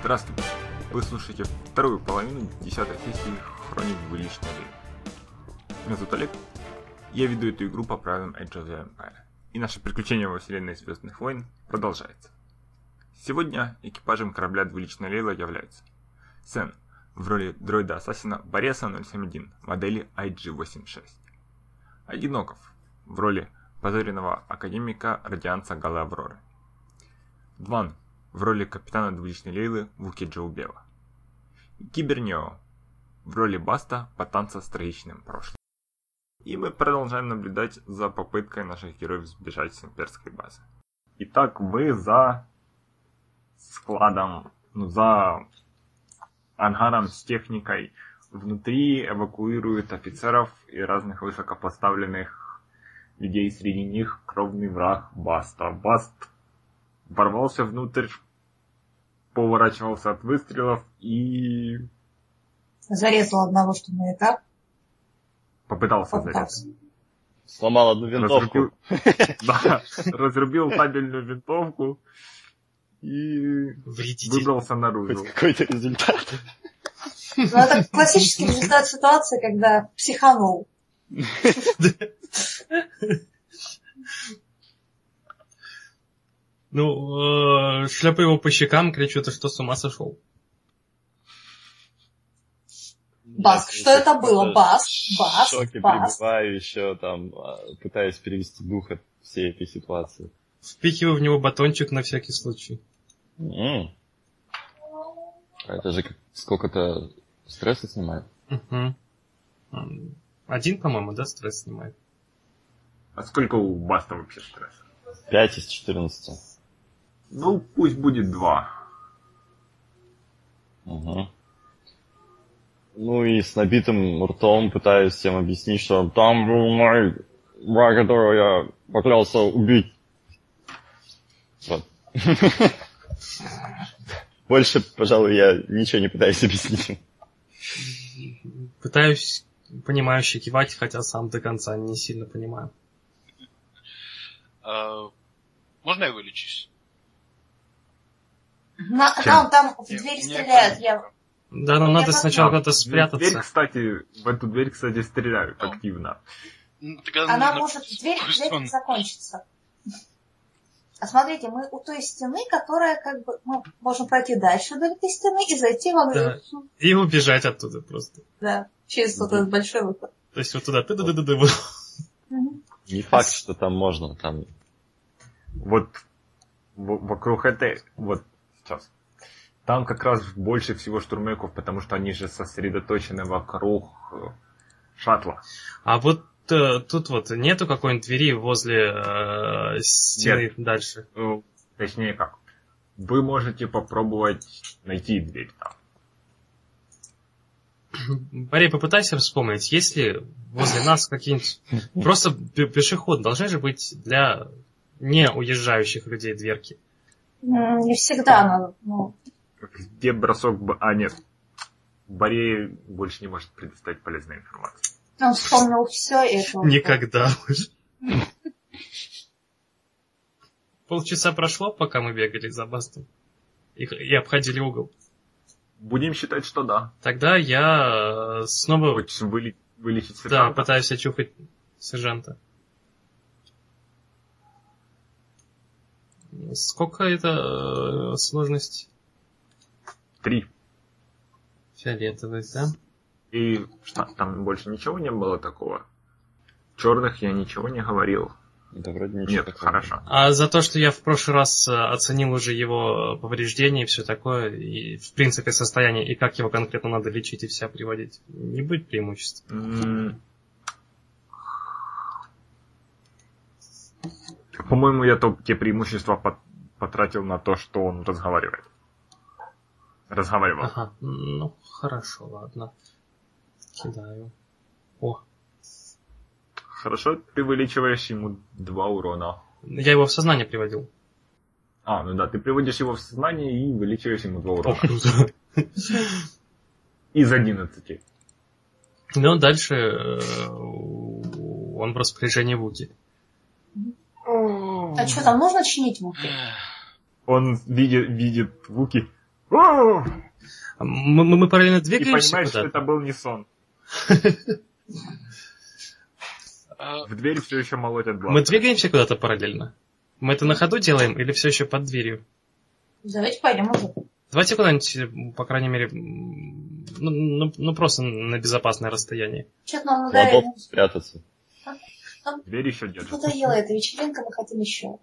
Здравствуйте! Вы слушаете вторую половину 10-й сессии Хроник Двуличной Лиги. Меня зовут Олег, я веду эту игру по правилам Age of the Empire. И наше приключение во вселенной Звездных войн продолжается. Сегодня экипажем корабля Двуличная Лейла являются Сен в роли дроида-ассасина Бориса 071 модели IG-86, Одиноков в роли позоренного академика Радианца Галы Авроры, Дван в роли капитана Двуличной Лейлы Вуки Джоубева, и Кибернео в роли Баста Потанца с трагичным прошлым. И мы продолжаем наблюдать за попыткой наших героев сбежать с имперской базы. Итак, вы за складом, за ангаром с техникой. Внутри эвакуируют офицеров и разных высокопоставленных людей. Среди них кровный враг Баста. Баст ворвался внутрь, поворачивался от выстрелов и... зарезал одного штурмовика. Попытался зарезать. Сломал одну винтовку. Разрубил табельную винтовку и выбрался наружу. Хоть какой-то результат. Это классический результат ситуации, когда психанул. Шляпаю его по щекам, кричу: ты что, с ума сошел? Баст, что это было? Баст. В шоке пребываю еще там, пытаюсь перевести дух от всей этой ситуации. Впихиваю в него батончик на всякий случай. Это же сколько-то стресса снимает. Угу. 1, по-моему, да, стресс снимает. А сколько у Баста вообще стресса? 5 из 14. Пусть будет 2. Угу. И с набитым ртом пытаюсь всем объяснить, что там был мой враг, которого я поклялся убить. Вот. Больше, пожалуй, я ничего не пытаюсь объяснить. Пытаюсь понимающе кивать, хотя сам до конца не сильно понимаю. Можно я вылечусь? Там в дверь стреляют. Да, но надо сначала куда-то спрятаться. В эту дверь, кстати, стреляют активно. Она может... Дверь закончится. А смотрите, мы у той стены, которая мы можем пройти дальше до этой стены и зайти во да. И убежать оттуда просто. Да, через вот этот большой выход. То есть вот туда. Не факт, что там можно, там... Вот вокруг этой... Вот сейчас. Там как раз больше всего штурмовиков, потому что они же сосредоточены вокруг шаттла. А вот тут вот нету какой-нибудь двери возле стены? Нет. Дальше? Точнее как. Вы можете попробовать найти дверь там. Борей, попытайся вспомнить, есть ли возле нас какие-нибудь... Просто пешеход должны же быть для не уезжающих людей дверки. Не всегда надо. Где бросок... нет. Борей больше не может предоставить полезной информации. Он вспомнил все это. Никогда уже. Полчаса прошло, пока мы бегали за Бастом и обходили угол. Будем считать, что да. Тогда я снова... Хочешь вылечить сержанта? Да, пытаюсь очухать сержанта. Сколько это сложность? 3. Фиолетовый, да? И что, там больше ничего не было такого? Черных я ничего не говорил. Да вроде ничего. Нет, такого. Хорошо. А за то, что я в прошлый раз оценил уже его повреждения и все такое, и в принципе состояние, и как его конкретно надо лечить и вся приводить, не будет преимуществ? По-моему, я те преимущества потратил на то, что он разговаривает. Разговаривал. Ага, хорошо, ладно. Кидаю. О. Хорошо, ты вылечиваешь ему 2 урона. Я его в сознание приводил. Ты приводишь его в сознание и вылечиваешь ему 2 урона. О, круто. Из 11. Дальше он в распоряжении Вуки. А что, там нужно чинить Вуки? Он видит Вуки. Мы параллельно двигаемся. И понимаешь, что это был не сон. В дверь все еще молотят блок. Мы двигаемся куда-то параллельно? Мы это на ходу делаем или все еще под дверью? Давайте пойдем уже. Давайте куда-нибудь, по крайней мере, просто на безопасное расстояние. Что-то нам надоело. Спрятаться. Дверь еще держит. Надоела эта вечеринка, мы хотим еще.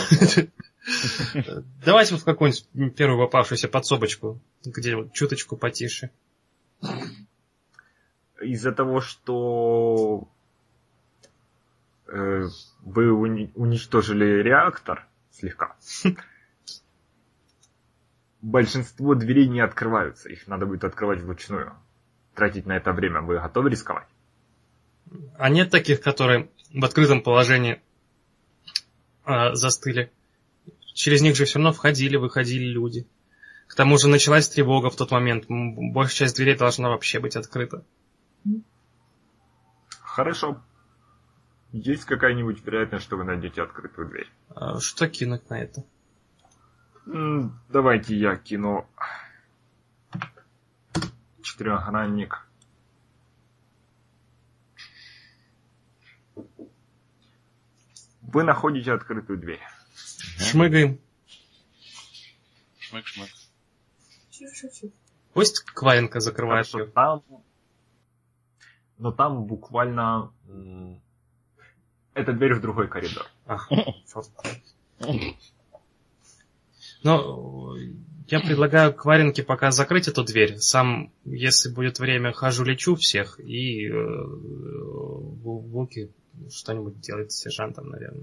Давайте в какую-нибудь первую попавшуюся подсобочку, где вот чуточку потише. Из-за того, что вы уничтожили реактор слегка, большинство дверей не открываются. Их надо будет открывать вручную. Тратить на это время. Вы готовы рисковать? А нет таких, которые в открытом положении застыли? Через них же все равно входили, выходили люди. К тому же началась тревога в тот момент. Большая часть дверей должна вообще быть открыта. Хорошо. Есть какая-нибудь вероятность, что вы найдете открытую дверь? Что кинуть на это? Давайте я кину четырехгранник. Вы находите открытую дверь. Шмыгаем. Шмык-шмык. Пусть Кваренко закрывает Хорошо, ее. Но там буквально... Это дверь в другой коридор. Черт. Но я предлагаю Кваренке пока закрыть эту дверь. Сам, если будет время, хожу-лечу всех. И Вуки что-нибудь делает с сержантом, наверное.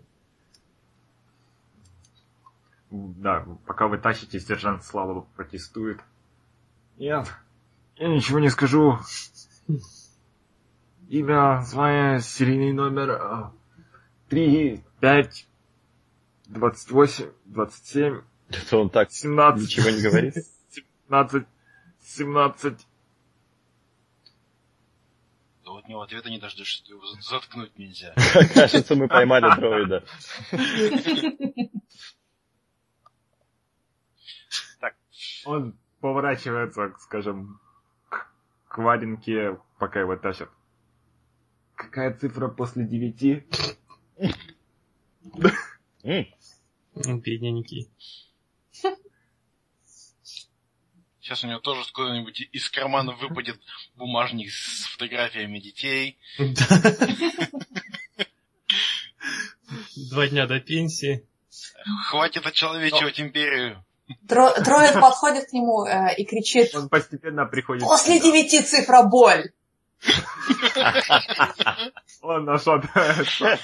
Да, пока вы тащите, сержант Слава протестует. Нет, я ничего не скажу. Имя, звание, серийный номер 3, 5, 28, 27, Это он так 17, ничего не говорит? 17. Да от него ответа не дождешься, его заткнуть нельзя. Кажется, мы поймали дроида. Так, Он поворачивается, скажем, к Варенке, пока его тащат. Какая цифра после 9? Бедненький. сейчас у него тоже куда-нибудь из кармана выпадет бумажник с фотографиями детей. 2 дня до пенсии. Хватит очеловечивать империю. Дроид подходит к нему и кричит: Он постепенно приходит... после 9 цифра боль. Он нашатывается.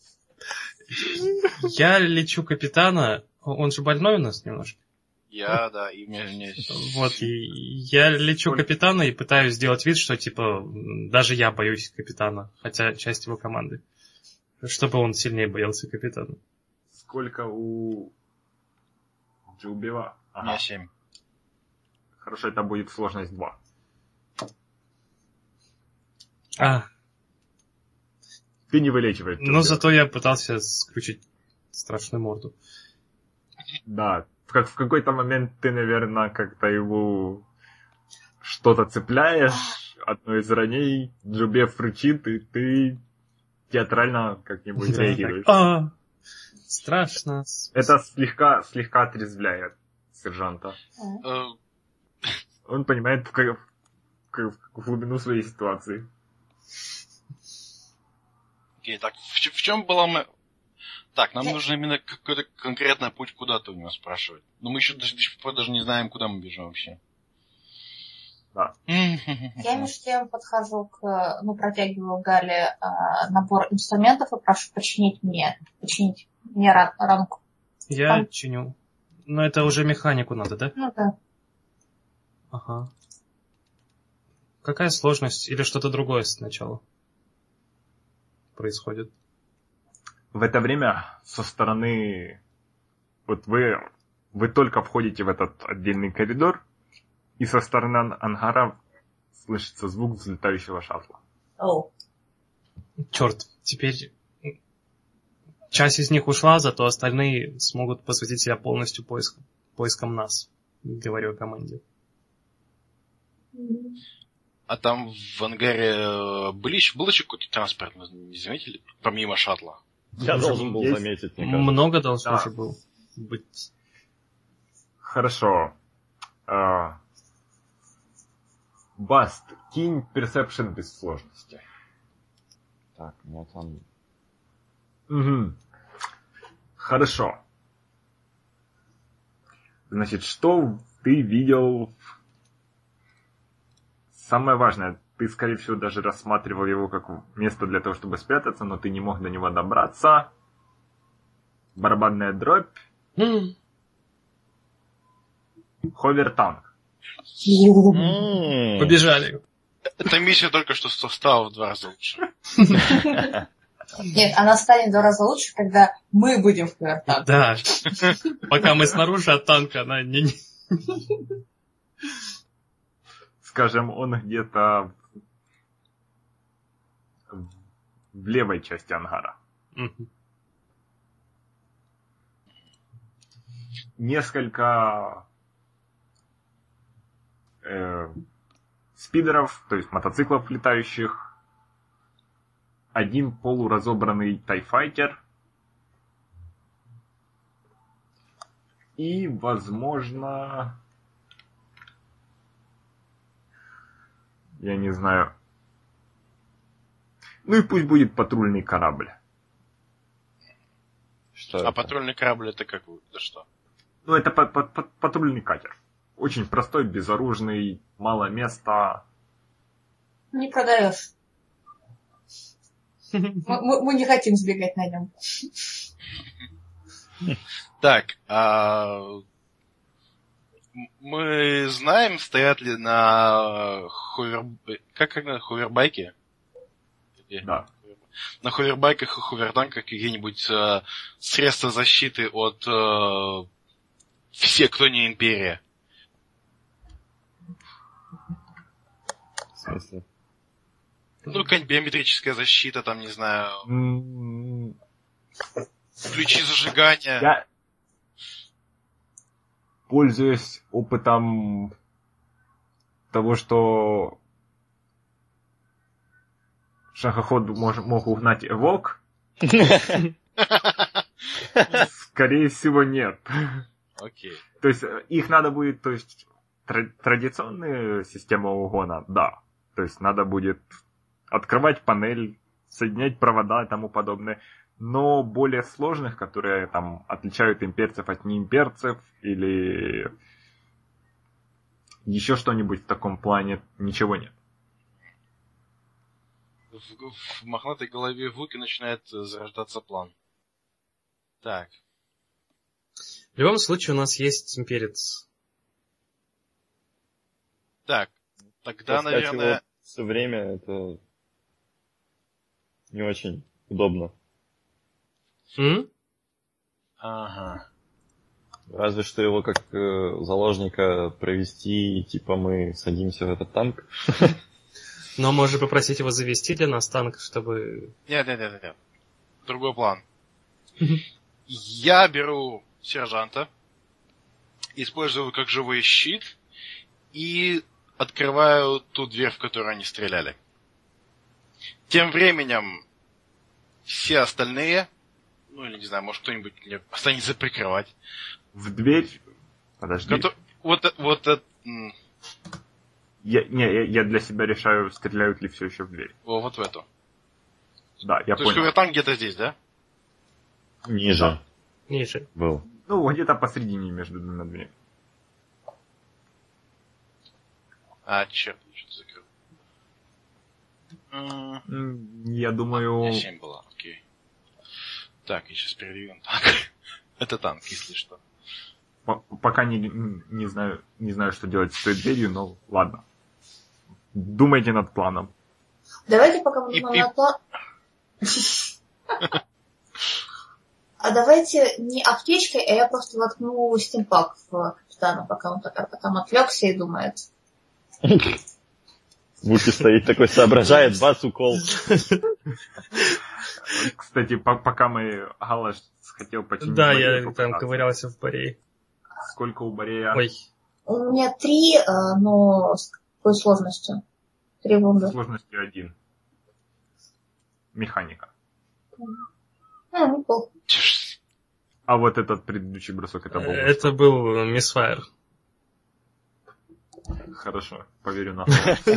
Я лечу капитана. Он же больной у нас немножко. Да, и мне... Вот, и я лечу капитана и пытаюсь сделать вид, что, типа, даже я боюсь капитана, хотя часть его команды. Чтобы он сильнее боялся капитана. Сколько у Джубева? У меня 7. Хорошо, это будет сложность 2. Ты не вылечиваешь. Но зато я пытался скрутить страшную морду. Да, как в какой-то момент ты, наверное, как-то его что-то цепляешь, одно из ранений, Джубев рычит, и ты театрально как-нибудь реагируешь. Страшно. Это слегка отрезвляет сержанта. Он понимает в глубину своей ситуации. Окей, так, в чем была... Так, нам нужно именно какой-то конкретный путь куда-то у него спрашивать. Но мы еще до сих пор даже не знаем, куда мы бежим вообще. Да. Я между тем подхожу протягиваю Гале набор инструментов и прошу починить мне ранку. Я чиню. Но это уже механику надо, да? Ну да. Ага. Какая сложность или что-то другое сначала происходит? В это время со стороны... Вот вы только входите в этот отдельный коридор, и со стороны ангара слышится звук взлетающего шаттла. Черт, теперь часть из них ушла, зато остальные смогут посвятить себя полностью поискам нас. говорю о команде. А там в ангаре был еще какой-то транспорт, не заметили? Помимо шаттла. Я должен был заметить, мне кажется. Много должно же было быть. Хорошо. Баст, кинь персепшн без сложности. Так, ну там... Угу. Хорошо. Значит, что ты видел? Самое важное, ты, скорее всего, даже рассматривал его как место для того, чтобы спрятаться, но ты не мог до него добраться. Барабанная дробь. Ховер-танк. Побежали. Эта миссия только что стала в 2 раза лучше. Нет, она станет в 2 раза лучше, когда мы будем в ховер-танке. Да. Пока мы снаружи от танка, она не... Скажем, он где-то в левой части ангара. Несколько спидеров, то есть мотоциклов летающих, один полуразобранный тайфайтер и, возможно, я не знаю, ну и пусть будет патрульный корабль. Что А это? патрульный корабль это как? Да что? Ну, это патрульный катер. Очень простой, безоружный, мало места. Не продаешь. Мы не хотим сбегать на нем. Так, мы знаем, стоят ли на ховербайке? Да. На ховербайках и ховерданках какие-нибудь средства защиты от все, кто не империя. В смысле? Ну, какая-нибудь биометрическая защита, там, не знаю, ключи зажигания. Я, пользуясь опытом того, что шагоход мог угнать эвок, скорее всего, нет. Окей. То есть их надо будет, то есть традиционная система угона, да. То есть надо будет открывать панель, соединять провода и тому подобное. Но более сложных, которые там отличают имперцев от неимперцев или еще что-нибудь в таком плане, ничего нет. В мохнатой голове Вуки начинает зарождаться план. Так. В любом случае у нас есть имперец. Так, тогда, Таскать наверное... его все время это не очень удобно. Ага. Разве что его как заложника провести, и типа мы садимся в этот танк. Но можно попросить его завести для нас танк, чтобы... Нет. Другой план. Я беру сержанта, использую его как живой щит и открываю ту дверь, в которую они стреляли. Тем временем все остальные, ну или не знаю, может кто-нибудь мне останется прикрывать. В дверь... Подожди. Я для себя решаю, стреляют ли все еще в дверь. Вот в эту. Да, я То понял. есть ховертанк где-то здесь, да? Ниже Ниже. был. Ну, где-то посредине между двумя дверями. А, черт, что-то закрыл. Я думаю... 7 было, окей. Так, я сейчас передвину танк. Это танк, если что. Пока не знаю, что делать с той дверью, но ладно. Думайте над планом. Давайте пока мы думаем над планом. А давайте не аптечкой, а я просто воткну стимпак в капитана, пока он там отвлекся и думает. Вуки стоит такой, соображает, бац, укол. Кстати, пока мы... Галаш хотел починить... Да, я там ковырялся в баре. Сколько у Борея? Ой, У меня 3, но с какой сложностью? 3 вунда. Сложностью 1. Механика. Неплохо. А вот этот предыдущий бросок, это был... Это был Мисфайр. Хорошо, поверю на слово.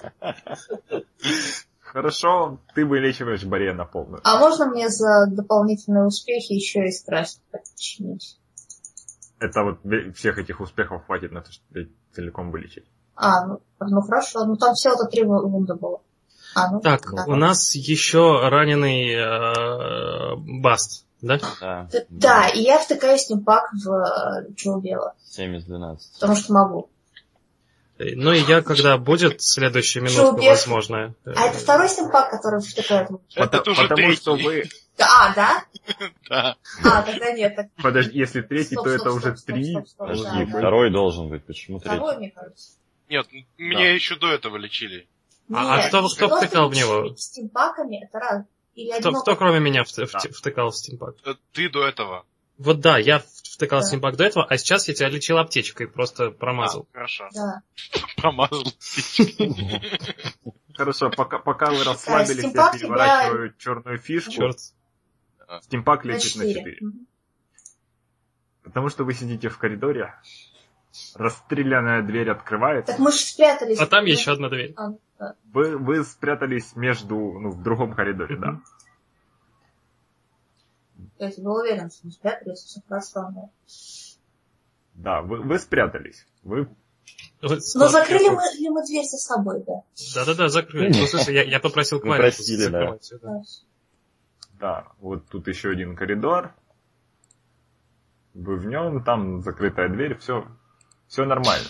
Хорошо, ты вылечиваешь Баре на полную. А можно мне за дополнительные успехи еще и страсть подчинить? Это вот всех этих успехов хватит на то, чтобы целиком вылечить. Ну хорошо, ну там всего-то 3 вунда было. Так, да. У нас еще раненый Баст, да? Да, и я втыкаю стимпак в Джоубела. 7 из 12. Потому что могу. Ну и я, когда будет следующая минутка, возможно. А это второй стимпак, который втыкает? Это уже потому третий. что вы... Да? Да. Тогда нет. Подожди, если третий, то это уже 3. Подожди, второй должен быть. Почему третий? Второй, мне кажется. Нет, меня еще до этого лечили. Кто втыкал в него? Стимпаками это раз. Кто кроме меня втыкал в стимпак? Ты до этого. Вот да, я втыкал стимпак до этого, а сейчас я тебя лечил аптечкой, просто промазал. Хорошо. Да. Промазал. Хорошо, пока вы расслабились, я стимпак переворачиваю черную фишку. Черт. Стимпак лечит на 4. 4. Потому что вы сидите в коридоре, расстрелянная дверь открывается. Так мы же спрятались. А там еще одна дверь. Да. Вы спрятались в другом коридоре, да. Я был уверен, что мы спрятались, все хорошо. Но... Да, вы спрятались. Вы... Но закрыли ли мы дверь за собой, да? Да, закрыли. Ну, в смысле, я попросил Кварин закрывать всё, да. Да, вот тут еще один коридор. Вы в нем, там закрытая дверь, все нормально.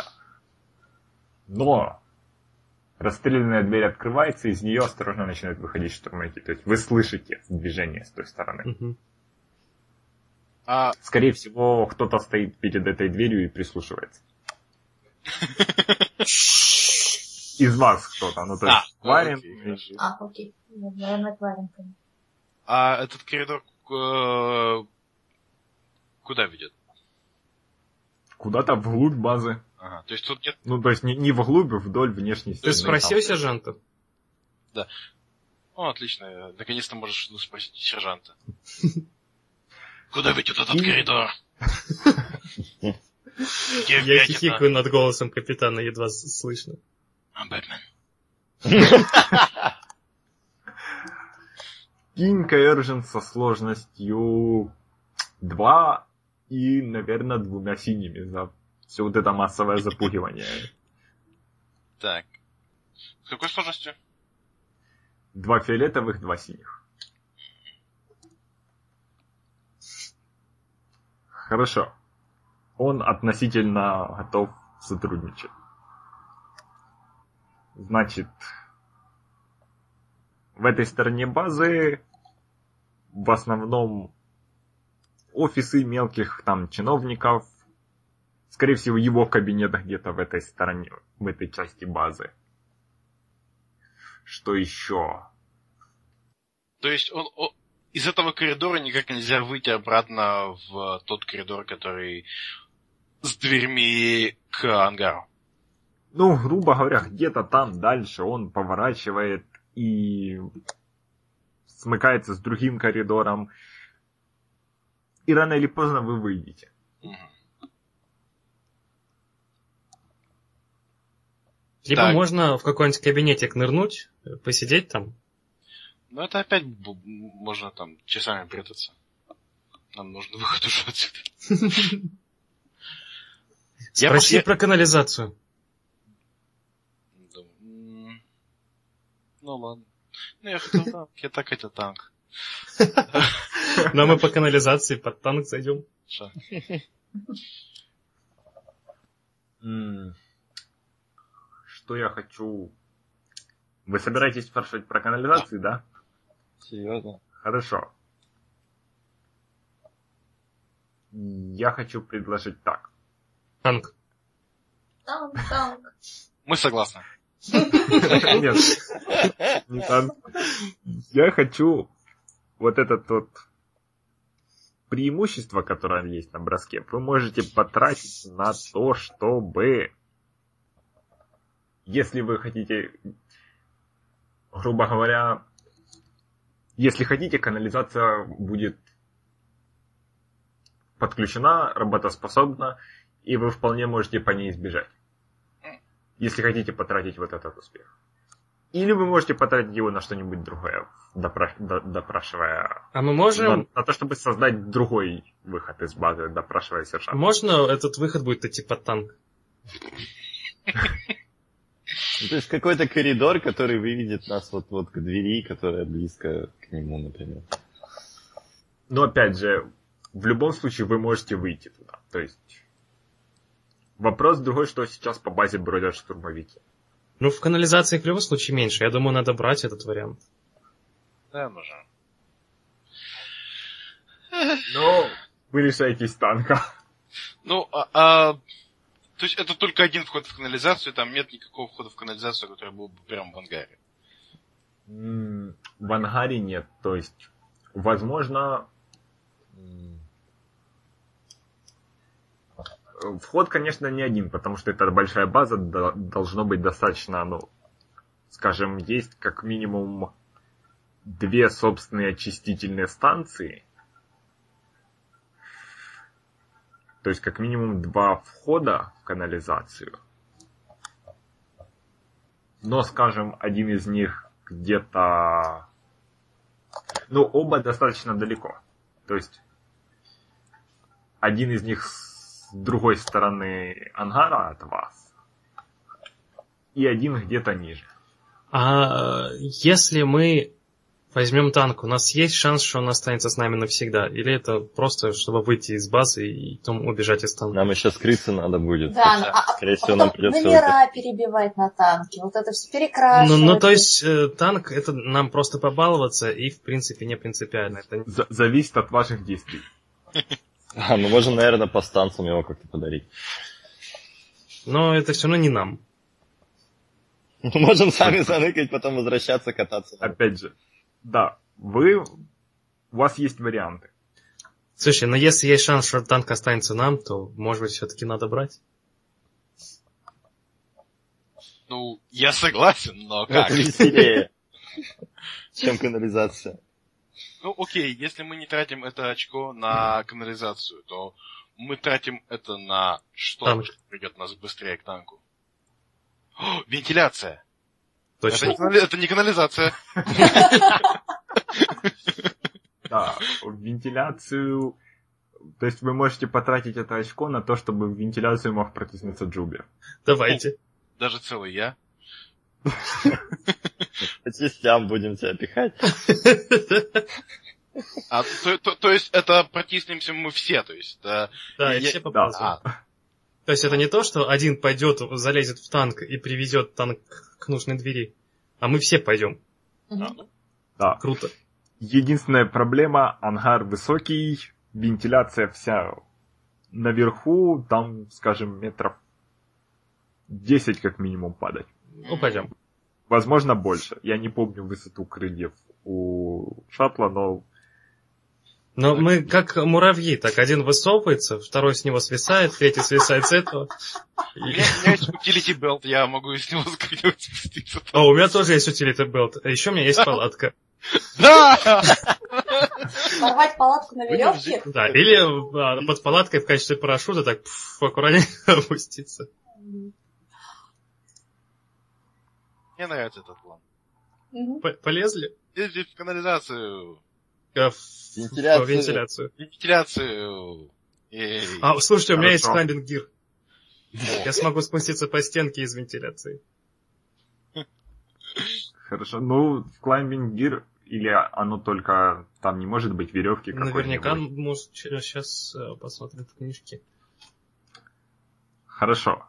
Но расстрелянная дверь открывается, из нее осторожно начинают выходить штурмовики. То есть вы слышите движение с той стороны. Скорее всего, кто-то стоит перед этой дверью и прислушивается. Из вас кто-то, ну то есть Кварин. Окей. Наверное, Кварин. А этот коридор куда ведет? Куда-то вглубь базы. Ага, то есть тут нет... Ну, то есть не вглубь, вдоль внешней стены. Ты спросил сержанта? Да. Отлично. Наконец-то можешь спросить сержанта. Куда ведет этот коридор? Я хихикаю над голосом капитана, едва слышно. Бэтмен. Кинь Coercion со сложностью 2 и, наверное, 2 синими за все вот это массовое запугивание. Так. С какой сложностью? 2 фиолетовых, 2 синих. Хорошо. Он относительно готов сотрудничать. Значит, в этой стороне базы в основном офисы мелких там чиновников. Скорее всего, его кабинет где-то в этой стороне, в этой части базы. Что еще? То есть из этого коридора никак нельзя выйти обратно в тот коридор, который с дверьми к ангару? Ну, грубо говоря, где-то там дальше он поворачивает и смыкается с другим коридором. И рано или поздно вы выйдете. Либо так. Можно в какой-нибудь кабинетик нырнуть, посидеть там. Ну, это опять можно там часами прятаться. Нам нужен выход уже отсюда. Спроси про канализацию. Ну ладно. Ну я хотел танк, я так хотел танк. Но мы по канализации под танк зайдем. Что я хочу... Вы собираетесь спрашивать про канализацию, да? Серьезно? Хорошо. Я хочу предложить так. Танк. Танк. Мы согласны. Нет, не танк. Я хочу вот этот вот преимущество, которое есть на броске, вы можете потратить на то, чтобы... Если вы хотите, грубо говоря, если хотите, канализация будет подключена, работоспособна, и вы вполне можете по ней избежать. Если хотите потратить вот этот успех. Или вы можете потратить его на что-нибудь другое, допрашивая... А мы можем... На то, чтобы создать другой выход из базы, допрашивая сержанта. Можно этот выход будет идти под танк? То есть какой-то коридор, который выведет нас вот к двери, которая близко к нему, например. Но опять же, в любом случае вы можете выйти туда. То есть вопрос другой, что сейчас по базе бродят штурмовики. Ну, в канализации в любом случае меньше. Я думаю, надо брать этот вариант. Да, нужно. Но вы лишаетесь танка. Ну, то есть это только один вход в канализацию, там нет никакого входа в канализацию, который был бы прямо в ангаре. В ангаре нет. То есть, возможно... Вход, конечно, не один, потому что это большая база, должно быть достаточно, ну, скажем, есть как минимум 2 собственные очистительные станции. То есть как минимум 2 входа в канализацию. Но, скажем, один из них где-то... Ну, оба достаточно далеко. То есть один из них с другой стороны ангара от вас. И один где-то ниже. А если мы возьмем танк, у нас есть шанс, что он останется с нами навсегда? Или это просто, чтобы выйти из базы и потом убежать из танка? Нам еще скрыться надо будет. Да, скорее всего, нам придется... номера перебивать на танке, вот это все перекрашивать. Ну, то есть, танк, это нам просто побаловаться, и, в принципе, не принципиально. Это... Зависит от ваших действий. Мы можем, наверное, по станциям его как-то подарить. Но это все равно не нам. Мы можем сами заныкать, потом возвращаться, кататься. Опять же, да, у вас есть варианты. Слушай, но если есть шанс, что танк останется нам, то, может быть, все-таки надо брать? Ну, я согласен, но как? Это веселее, чем канализация. Ну, окей, если мы не тратим это очко на канализацию, то мы тратим это на что, Танк. что придет нас быстрее к танку. О, вентиляция! Точно. Это не канализация. Да, в вентиляцию... То есть вы можете потратить это очко на то, чтобы в вентиляцию мог протиснуться Джубер. Давайте. Даже целый я. По частям будем тебя пихать. То есть это протиснемся мы все, то есть... Да, и все Да. попадут. То есть это не то, что один пойдет, залезет в танк и привезет танк к нужной двери, а мы все пойдем. Да. Круто. Единственная проблема, ангар высокий, вентиляция вся наверху, там, скажем, метров 10 как минимум падать. Ну, пойдем. Возможно, больше. Я не помню высоту крыльев у шаттла, но... Но мы как муравьи, так один высовывается, второй с него свисает, третий свисает с этого. У меня есть utility belt, я могу из него как-нибудь спуститься. А у меня тоже есть utility belt, а еще у меня есть палатка. Да! Порвать палатку на веревке? Да, или под палаткой в качестве парашюта так аккуратнее опуститься. Мне нравится этот план. Полезли? Ездить в канализацию. В вентиляцию. Вентиляцию. А, слушайте, у меня есть Хорошо. клаймбинг гир. Я смогу спуститься по стенке из вентиляции. Хорошо. Ну, в Climbing Gear или оно только... Там не может быть веревки какой-нибудь? Наверняка, может, сейчас посмотрим в книжке. Хорошо.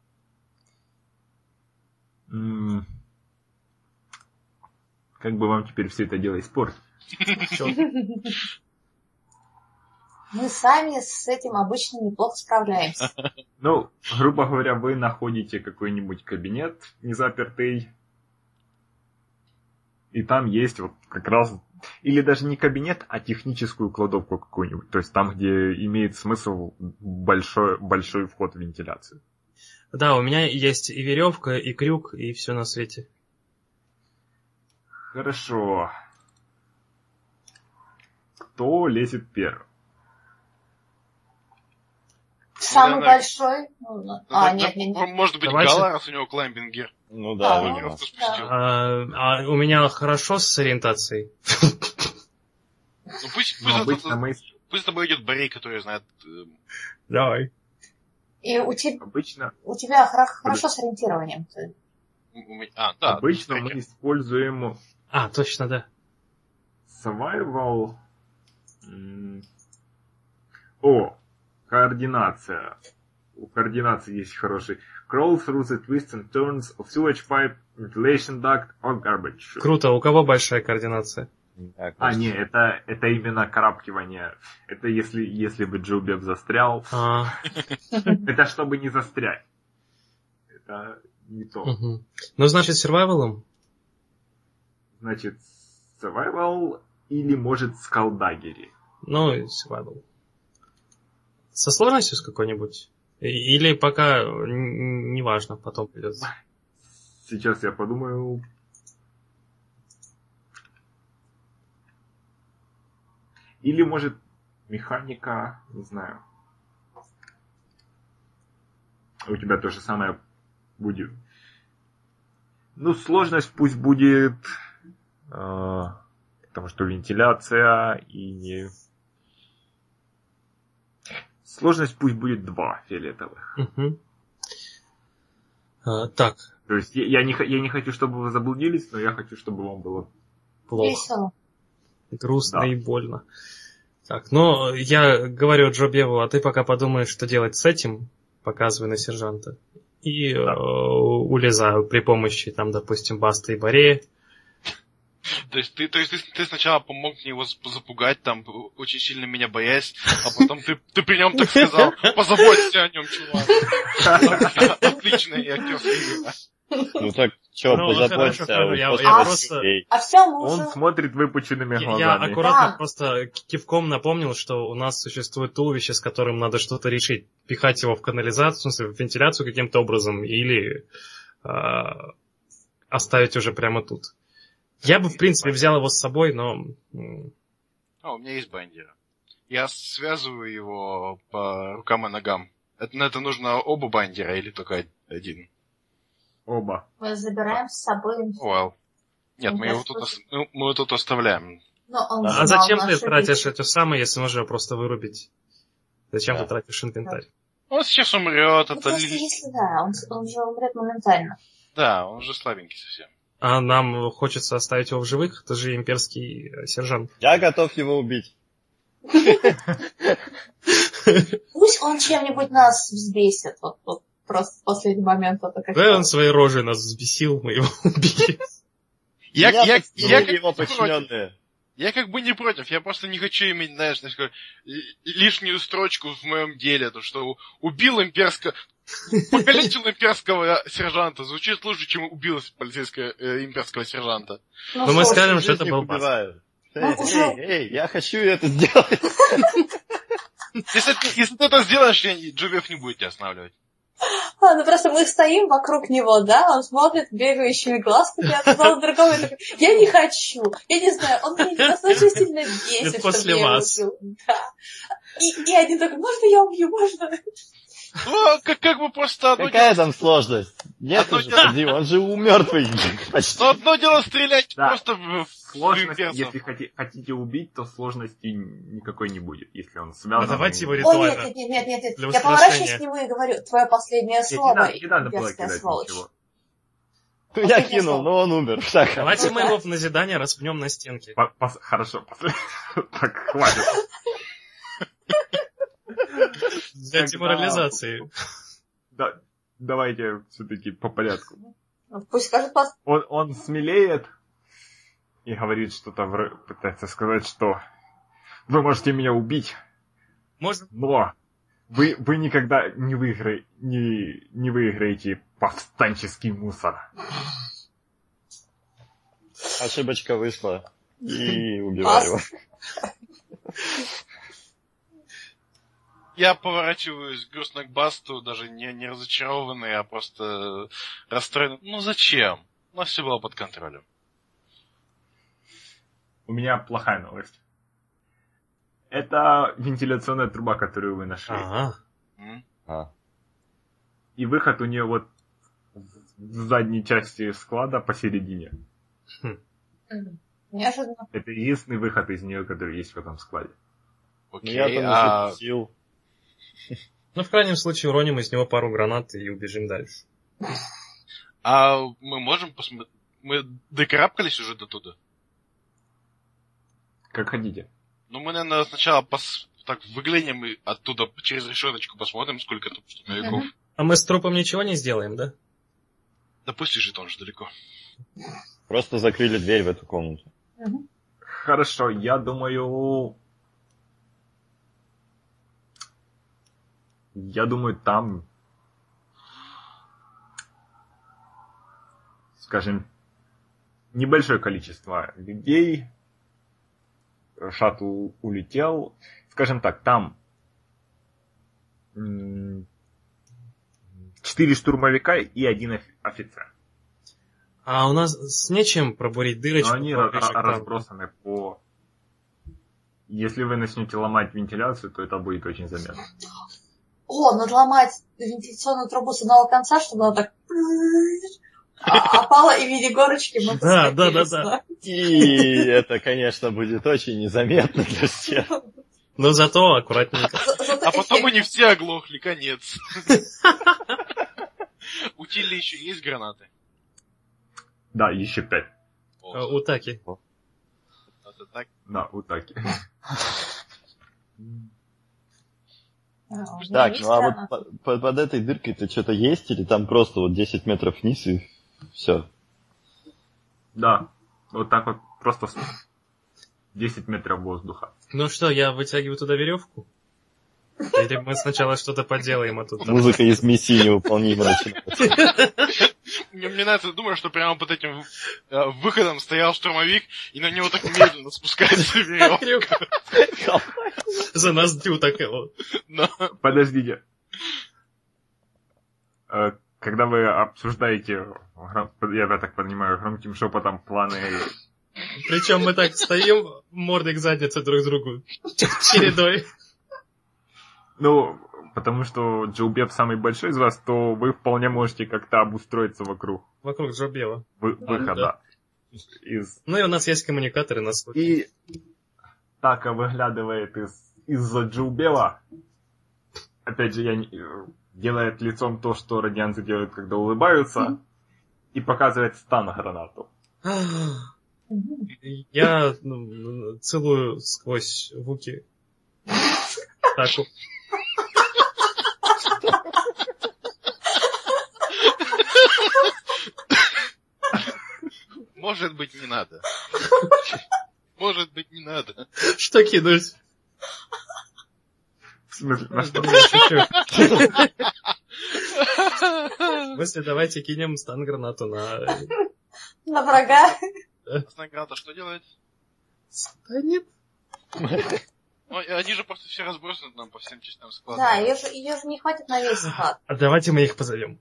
Как бы вам теперь все это дело испортить? Мы сами с этим обычно неплохо справляемся. Ну, грубо говоря, вы находите какой-нибудь кабинет незапертый, и там есть вот как раз Или даже не кабинет, а техническую кладовку какую-нибудь. То есть там, где имеет смысл большой вход в вентиляцию. Да, у меня есть и веревка, и крюк, и все на свете. Хорошо. Кто лезет первым? Самый большой? Нет. Может быть, Давайте. Гала, раз у него клаймбингер. Ну да, ну, видимо. да. У меня хорошо с ориентацией. Ну пусть с тобой идет Борей, который знает... Давай. И у Обычно тебя хорошо с ориентированием. Да. Обычно мы используем Точно, да. survival. Координация. У координации есть хороший. Crawl through the twists and turns of sewage pipe, ventilation duct or garbage chute. Круто, у кого большая координация? Нет, это именно карабкивание. Это если бы Джубев застрял. Это чтобы не застрять. Это не то. Угу. Ну, значит, survival'ом? Значит, survival или, может, скалдагери. Ну, survival. Со сложностью с какой-нибудь? Или пока неважно, потом придется? Сейчас я подумаю. Или, может, механика, не знаю. У тебя то же самое будет. Ну, сложность пусть будет, потому что вентиляция и... Сложность пусть будет 2 фиолетовых. Угу. Так. То есть я не хочу, чтобы вы заблудились, но я хочу, чтобы вам было Плохо. Весело. Грустно Да. и больно. Так, ну, я говорю Джобеву, а ты пока подумаешь, что делать с этим, показывай на сержанта. И улезаю при помощи, там, допустим, Баста и Борея. То есть ты сначала помог мне его запугать, там, очень сильно меня боясь, а потом ты при нем так сказал: позаботься о нем, чувак. Отличная актерская игра. Ну так, что, позаботься. хорошо, я просто... А все мы Он уже... смотрит выпученными глазами. Я аккуратно Да. просто кивком напомнил, что у нас существует туловище, с которым надо что-то решить. Пихать его в канализацию, в смысле, в вентиляцию каким-то образом, или оставить уже прямо тут. Я бы, в принципе, взял его с собой, но... У меня есть бандера. Я связываю его по рукам и ногам. Это нужно оба бандера или только один? Оба. Мы забираем с собой... Вау. Нет, мы его тут оставляем. Но он А знал зачем ты нашу тратишь битву. эти самые, если можно его просто вырубить? Зачем ты тратишь инвентарь? Он сейчас умрет. Ну, просто если да, он же умрет моментально. Да, он же слабенький совсем. А нам хочется оставить его в живых? Ты же имперский сержант. Я готов его убить. Пусть он чем-нибудь нас взбесит. Вот просто в последний момент. Да, он своей рожей нас взбесил, мы его убили. Я его подчиненные. Я как бы не против, я просто не хочу иметь, знаешь, лишнюю строчку в моем деле, то что убил покалечил имперского сержанта, звучит лучше, чем убил имперского сержанта. Но мы скажем, что это был бас. Эй, я хочу это сделать. Если ты это сделаешь, Джубев не будет тебя останавливать. Ну просто мы стоим вокруг него, да, он смотрит бегающими глазками от одного к другому, и такой: я не хочу, я не знаю, он меня достаточно сильно бесит, Это после чтобы вас. я его убил. Да. И один такой: можно я убью, можно? Ну, как бы просто одно Какая дело... там сложность? Нет уже, поди, он же мертвый. Почти. Ну, одно дело стрелять Да. просто в Сложность, имперцев. если хотите убить, то сложности никакой не будет, если он связан. А давайте его О, ритуально. нет. Для Я поворачиваюсь устрашения. к нему и говорю: твое последнее слово, Не надо было имперская кидать сволочь. ничего. Ну, я кинул, но он умер. Так. Давайте мы его в назидание распнем на стенке. Хорошо, так, хватит. Для деморализации. Да, давайте все-таки по порядку. Пусть скажет Он смелеет и говорит что-то, пытается сказать, что вы можете меня убить, Можно? но вы никогда не выиграете повстанческий мусор. Ошибочка вышла. и убиваю его. Я поворачиваюсь грустно к Басту, даже не разочарованный, а просто расстроенный. Ну зачем? У нас все было под контролем. У меня плохая новость. Это вентиляционная труба, которую вы нашли. Ага. И выход у нее вот в задней части склада посередине. Неожиданно. Это единственный выход из нее, который есть в этом складе. Окей, Я там запустил. Ну, в крайнем случае, уроним из него пару гранат и убежим дальше. А мы можем посмотреть... Мы докарабкались уже до туда? Как хотите. Ну, мы, наверное, сначала так выглянем и оттуда через решеточку посмотрим, сколько тут штурмовиков. А мы с трупом ничего не сделаем, да? Да пусть лежит, он же далеко. Просто закрыли дверь в эту комнату. Хорошо, я думаю, там, скажем, небольшое количество людей. Шаттл улетел. Скажем так, там 4 штурмовика и 1 офицер. А у нас с нечем пробурить дырочку. Но они разбросаны по... Если вы начнете ломать вентиляцию, то это будет очень заметно. О, надо ломать вентиляционную трубу с одного конца, чтобы она так опала и в виде горочки мы Да. И это, конечно, будет очень незаметно для всех. Но зато аккуратненько. А потом они все оглохли, конец. У Тилли еще есть гранаты? Да, еще 5. У Таки. Это так? Да, вот так. Так, ну а вот под этой дыркой-то что-то есть? Или там просто вот 10 метров вниз и все? Да, вот так вот просто 10 метров воздуха. Ну что, я вытягиваю туда веревку? Или мы сначала что-то поделаем оттуда? Музыка из миссии невыполнима начинается. Мне нравится, думаю, что прямо под этим выходом стоял штурмовик, и на него так медленно спускается веревка. За ноздрю так его. Подождите. Когда вы обсуждаете, я так понимаю, громким шепотом планы... Причем мы так стоим, мордой к заднице друг другу, чередой. Ну, потому что Джоубеб самый большой из вас, то вы вполне можете как-то обустроиться вокруг. Вокруг Джоубева. Выхода. Ну и у нас есть коммуникаторы на случай. И Така выглядывает из-за Джоубева. Опять же, делает лицом то, что радианцы делают, когда улыбаются. И показывает стан гранату. Я целую сквозь Вуки. Таку. Может быть, не надо. Может быть, не надо. Что кинуть? В смысле, на что? В смысле, давайте кинем стан-гранату на врага. Стан-граната что делает? Станет. Они же просто все разбросаны нам по всем частям склада. Да, ее же не хватит на весь склад. А давайте мы их позовем.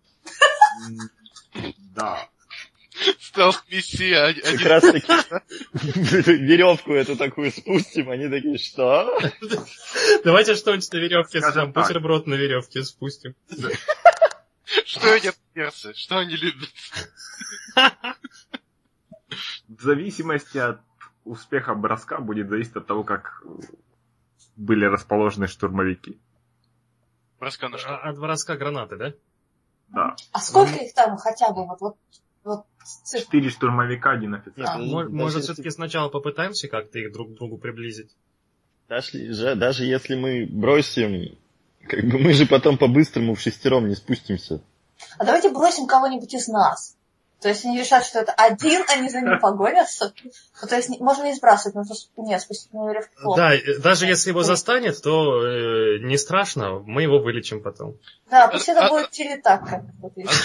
Да. Стелс-миссия. Как раз таки веревку эту такую спустим, они такие, что? Давайте что-нибудь на веревке, Скажем там бутерброд на веревке спустим. Что едят персы? Что они любят? В зависимости от успеха броска будет зависеть от того, как были расположены штурмовики. Броска на что? От броска гранаты, да? Да. А сколько их там хотя бы? Вот 4 штурмовика, 1 офицер. Может, все-таки сначала попытаемся как-то их друг к другу приблизить? Даже если мы бросим, как бы мы же потом по-быстрому в шестером не спустимся. А давайте бросим кого-нибудь из нас. То есть они решат, что это один, они за ним погонятся. Ну, то есть можно не сбрасывать, но нет, спустить на веревку плохо. Да, даже если его застанет, то не страшно, мы его вылечим потом. Да, пусть это будет телетак.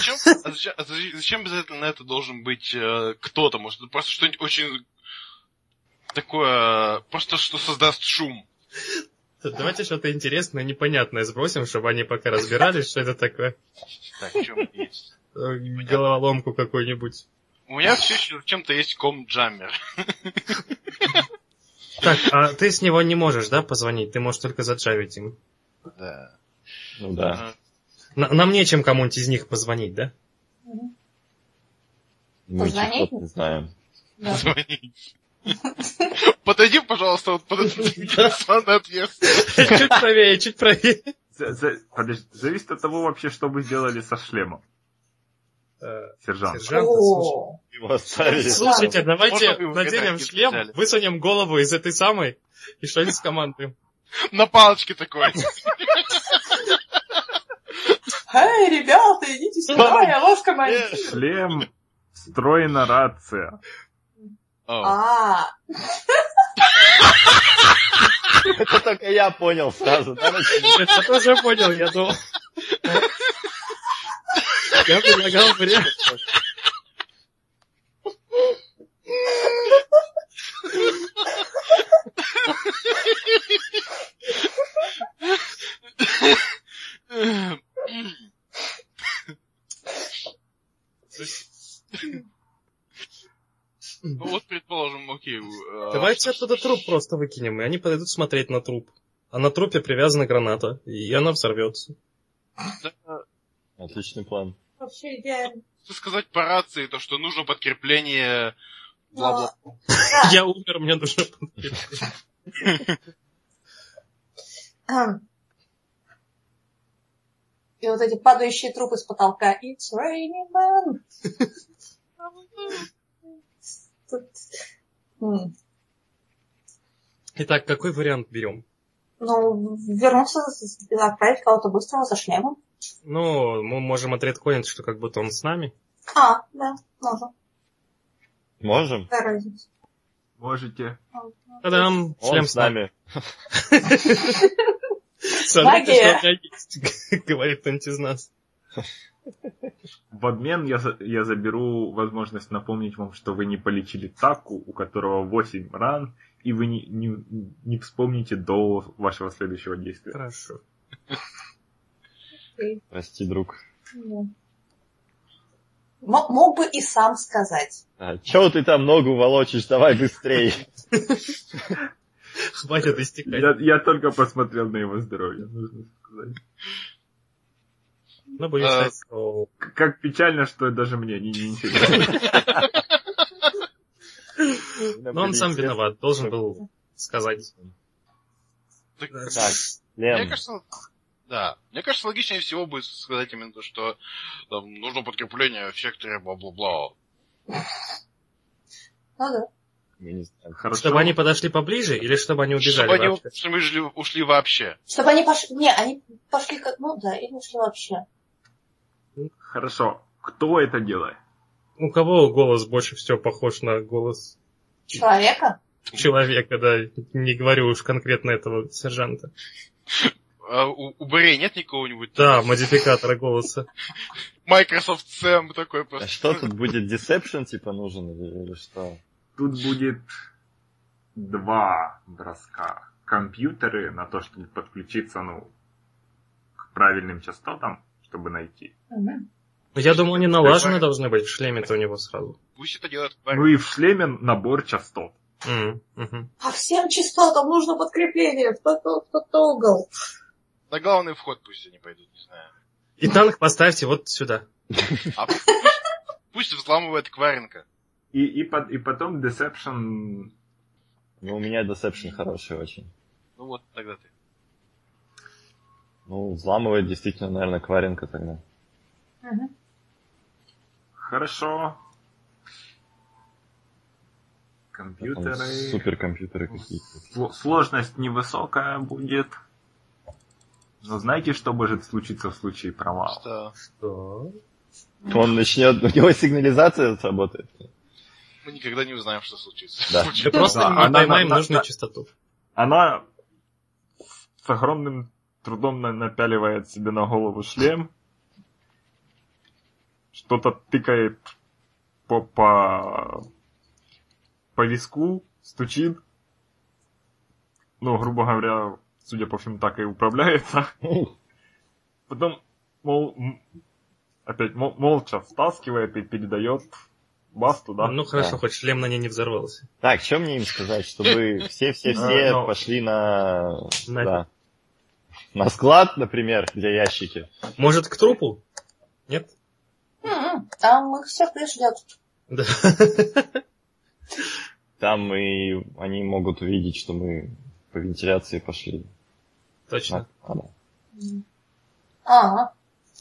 Зачем обязательно на это должен быть кто-то? Может, это просто что-нибудь очень такое, просто что создаст шум. Давайте что-то интересное, непонятное сбросим, чтобы они пока разбирались, что это такое. Так, в чем есть? Головоломку какую-нибудь. У меня все еще в чем-то есть ком-джаммер. Так, а ты с него не можешь, да, позвонить? Ты можешь только заджавить им. Да. Ну да. Нам нечем кому-нибудь из них позвонить, да? Мы Позвонить? чего-то не знаем. Да. Звонить. Подойди, пожалуйста, вот под этот телефонный отверстие. Чуть правее, чуть правее. Подожди, зависит от того вообще, что вы сделали со шлемом. Сержант. О, Его оставили. Слушайте, давайте Можно вы наденем выбирать, шлем, взяли? высунем голову из этой самой и что-нибудь скомандуем. На палочке такой. эй, ребята, идите сюда, я ваш командир. Шлем, встроена рация. А, Это только я понял сразу. Да, Я тоже понял, я думал. Я предлагал вариант. Ну вот, предположим, окей. Давайте оттуда труп просто выкинем, и они подойдут смотреть на труп. А на трупе привязана граната, и она взорвется. Отличный план. вообще идеально. Сказать по рации то, что нужно подкрепление. Бла-бла. Я умер, мне нужно подкрепление. И вот эти падающие трупы с потолка. It's raining man. Итак, какой вариант берем? Ну, вернуться, отправить кого-то быстрого за шлемом. Ну, мы можем отредконить, что как будто он с нами. А, да, можно. Можем? Какая разница? Можете. Та-дам! Он Шлем с нами. Смотрите, Магия. что у меня есть, говорит кто-нибудь из нас. В обмен я заберу возможность напомнить вам, что вы не полечили Таку, у которого 8 ран, и вы не вспомните до вашего следующего действия. Хорошо. Прости, друг. Мог бы и сам сказать. Чего ты там ногу волочишь? Давай быстрее. Хватит истекать. Я только посмотрел на его здоровье, нужно сказать. Ну, будем считать, что... Как печально, что даже мне не интересно. Но он сам виноват, должен был сказать. Так, Так, мне Лем, кажется, да. Мне кажется, логичнее всего будет сказать именно то, что там, нужно подкрепление в секторе бла-бла-бла. Ну да. мы не знаем. Хорошо. Чтобы они подошли поближе или чтобы они убежали Чтобы они вообще? ушли вообще. Чтобы они пошли... Не, они пошли как... Ну да, или ушли вообще. Хорошо. Кто это делает? У кого голос больше всего похож на голос Человека? человека, да, не говорю уж конкретно этого сержанта. А у Борей нет никого-нибудь? Да, модификатора голоса. Microsoft Sam такой А просто. что тут будет? Deception типа нужен или что? Тут будет 2 броска. Компьютеры на то, чтобы подключиться, к правильным частотам, чтобы найти. Угу. Я думал, они налажены должны быть в шлеме-то у него сразу. Пусть это делает Ну парень. и в шлеме набор частот. Мгм. А всем частотам нужно подкрепление. В тот угол. На главный вход пусть они пойдут, не знаю. И танк поставьте вот сюда. А пусть взламывает Кваренко. И потом Deception... Ну, у меня Deception хороший очень. Ну вот, тогда ты. Ну, взламывает действительно, наверное, Кваренко тогда. Угу. Хорошо. Там Компьютеры... суперкомпьютеры какие-то. Сложность невысокая будет. Но знаете, что может случиться в случае провала? Что Что? Он начнет, у него сигнализация сработает. мы никогда не узнаем, что случится. Да. Мы просто Да, не она поймаем на- нужную на- частоту. Она с огромным трудом напяливает себе на голову шлем. Что-то тыкает по виску, стучит. ну, грубо говоря, судя по всему, так и управляется. Потом, опять молча втаскивает и передает басту, да? Ну хорошо, Да. хоть шлем на ней не взорвался. Так, что мне им сказать, чтобы все пошли на склад, например, где ящики? Может, к трупу? Нет? Там их сюрприз ждет. Да. Там и они могут увидеть, что мы по вентиляции пошли. Точно. Да. Ага.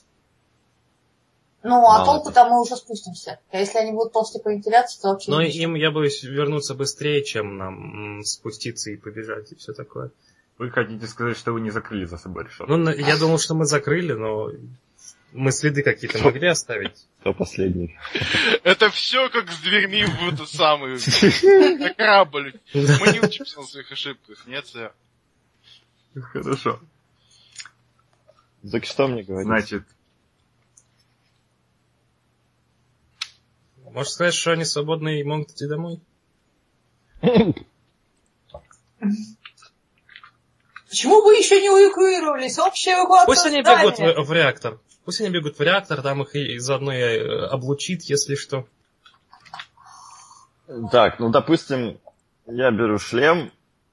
Ну, а Да, толку-то мы уже спустимся. А если они будут ползти по вентиляции, то вообще... Но ничего. им я боюсь вернуться быстрее, чем нам спуститься и побежать, и все такое. Вы хотите сказать, что вы не закрыли за собой решетку? Ну, я думал, что мы закрыли, но мы следы какие-то могли оставить. Кто последний? Это все как с дверьми в эту самую... на корабль. Мы не учимся на своих ошибках, нет, сэр? Хорошо. Так что мне говорить? Значит, Можешь сказать, что они свободны и могут идти домой? Почему вы еще не эвакуировались? Общая эвакуация Пусть они здания. бегут в реактор. Пусть они бегут в реактор, там их и заодно и облучит, если что. Так, ну, допустим, я беру шлем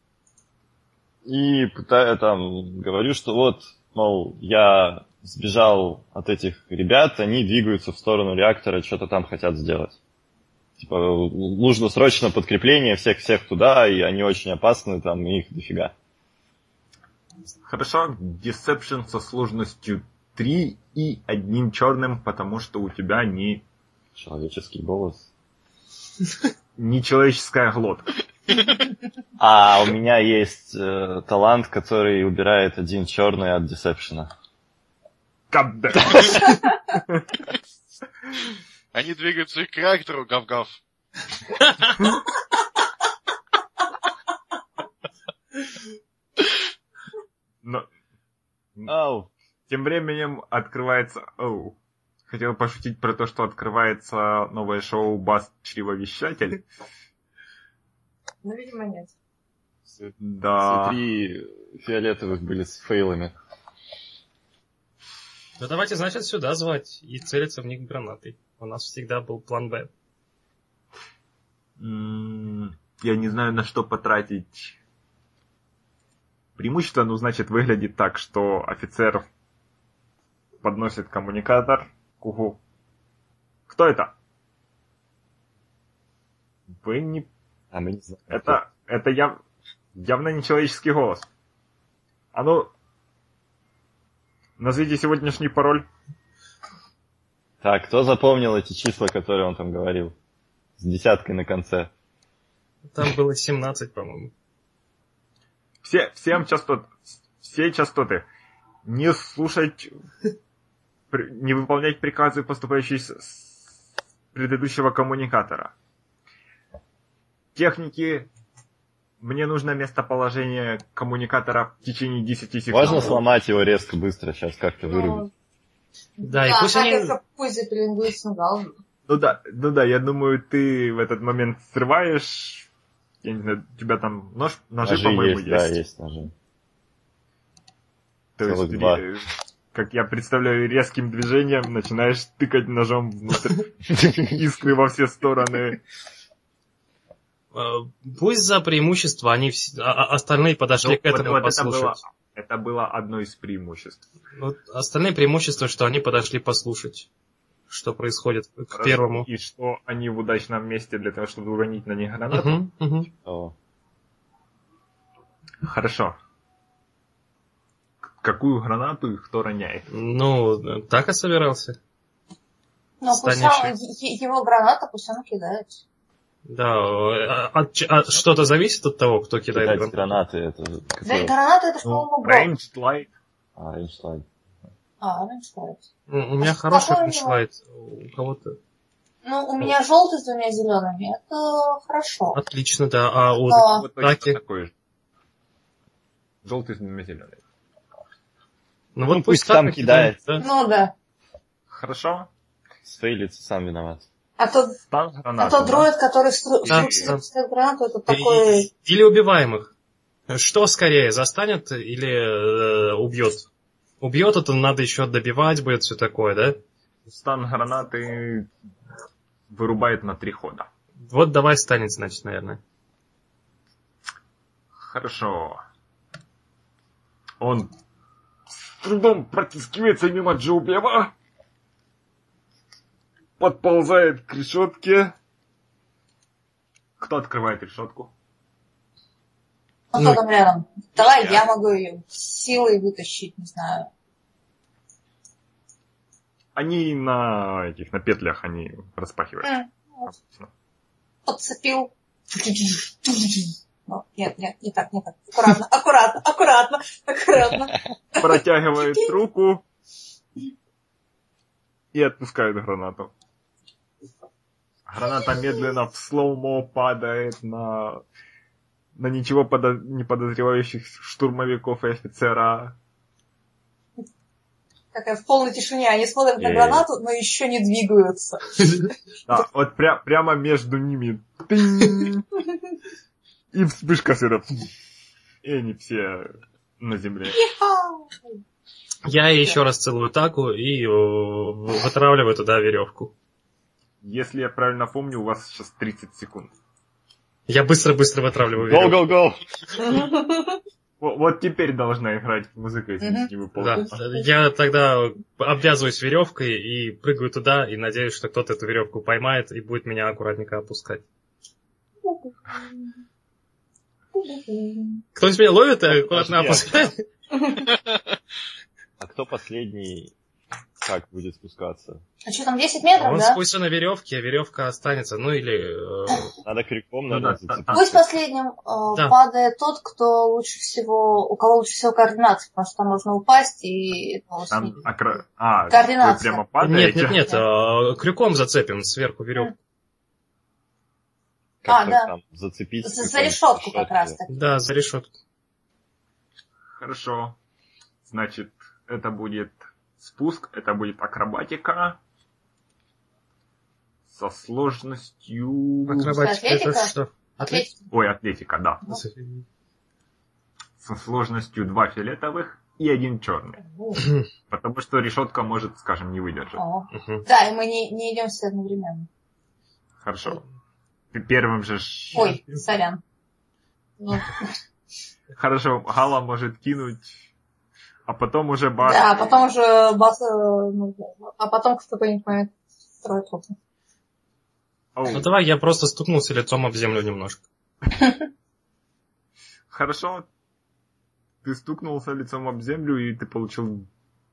и говорю, что вот, мол, я сбежал от этих ребят, они двигаются в сторону реактора, что-то там хотят сделать. Типа, нужно срочно подкрепление всех туда, и они очень опасны, там, и их дофига. хорошо, Deception со сложностью 3 и одним черным, потому что у тебя не Человеческий голос. человеческая глотка. А у меня есть талант, который убирает один черный от десепшена. Кабде. Они двигаются к реактору, гав-гав. Но Ау. тем временем открывается... Хотел пошутить про то, что открывается новое шоу «Баст Чревовещатель». Ну, видимо, нет. Да. Все 3 фиолетовых были с фейлами. Ну давайте, значит, сюда звать и целиться в них гранатой. У нас всегда был план Б. Я не знаю, на что потратить преимущество, ну, значит, выглядит так, что офицер подносит коммуникатор. Угу. Кто это? Вы не... А мы не знаем. Это явно не человеческий голос. А ну, назовите сегодняшний пароль. Так, кто запомнил эти числа, которые он там говорил? С 10 на конце. Там было 17, по-моему. Все частоты. Не слушать, не выполнять приказы, поступающие с предыдущего коммуникатора. Техники. Мне нужно местоположение коммуникатора в течение 10 секунд. Можно сломать его резко, быстро, сейчас как-то вырубить. Да, и пусть они... Пусть запеленгуется галку. Ну да, я думаю, ты в этот момент срываешь, я не знаю, у тебя там ножи, по-моему, есть. Да, есть ножи. То Целых есть, 2. как я представляю, резким движением начинаешь тыкать ножом внутрь, искры во все стороны. Пусть за преимущество они остальные подошли к этому послушать. Это было одно из преимуществ. Вот остальные преимущества, что они подошли послушать, что происходит к первому. И что они в удачном месте для того, чтобы уронить на них гранату. Хорошо. Какую гранату и кто роняет? Ну, так и собирался. Но пусть его граната, пусть она кидает. Да, что-то зависит от того, кто кидает гранаты. Это, да, граната это, по-моему, Ranged light. Ranged light. Ranged light. У меня хороший ranged light, у кого-то... Ну, у меня желтый с 2 зелеными, это хорошо. Отлично, да, а у Таки... такой же. Желтый с 2 зелеными. Ну вот пусть там кидает. Да? Ну да. Хорошо. Сфейлится сам виноват. А то дроид, который строит гранату, это такой... Или убиваемых. Что скорее, застанет или убьет? Убьет, это надо еще добивать будет, все такое, да? Стан гранаты вырубает на 3 хода. Вот давай станет, значит, наверное. Хорошо. Он с трудом протискивается мимо Джоубева, подползает к решетке. Кто открывает решетку? Кто там рядом? Давай я могу ее силой вытащить, не знаю. Они на петлях, они распахивают. Подцепил. Нет, не так. Аккуратно. Протягивает руку и отпускает гранату. Граната медленно в слоумо падает на ничего не подозревающих штурмовиков и офицера. Такая в полной тишине. Они смотрят на гранату, но еще не двигаются. Да, вот прямо между ними. И вспышка света. И они все на земле. Я еще раз целую таку и вытравливаю туда веревку. Если я правильно помню, у вас сейчас 30 секунд. Я быстро-быстро вытравливаю веревку. Go! Вот теперь должна играть музыка, если не выполнить. Да. Я тогда обвязываюсь веревкой и прыгаю туда, и надеюсь, что кто-то эту веревку поймает и будет меня аккуратненько опускать. Кто-нибудь меня ловит и аккуратно опускает? А кто последний как будет спускаться? А что там, 10 метров, Он да? спустится на веревке, а веревка останется. Ну или... Надо крюком, наверное, зацепиться. Пусть последним падает тот, у кого лучше всего координация, потому что там можно упасть и... Там координация. Вы прямо падаете? Нет, крюком зацепим сверху веревку. Как да. там зацепиться? За решетку как раз таки. Да, за решетку. Хорошо. Значит, это будет спуск, это будет акробатика со сложностью... Акробатика это что? Ой, атлетика, да. Со сложностью 2 фиолетовых и 1 черный. Потому что решетка может, скажем, не выдержать. Да, и мы не идем все одновременно. Хорошо. Первым же... Ой, сорян. Хорошо, Гала может кинуть... А потом уже бас... Да, а потом уже бас... А потом в какой-нибудь момент строит трупы. Ну давай я просто стукнулся лицом об землю немножко. Хорошо. Ты стукнулся лицом об землю, и ты получил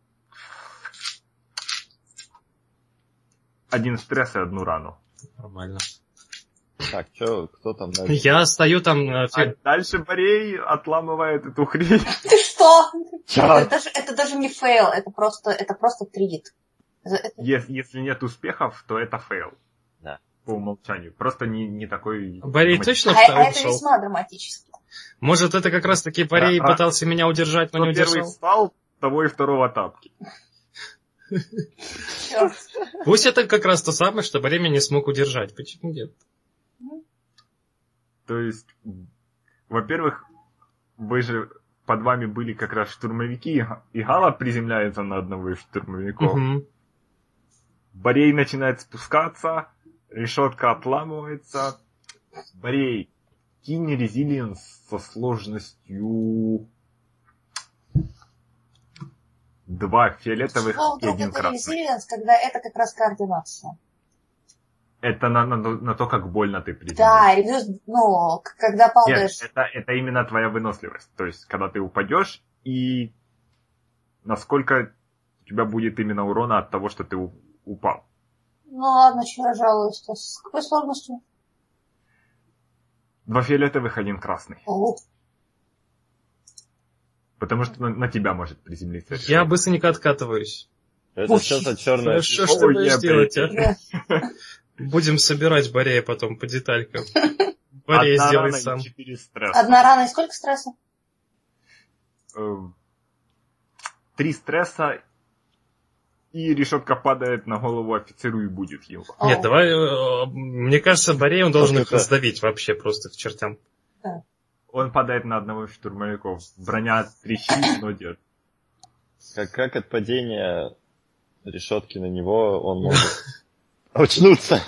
1 стресс и 1 рану. Нормально. Так, кто там дальше? Я стою там... А дальше Борей отламывает эту хрень. Ты что? Это даже не фейл, это просто трит. Если нет успехов, то это фейл. Да. По умолчанию. Просто не такой... Борей точно А второй это шел? весьма драматически. Может, это как раз таки Борей пытался меня удержать, но не удержал? Первый встал, того и второго тапки. Черт. Пусть это как раз то самое, что Борей меня не смог удержать. Почему нет? То есть, во-первых, вы же под вами были как раз штурмовики, и Гала приземляется на одного из штурмовиков. Борей начинает спускаться, решетка отламывается. Борей, кинь резилиенс со сложностью 2 фиолетовых и 1 красный. Резилиенс, когда это как раз координация. Это на то, как больно ты приземлишься. Да, когда падаешь... Нет, это именно твоя выносливость. То есть, когда ты упадешь, и насколько у тебя будет именно урона от того, что ты упал. Ну ладно, чего я жалуюсь? С какой сложностью? 2 фиолетовых, 1 красный. О. Потому что на тебя может приземлиться. Я быстренько откатываюсь. Это что за черное? Что ж ты будешь делать, а? Будем собирать Борея потом по деталькам. Борей сделай сам. 4 стресса. 1 рана и сколько стресса? 3 стресса, и решетка падает на голову офицеру, и будет его. Нет, давай, мне кажется, Борей, он должен их раздавить вообще просто к чертям. Да. Он падает на одного из штурмовиков. Броня трещит, но идет. Как от падения решетки на него он может очнуться.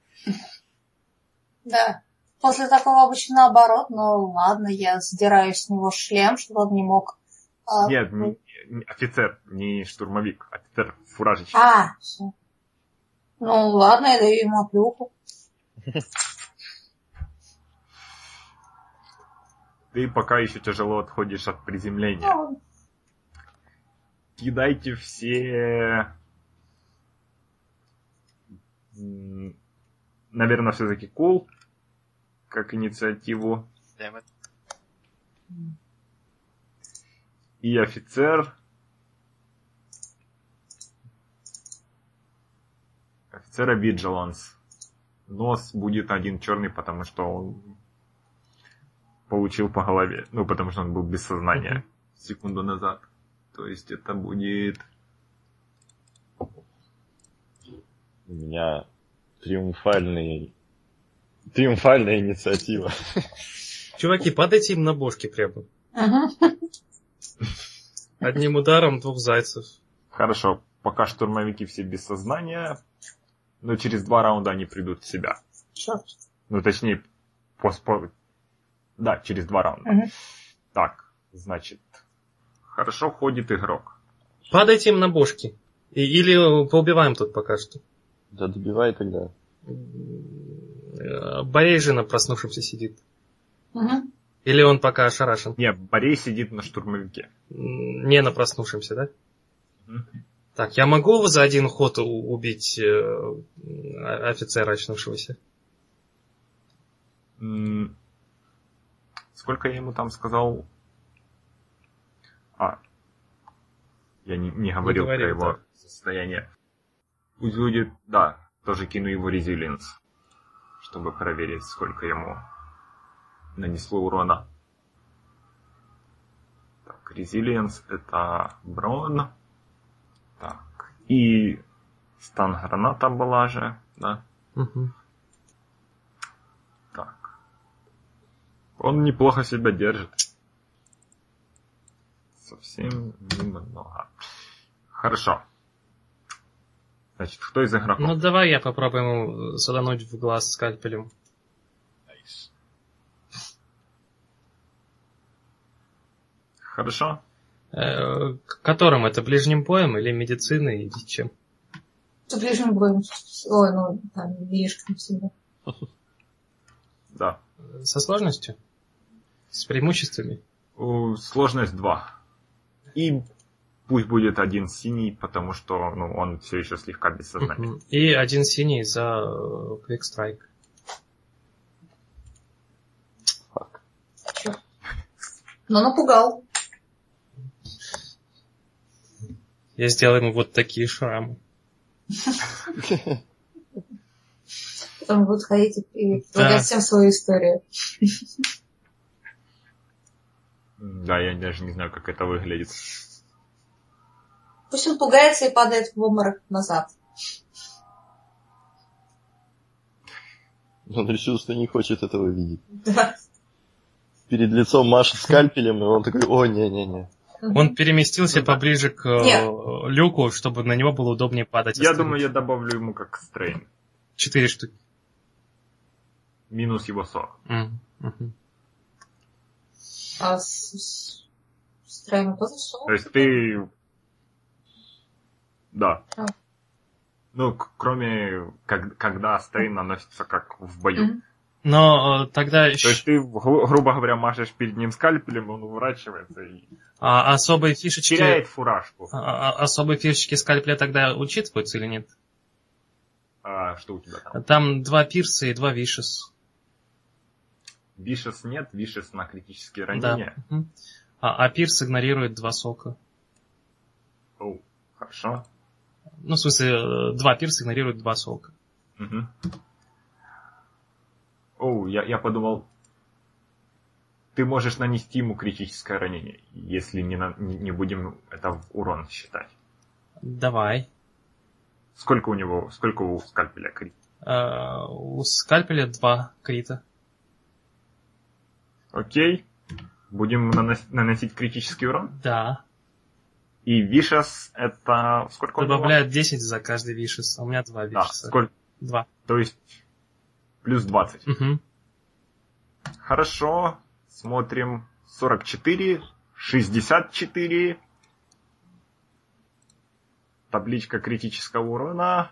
Да. После такого обычно наоборот, но ладно, я сдираю с него шлем, чтобы он не мог... Нет, не офицер, не штурмовик, офицер фуражечный. Все. Ну ладно, я даю ему оплюху. Ты пока еще тяжело отходишь от приземления. Кидайте все... Наверное, все-таки кул, как инициативу. И офицер. Офицера Vigilance. Нос будет один черный, потому что он получил по голове. Ну, потому что он был без сознания секунду назад. То есть это будет... У меня триумфальная инициатива. Чуваки, падайте им на бошки прямо. Одним ударом 2 зайцев. Хорошо, пока штурмовики все без сознания, но через 2 раунда они придут в себя. Черт. Ну, точнее, да, через 2 раунда. Так, значит, хорошо ходит игрок. Падайте им на бошки. Или поубиваем тут пока что. Да добивай тогда. Борей же на проснувшемся сидит. Или он пока ошарашен? Не, Борей сидит на штурмовике. Не на проснувшемся, да? Так, я могу за один ход убить офицера очнувшегося? Сколько я ему там сказал? Я не говорил про его состояние. Пусть будет, да, тоже кину его резилиенс, чтобы проверить, сколько ему нанесло урона. Так, резилиенс это Брон. Так, и стан граната была же, да? Так. Он неплохо себя держит. Совсем немного. Хорошо. Значит, кто из игроков? Ну, давай я попробую ему садануть в глаз скальпелем. Хорошо. Которым это? Ближним боем или медициной или чем? С ближним боем. Ой, ну, там, вишками всегда. Да. Со сложностью? С преимуществами? Сложность 2. И пусть будет 1 синий, потому что он все еще слегка без сознания. И 1 синий за Quick Strike. Но напугал. Я сделал ему вот такие шрамы. Потом будут ходить и предлагать всем свою историю. Да, я даже не знаю, как это выглядит. Пусть он пугается и падает в обморок назад. Он решил, что не хочет этого видеть. Да. Перед лицом машет скальпелем, и он такой, о, не-не-не. Он переместился поближе к люку, чтобы на него было удобнее падать. Я думаю, я добавлю ему как стрейн. 4 штуки. Минус его 40. А с стрейном тоже 40? То есть ты... Да. Ну, кроме, когда стрейн наносится как в бою. Но тогда... То есть ты, грубо говоря, машешь перед ним скальпелем, он уворачивается и... особые фишечки... теряет фуражку. Особые фишечки скальпеля тогда учитываются или нет? Что у тебя там? Там 2 пирса и 2 вишес. Вишес нет, вишес на критические ранения. Да. А пирс игнорирует 2 сока. О, хорошо. Ну, в смысле, 2 пирса игнорируют 2 сока. Я подумал, ты можешь нанести ему критическое ранение, если не будем это в урон считать. Давай. Сколько у скальпеля крит? У скальпеля 2 крита. Окей. Будем наносить критический урон? Да. И Vicious это... Сколько он Добавляют 10 за каждый Vicious, а у меня 2 Vicious. Да, сколько? 2. То есть плюс 20. Угу. Хорошо. Смотрим. 44, 64. Табличка критического урона.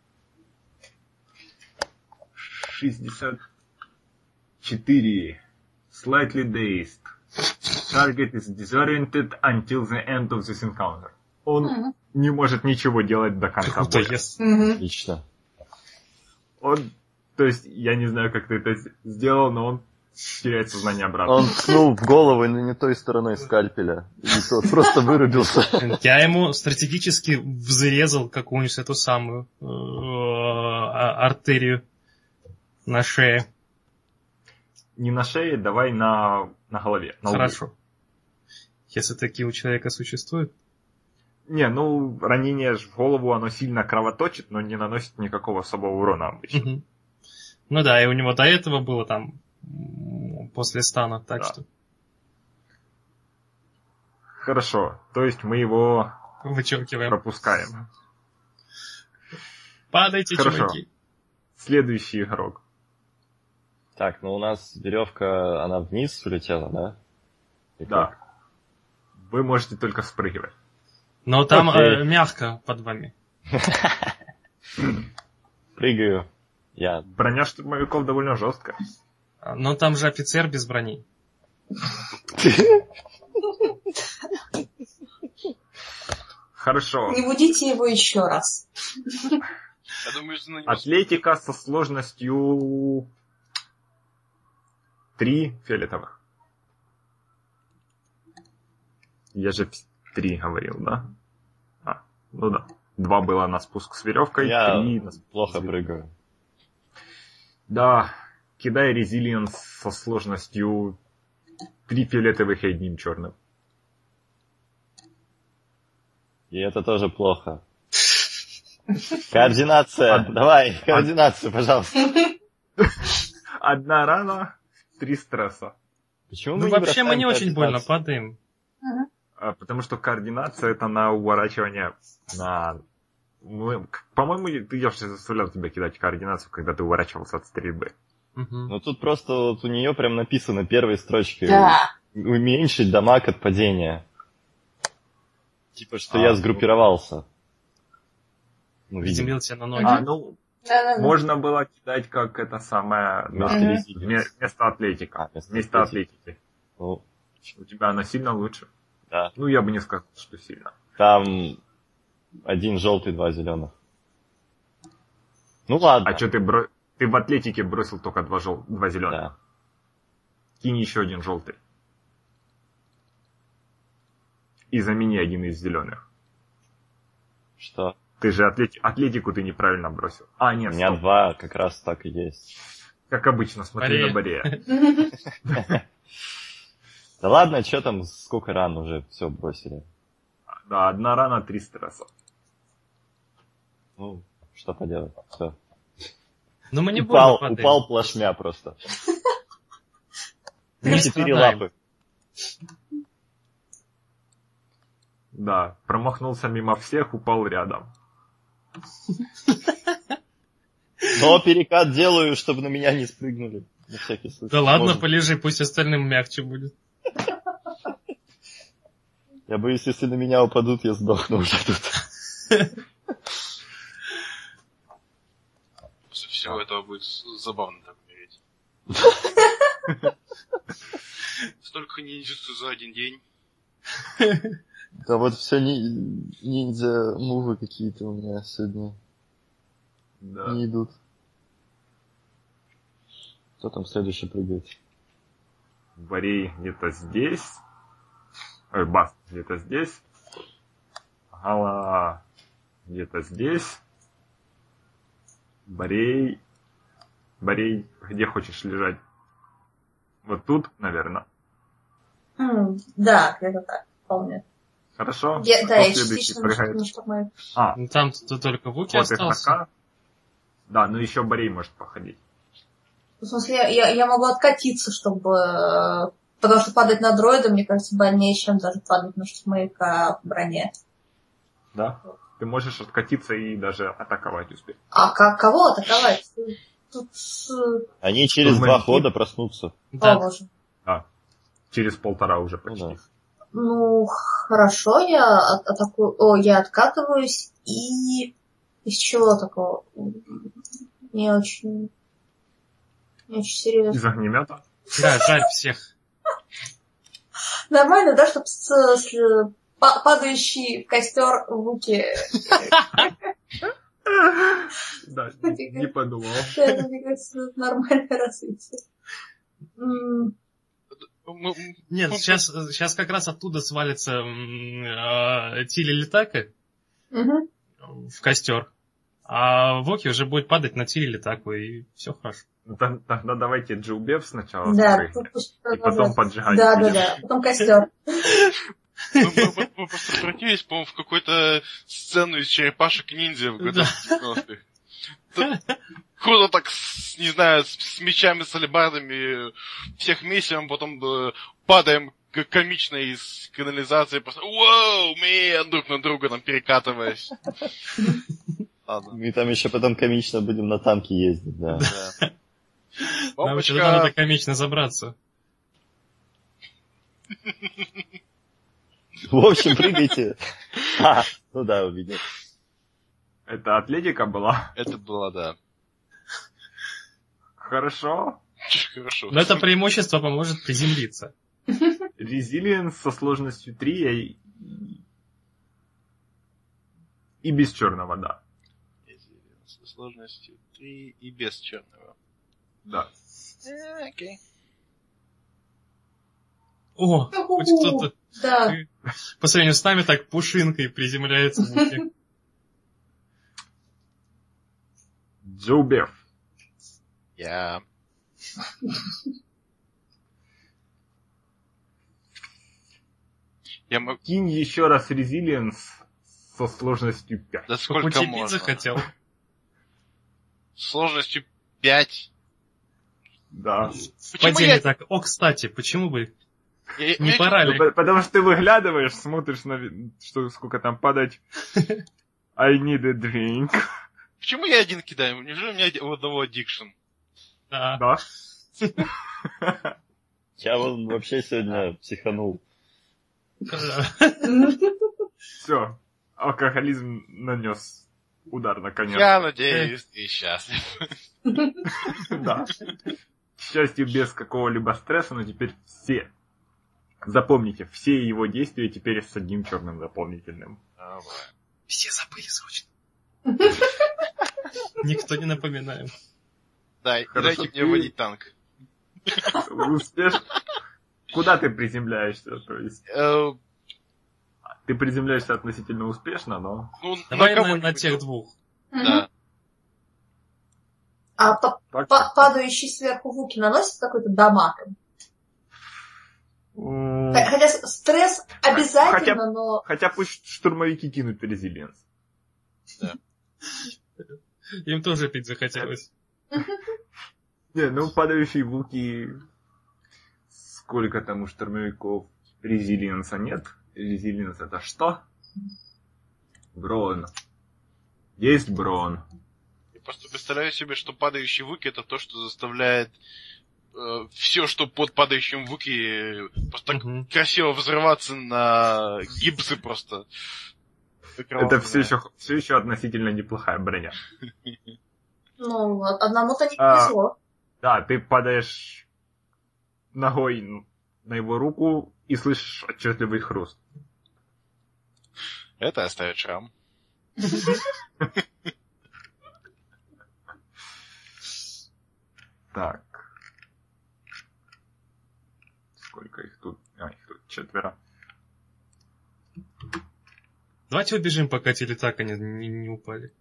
64. Slightly dazed. Target is disoriented until the end of this encounter. Он не может ничего делать до конца боя. Отлично. Он, то есть, я не знаю, как ты это сделал, но он теряет сознание обратно. Он ткнул в голову не той стороной скальпеля. И тот просто вырубился. Я ему стратегически взрезал какую-нибудь эту самую артерию на шее. Не на шее, давай на голове. На Хорошо. лбу. Если такие у человека существуют. Не, ну, ранение в голову, оно сильно кровоточит, но не наносит никакого особого урона обычно. Угу. Ну да, и у него до этого было там после стана, так Да. что... Хорошо, то есть мы его Вычеркиваем. пропускаем. Падайте, Хорошо. чуваки. Следующий игрок. Так, ну у нас веревка, она вниз улетела, да? И Да. как? Вы можете только спрыгивать. Но там Окей. мягко под вами. Прыгаю. Я. Броня штурмовиков довольно жесткая. Но там же офицер без брони. Хорошо. Не будите его еще раз. Я думаю, что на него... Атлетика со сложностью 3 фиолетовых. Я же 3 говорил, да? Ну да. 2 было на спуск с веревкой, 3 Я на спуск плохо с веревкой. прыгаю. Да, кидай резилиенс со сложностью 3 фиолетовых и 1 черным. И это тоже плохо. Координация. Давай, координацию, пожалуйста. 1 рана, 3 стресса. Почему Ну мы вообще мы бросаем не очень больно координацию? падаем. Потому что координация это на уворачивание на... По-моему, я уже заставлял тебя кидать координацию, когда ты уворачивался от стрельбы. Мгм. Ну тут просто вот у нее прям написано первой строчкой. Да. Уменьшить дамаг от падения. Типа, что я сгруппировался. Ну, видимо. Приземлил тебя на ноги. Ну, Да-да-да. можно было кидать как это самое... Вместо да, резилиенс. вместо атлетика. Вместо Вместо атлетики. Ну, У тебя она сильно лучше. да. Ну, я бы не сказал, что сильно. Там 1 желтый, 2 зеленых. Ну ладно. А что ты в атлетике бросил только 2 зеленых? Да. Кинь еще 1 желтый. И замени 1 из зеленых. Что? Ты же атлетику ты неправильно бросил. У Нет, меня стоп. 2 как раз так и есть. Как обычно, смотри на Борея. Да ладно, что там, сколько ран уже все бросили. Да, 1 рана, 3 стресса. Ну, что поделать, все. Но мы не больно Упал, падаем. упал плашмя просто. Не 4 страдаем. лапы. Да, промахнулся мимо всех, упал рядом. Но перекат делаю, чтобы на меня не спрыгнули. На всякий случай. Да ладно, Может. полежи, пусть остальным мягче будет. Я боюсь, если на меня упадут, я сдохну уже тут. После всего этого будет забавно так умереть. Столько ниндзюцу за один день. Да вот все ниндзя-мувы какие-то у меня сегодня Да. не идут. Кто там следующий прыгает? Борей где-то здесь. Ой, Баст где-то здесь. Гала где-то здесь. Борей, где хочешь лежать? Вот тут, наверное. Да, где-то так, вполне. Хорошо. Да, Кто я следующий частично прыгает? что мы... Ну там только Вуки Вот их остался. така. Да, но еще Борей может походить. В смысле, я могу откатиться, чтобы Потому что падать на дроида, мне кажется, больнее, чем даже падать на штурмовика в броне. Да. Ты можешь откатиться и даже атаковать успеть. А кого атаковать? Тут... Они через 2 хода проснутся. Да. О, боже. А, через 1,5 уже почти. Ну, да. Ну, хорошо, я атакую... я откатываюсь и... Из чего такого? Не очень серьезно. Из огнемета? Да, жарь всех. Нормально, да, чтобы падающий в костер в руки. Да, не подумал. Это, мне кажется, нормальное развитие. Нет, сейчас как раз оттуда свалится Тили Литака в костер. А Воки уже будет падать на Тили Литаку, и все хорошо. Тогда давайте Джилбев сначала Да, и потом поджигать. Да, потом костер. Мы просто превратились, по-моему, в какую-то сцену из черепашек-ниндзя в годах 90-х. Круто так, не знаю, с мечами, с алебардами, всех месяцев, потом падаем комично из канализации, просто «Воу, man!» друг на друга там перекатываясь. Ладно. Мы там еще потом комично будем на танке ездить, да. Нам еще туда надо комично забраться. В общем, прыгайте. Ну да, увидел. Это атлетика была? Это было, да. Хорошо. Хорошо. Но это преимущество поможет приземлиться. Резилиенс со сложностью 3 и без черного, да. Резилиенс со сложностью 3 и без черного. Да. Окей. О, хоть кто-то Да. по сравнению с нами так пушинкой приземляется. Джилбев. Я. Кинь еще раз резилиенс со сложностью 5. Да сколько Утепить можно? захотел. Сложностью 5. Да. Падение так. О, кстати, почему бы не пора ли? Потому что ты выглядываешь, смотришь на сколько там падать. I need a drink. Почему я один кидаю? Неужели у меня у одного аддикшн? Да. Я вон вообще сегодня психанул. Все. Алкоголизм нанес удар наконец. Я надеюсь, ты счастлив. Да. К счастью, без какого-либо стресса, но теперь все. Запомните, все его действия теперь с одним черным дополнительным. Все забыли срочно. Никто не напоминает. Да, и дайте мне водить танк. Успешно. Куда ты приземляешься? То есть ты приземляешься относительно успешно, но... Ну, давай на тех двух. Да. А падающий сверху Вуки наносит какой-то дамаг? Хотя стресс обязательно, но... Хотя пусть штурмовики кинут резилиенс. Да. Им тоже пить захотелось. Не, ну падающие Вуки... Сколько там у штурмовиков резилиенса нет? Резилиенс это что? Брон. Есть брон. Я просто представляю себе, что падающий Вуки это то, что заставляет все, что под падающим Вуки, просто так красиво взрываться на гипсы просто. Это все еще относительно неплохая броня. Ну, одному-то не повезло. Да, ты падаешь ногой на его руку и слышишь отчетливый хруст. Это оставит шрам. Так. Сколько их тут? Их тут 4. Давайте убежим, пока телетака не упали.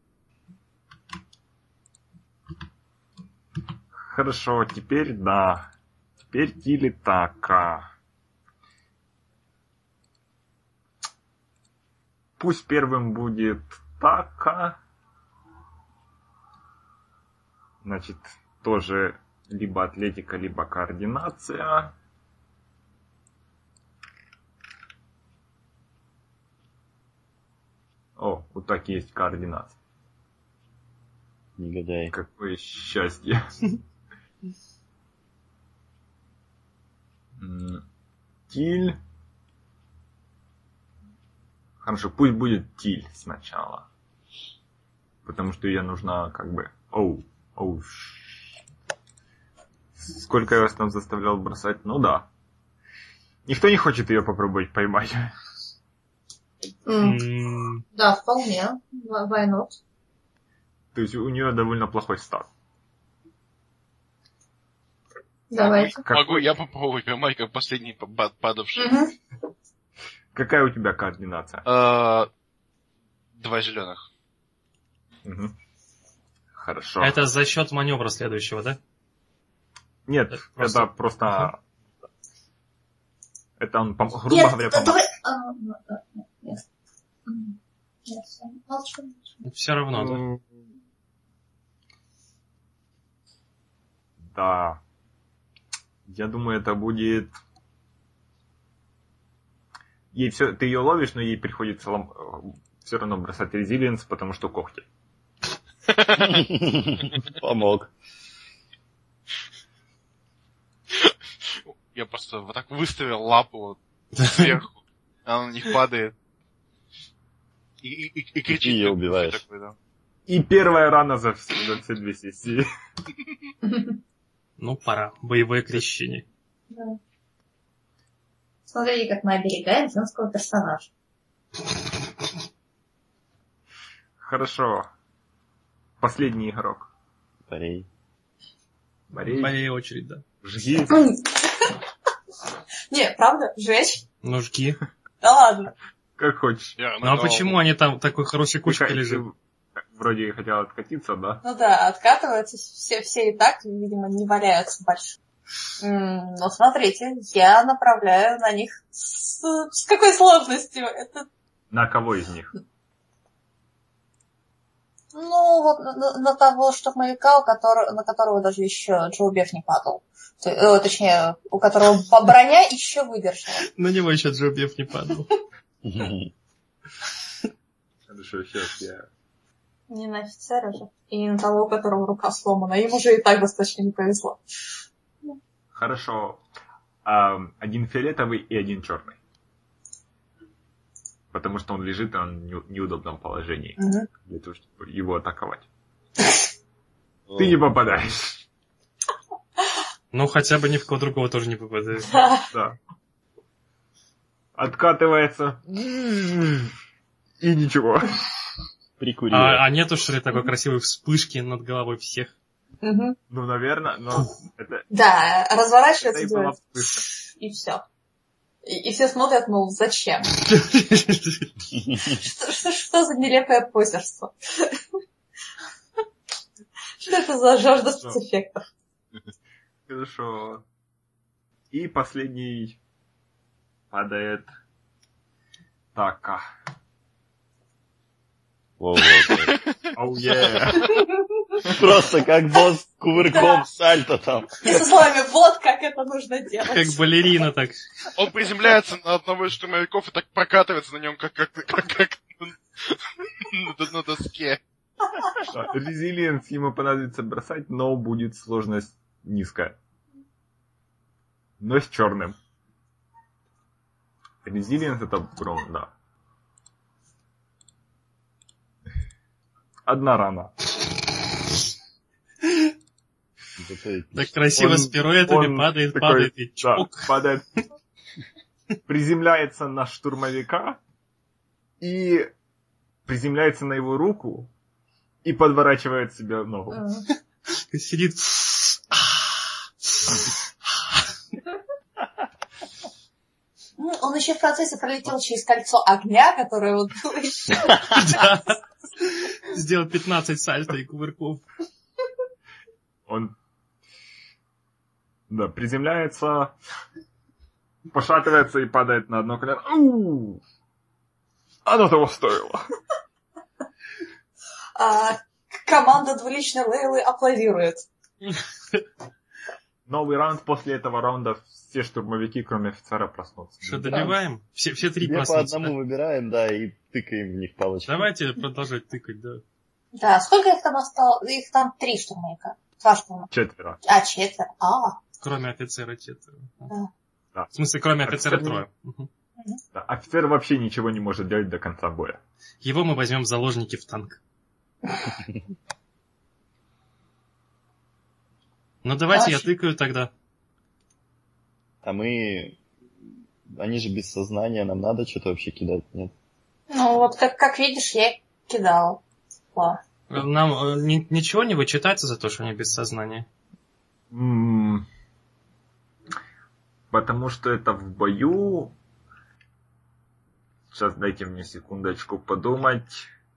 Хорошо, теперь да. Теперь телетака. Пусть первым будет Така. Значит, тоже либо атлетика, либо координация. О, вот так есть координаты. Негодяй. Какое счастье. Тиль. Хорошо, пусть будет Тиль сначала. Потому что ее нужно как бы... Оу. Сколько я вас там заставлял бросать? Ну да. Никто не хочет ее попробовать поймать. Да, вполне. Why not? То есть у нее довольно плохой старт. Давайте. Могу я попробовать поймать, как последний падавший. Какая у тебя координация? 2 зеленых. Хорошо. Это за счет маневра следующего, да? Нет, это просто... Это он, грубо говоря, давай... Все равно, да? Да. Я думаю, это будет... Ей все, ты ее ловишь, но ей приходится все равно бросать резилиенс, потому что когти. Помог. Я просто вот так выставил лапу вот сверху, она на них падает. И кричит. И ее убиваешь. Такой, да. И первая рана за все 2 сессии. Ну, пора. Боевое крещение. Да. Смотрите, как мы оберегаем женского персонажа. Хорошо. Последний игрок. Борей. Моей очередь, да. Жги. Не, правда? Жечь? Ну, жги. Да ладно. Как хочешь. Ну, а почему они там такой хорошей кучкой лежат? Вроде и хотел откатиться, да? Ну да, откатываются, все и так, видимо, не валяются больше. Но смотрите, я направляю на них с какой сложностью? Это... На кого из них? Ну, вот на того штурмовика, на которого даже еще Джоубев не падал. Точнее, у которого броня еще выдержала. На него еще Джоубев не падал. Хорошо, сейчас я... Не на офицера же. И не на того, у которого рука сломана. Им уже и так достаточно не повезло. Хорошо. 1 фиолетовый и 1 черный. Потому что он лежит, он в неудобном положении. Для того, чтобы его атаковать. Ты не попадаешь. Ну, хотя бы ни в кого другого тоже не попадает. Да. Откатывается. И ничего. Прикурил. А нету, что ли, такой красивой вспышки над головой всех? Ну, наверное, но это... Да, разворачивается, Это и была делает, вспышка. и все. И все смотрят, мол, зачем? Что за нелепое позерство? Что это за жажда спецэффектов? Хорошо. И последний падает Така. Воу. Оу, е. Просто как босс кувырком сальто там. И со словами, вот как это нужно делать. Как балерина так. Он приземляется на одного из штурмовиков и так прокатывается на нем, как на доске. Резилиенс ему понадобится бросать, но будет сложность низкая. Но с черным. Резилиенс это бронз, да. 1 рана. Так красиво с пируэтами падает и чпок. Да, падает. Приземляется на штурмовика и приземляется на его руку и подворачивает себе ногу. Сидит. Он еще в процессе пролетел через кольцо огня, которое вот было еще. Сделал 15 сальто и кувырков. Он приземляется, пошатывается и падает на одно колено. Оно того стоило. Команда двуличной Лейлы аплодирует. Новый раунд, после этого раунда все штурмовики, кроме офицера, проснутся. Что, добиваем? Все три Две проснутся, по одному выбираем, да, и тыкаем в них палочкой. Давайте продолжать тыкать, да. Да, сколько их там осталось? Их там 3 штурмовика. 2 штурмовика. 4. 4. Кроме офицера 4. Да. В смысле, кроме офицера Офицер 3. Да, офицер вообще ничего не может делать до конца боя. Его мы возьмем в заложники в танк. Ну давайте я тыкаю тогда. А мы... Они же без сознания, нам надо что-то вообще кидать, нет? Ну вот как видишь, я кидала. Нам ничего не вычитается за то, что они без сознания? Потому что это в бою... Сейчас дайте мне секундочку подумать.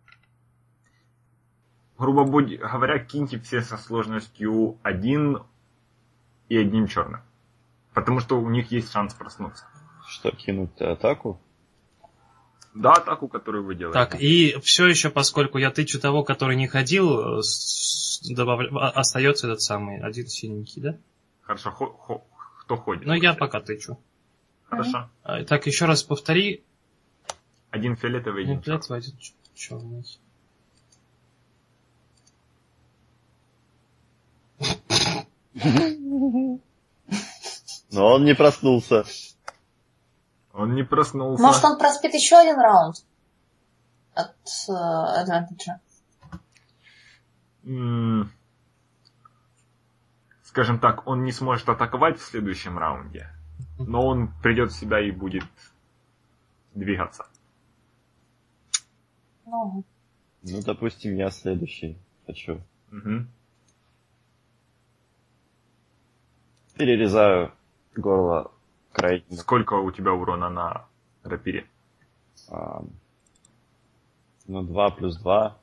Грубо говоря, киньте все со сложностью 1 и 1 черным. Потому что у них есть шанс проснуться. Что, кинуть атаку? Да, атаку, которую вы делаете. Так, и все еще, поскольку я тычу того, который не ходил, остается этот самый, 1 синенький, да? Хорошо, кто ходит? Ну, я пока тычу. Хорошо. Так, еще раз повтори. 1 фиолетовый, 1 черный. 1 черный. Но он не проснулся. Он не проснулся. Может, он проспит еще 1 раунд от адвантажа? Скажем так, он не сможет атаковать в следующем раунде, но он придет в себя и будет двигаться. Ну, допустим, я следующий хочу. Угу. Перерезаю горло крайнему. Сколько у тебя урона на рапире? 2 плюс 2.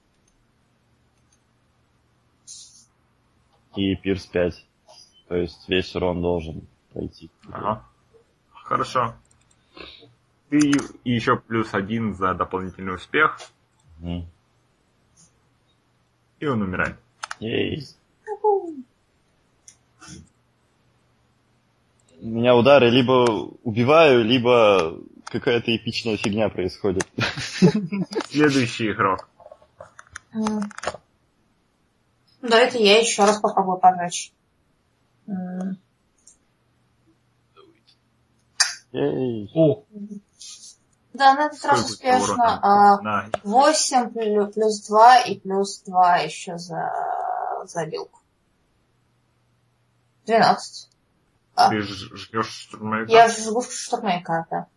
И пирс 5. То есть весь урон должен пройти. Ага. Хорошо. Ты и еще плюс 1 за дополнительный успех. Угу. И он умирает. Ей. У меня удары либо убиваю, либо какая-то эпичная фигня происходит. Следующий игрок. Давайте я еще раз попробую пожечь. Ей. О! Да, на этот раз успешно. 8 плюс 2 и плюс 2 еще за билку. 12. Ты жмешь штурмовика? Я жгу штурмовика, да.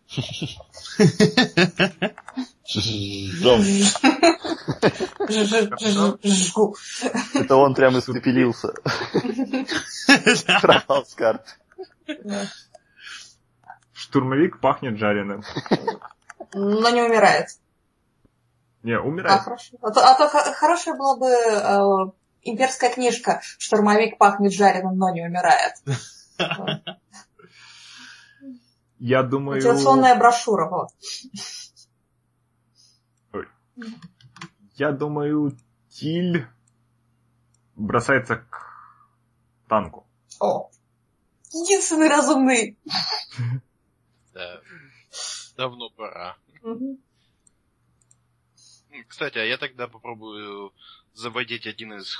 Жгу. Это он прям испепелился. Пропал с карты. Штурмовик пахнет жареным. Но не умирает. Не, умирает. Хорошо. А то хорошая была бы имперская книжка «Штурмовик пахнет жареным, но не умирает». Я думаю... Мотивационная брошюра, вот. Ой. Я думаю, Тиль бросается к танку. О. Единственный разумный. Да. Давно пора. Кстати, а я тогда попробую заводить один из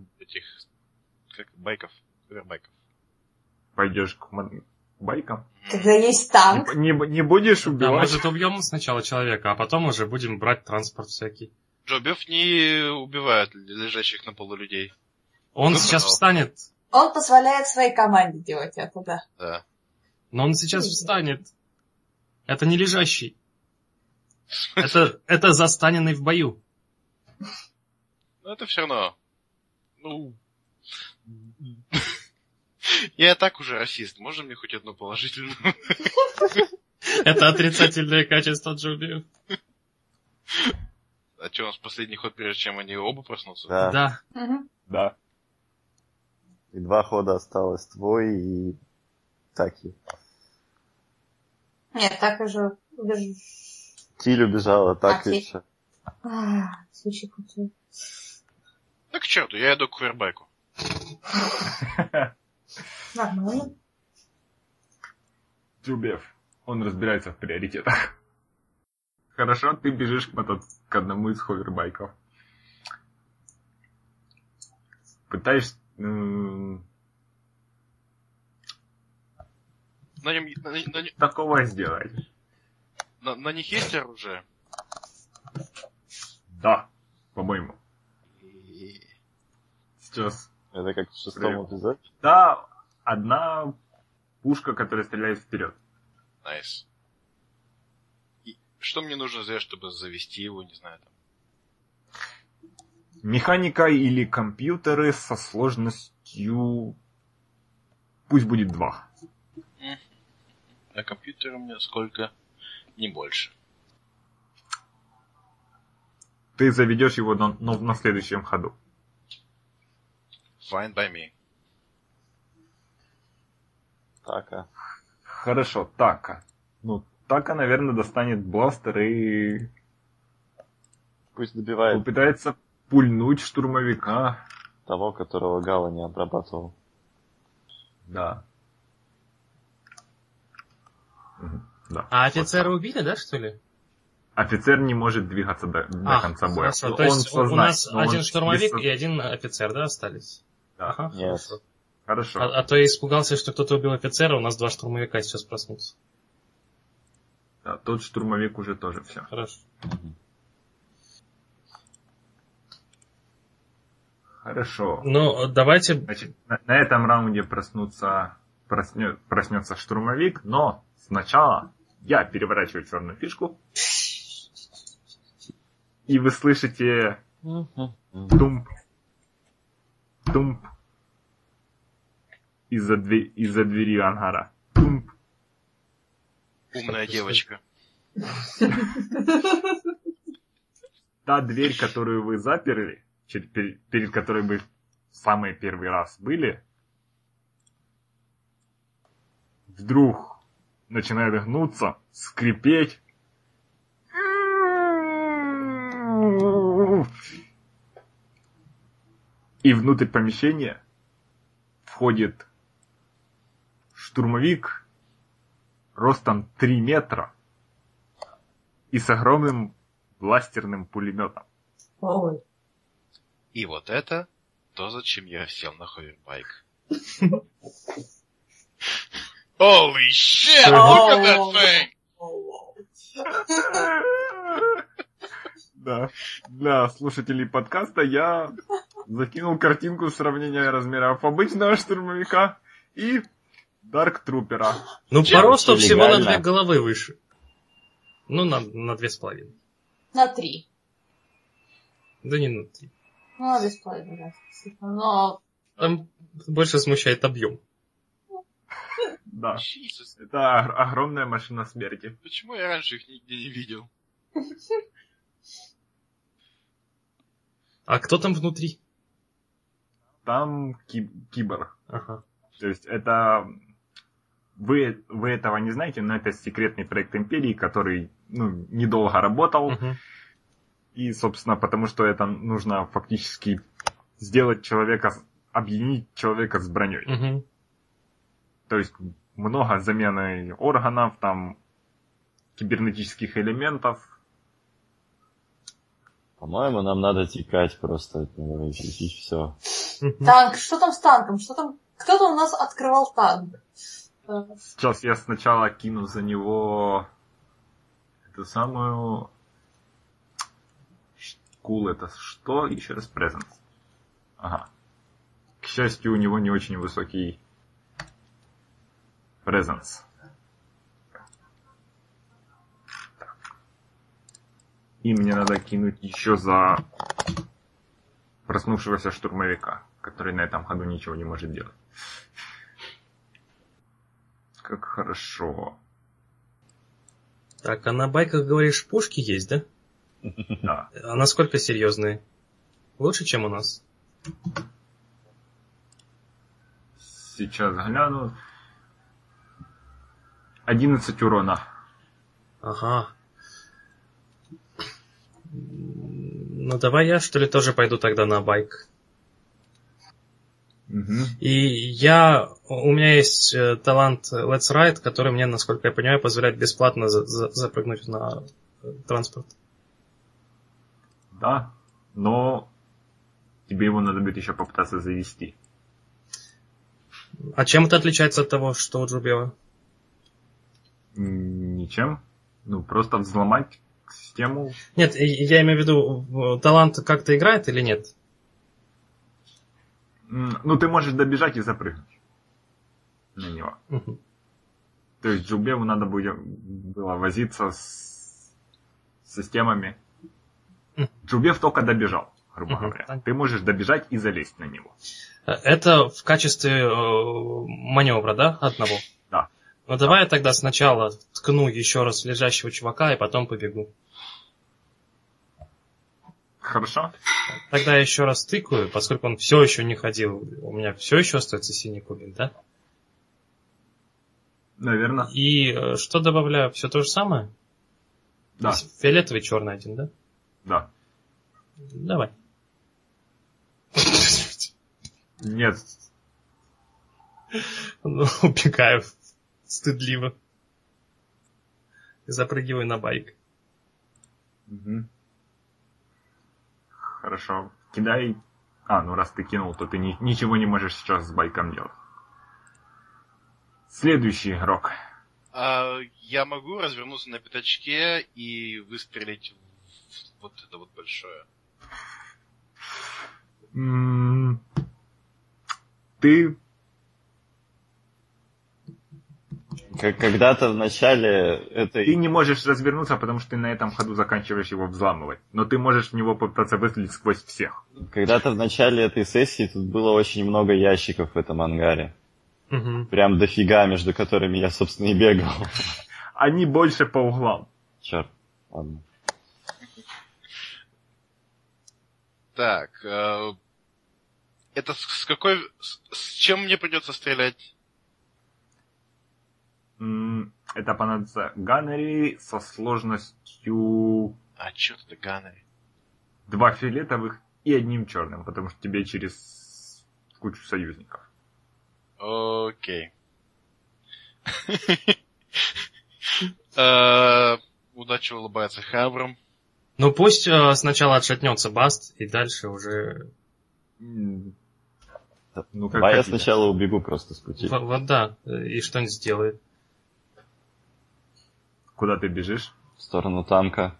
байков. Ховербайков. Пойдешь к байкам? Когда есть танк. Не будешь убивать? Да, может, убьем сначала человека, а потом уже будем брать транспорт всякий. Джобев не убивает лежащих на полу людей. Он сейчас встанет. Он позволяет своей команде делать это, да. Да. Но он сейчас встанет. Это не лежащий. Это застаненный в бою. Но это все равно. Я и так уже расист. Можно мне хоть одну положительную? Это отрицательное качество Джоби. А что, у нас последний ход, прежде чем они оба проснутся? Да. Да. И 2 хода осталось. Твой и Таки. Нет, так уже убежишь. Тиль убежала, так и еще. Слушай, какой. Да к черту, я иду к Ховербайку. Нормально. Джубев, он разбирается в приоритетах. Хорошо, ты бежишь к одному из ховербайков. Пытаешься... такого сделать. На них есть оружие? Да, по-моему. Сейчас. Это как в 6-м эпизоде? Да, одна пушка, которая стреляет вперед. Найс. И что мне нужно сделать, чтобы завести его, не знаю, там? Механика или компьютеры со сложностью... Пусть будет 2. А компьютер у меня сколько? Не больше. Ты заведешь его на следующем ходу. Fine by me. Така. Хорошо, Така. Ну, Така, наверное, достанет бластер и... Пусть добивает попытается пульнуть штурмовика. того, которого Гала не обрабатывал. Да. Да. А офицера убили, да, что ли? Офицер не может двигаться до конца боя. Хорошо. То есть у нас один штурмовик и один офицер, да, остались? Да. Ага, Нет. Хорошо. А то я испугался, что кто-то убил офицера, у нас 2 штурмовика сейчас проснутся. Да, тот штурмовик уже тоже все. Хорошо. Хорошо. Ну, давайте... Значит, на этом раунде проснется штурмовик, но сначала я переворачиваю черную фишку, и вы слышите тумп, тумп из-за двери ангара. Тумп. Умная девочка. Та дверь, которую вы заперли, перед которой вы в самый первый раз были, вдруг начинает гнуться, скрипеть. И внутрь помещения входит штурмовик ростом 3 метра и с огромным бластерным пулеметом. Ой. И вот это то, зачем я сел на ховербайк. Holy shit, look at that thing! Да. Для слушателей подкаста я закинул картинку сравнения размеров обычного штурмовика и Дарктрупера. Ну, по росту всего на легально. 2 головы выше. Ну, на 2,5. На 3. Да не на 3. Ну, на 2,5, да. Но... Там больше смущает объем. Да. Jesus. Это огромная машина смерти. Почему я раньше их нигде не видел? А кто там внутри? Там киборг. Ага. То есть это... Вы этого не знаете, но это секретный проект Империи, который недолго работал. Угу. И, собственно, потому что это нужно фактически сделать человека, объединить человека с броней. Угу. То есть много замены органов, там кибернетических элементов. По-моему, нам надо текать просто от него и все. Танк, что там с танком? Что там? Кто-то у нас открывал танк. Сейчас я сначала кину за него эту самую... Cool это что? Еще раз presence. Ага. К счастью, у него не очень высокий presence. Так. И мне надо кинуть еще за проснувшегося штурмовика, который на этом ходу ничего не может делать. Как хорошо. Так, а на байках, говоришь, пушки есть, да? Да. А насколько серьезные? Лучше, чем у нас? Сейчас гляну. 11 урона. Ага. Ну, давай я, что ли, тоже пойду тогда на байк. И у меня есть талант Let's Ride, который мне, насколько я понимаю, позволяет бесплатно запрыгнуть на транспорт. Да, но тебе его надо будет еще попытаться завести. А чем это отличается от того, что у Джубева? Ничем. Просто взломать систему. Нет, я имею в виду, талант как-то играет или нет? Ты можешь добежать и запрыгнуть на него. То есть Джубеву надо было возиться с системами. Джубев только добежал, грубо говоря. Ты можешь добежать и залезть на него. Это в качестве маневра, да, одного? Да. Ну давай я тогда сначала ткну еще раз лежащего чувака и потом побегу. Хорошо. Тогда я еще раз тыкаю, поскольку он все еще не ходил. У меня все еще остается синий кубик, да? Наверное. И что добавляю? Все то же самое? Да. Фиолетовый, черный один, да? Да. Давай. Нет. Убегаю стыдливо. И запрыгиваю на байк. Хорошо. Кидай. Раз ты кинул, то ты ничего не можешь сейчас с байком делать. Следующий игрок. Я могу развернуться на пятачке и выстрелить в вот это вот большое. Ты... Когда-то в начале этой... Ты не можешь развернуться, потому что ты на этом ходу заканчиваешь его взламывать. Но ты можешь в него попытаться выстрелить сквозь всех. Когда-то в начале этой сессии тут было очень много ящиков в этом ангаре. Прям дофига, между которыми я, собственно, и бегал. Они больше по углам. Черт, ладно. Так, это с чем мне придется стрелять? Это понадобится ганнери со сложностью... Что это ганнери? 2 фиолетовых и 1 черным, потому что тебе через кучу союзников. Окей. Удача улыбается хабром. Пусть сначала отшатнется Баст, и дальше уже... Я сначала убегу просто с пути. Вот да, и что-нибудь сделает. Куда ты бежишь? В сторону танка.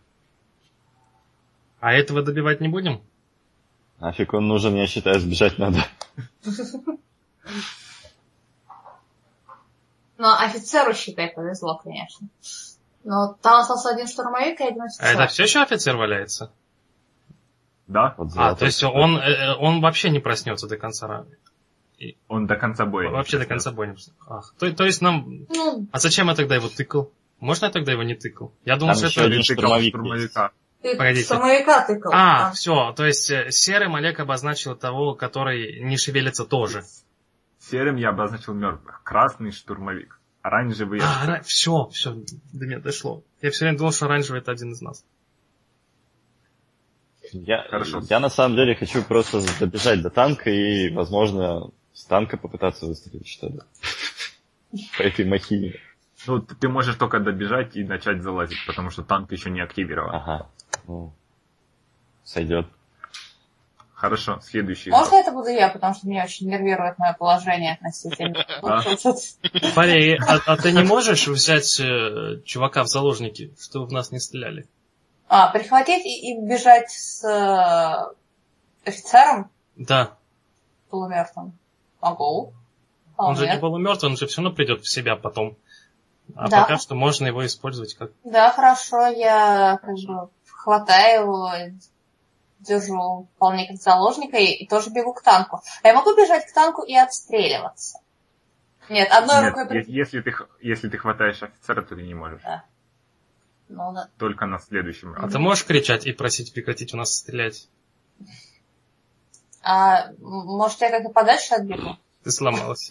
А этого добивать не будем? Нафиг он нужен, я считаю, сбежать надо. Но офицеру, считай, повезло, конечно. Но там остался один штурмовик и один офицер. А это все еще офицер валяется? Да. То есть он вообще не проснется до конца. Он до конца боя. Вообще до конца боя не проснется. То есть нам... А зачем я тогда его тыкал? Можно я тогда его не тыкал? Я думал, что это... один штурмовика. Ты штурмовика тыкал. Все. То есть серым Олег обозначил того, который не шевелится тоже. Серым я обозначил мертвых. Красный штурмовик. Оранжевый... Все, до меня дошло. Я все время думал, что оранжевый это один из нас. Я на самом деле хочу просто добежать до танка и, возможно, с танка попытаться выстрелить, что ли. По этой махине. Ты можешь только добежать и начать залазить, потому что танк еще не активирован. Ага. Сойдет. Хорошо, следующий. Можно это буду я, потому что меня очень нервирует мое положение относительно. Парень, а ты не можешь взять чувака в заложники, чтобы в нас не стреляли? Прихватить и бежать с офицером? Да. Полумертвым. Могу. Он же не полумертвый, он же все равно придет в себя потом. Да. Пока что можно его использовать как... Да, хорошо, я хватаю его, держу вполне как заложника и тоже бегу к танку. А я могу бежать к танку и отстреливаться? Нет, одной рукой... Если ты хватаешь офицера, то ты не можешь. Да. Да. Только на следующем раунде. А ты можешь кричать и просить прекратить у нас стрелять? Может, я как-то подальше отбегу? Ты сломался.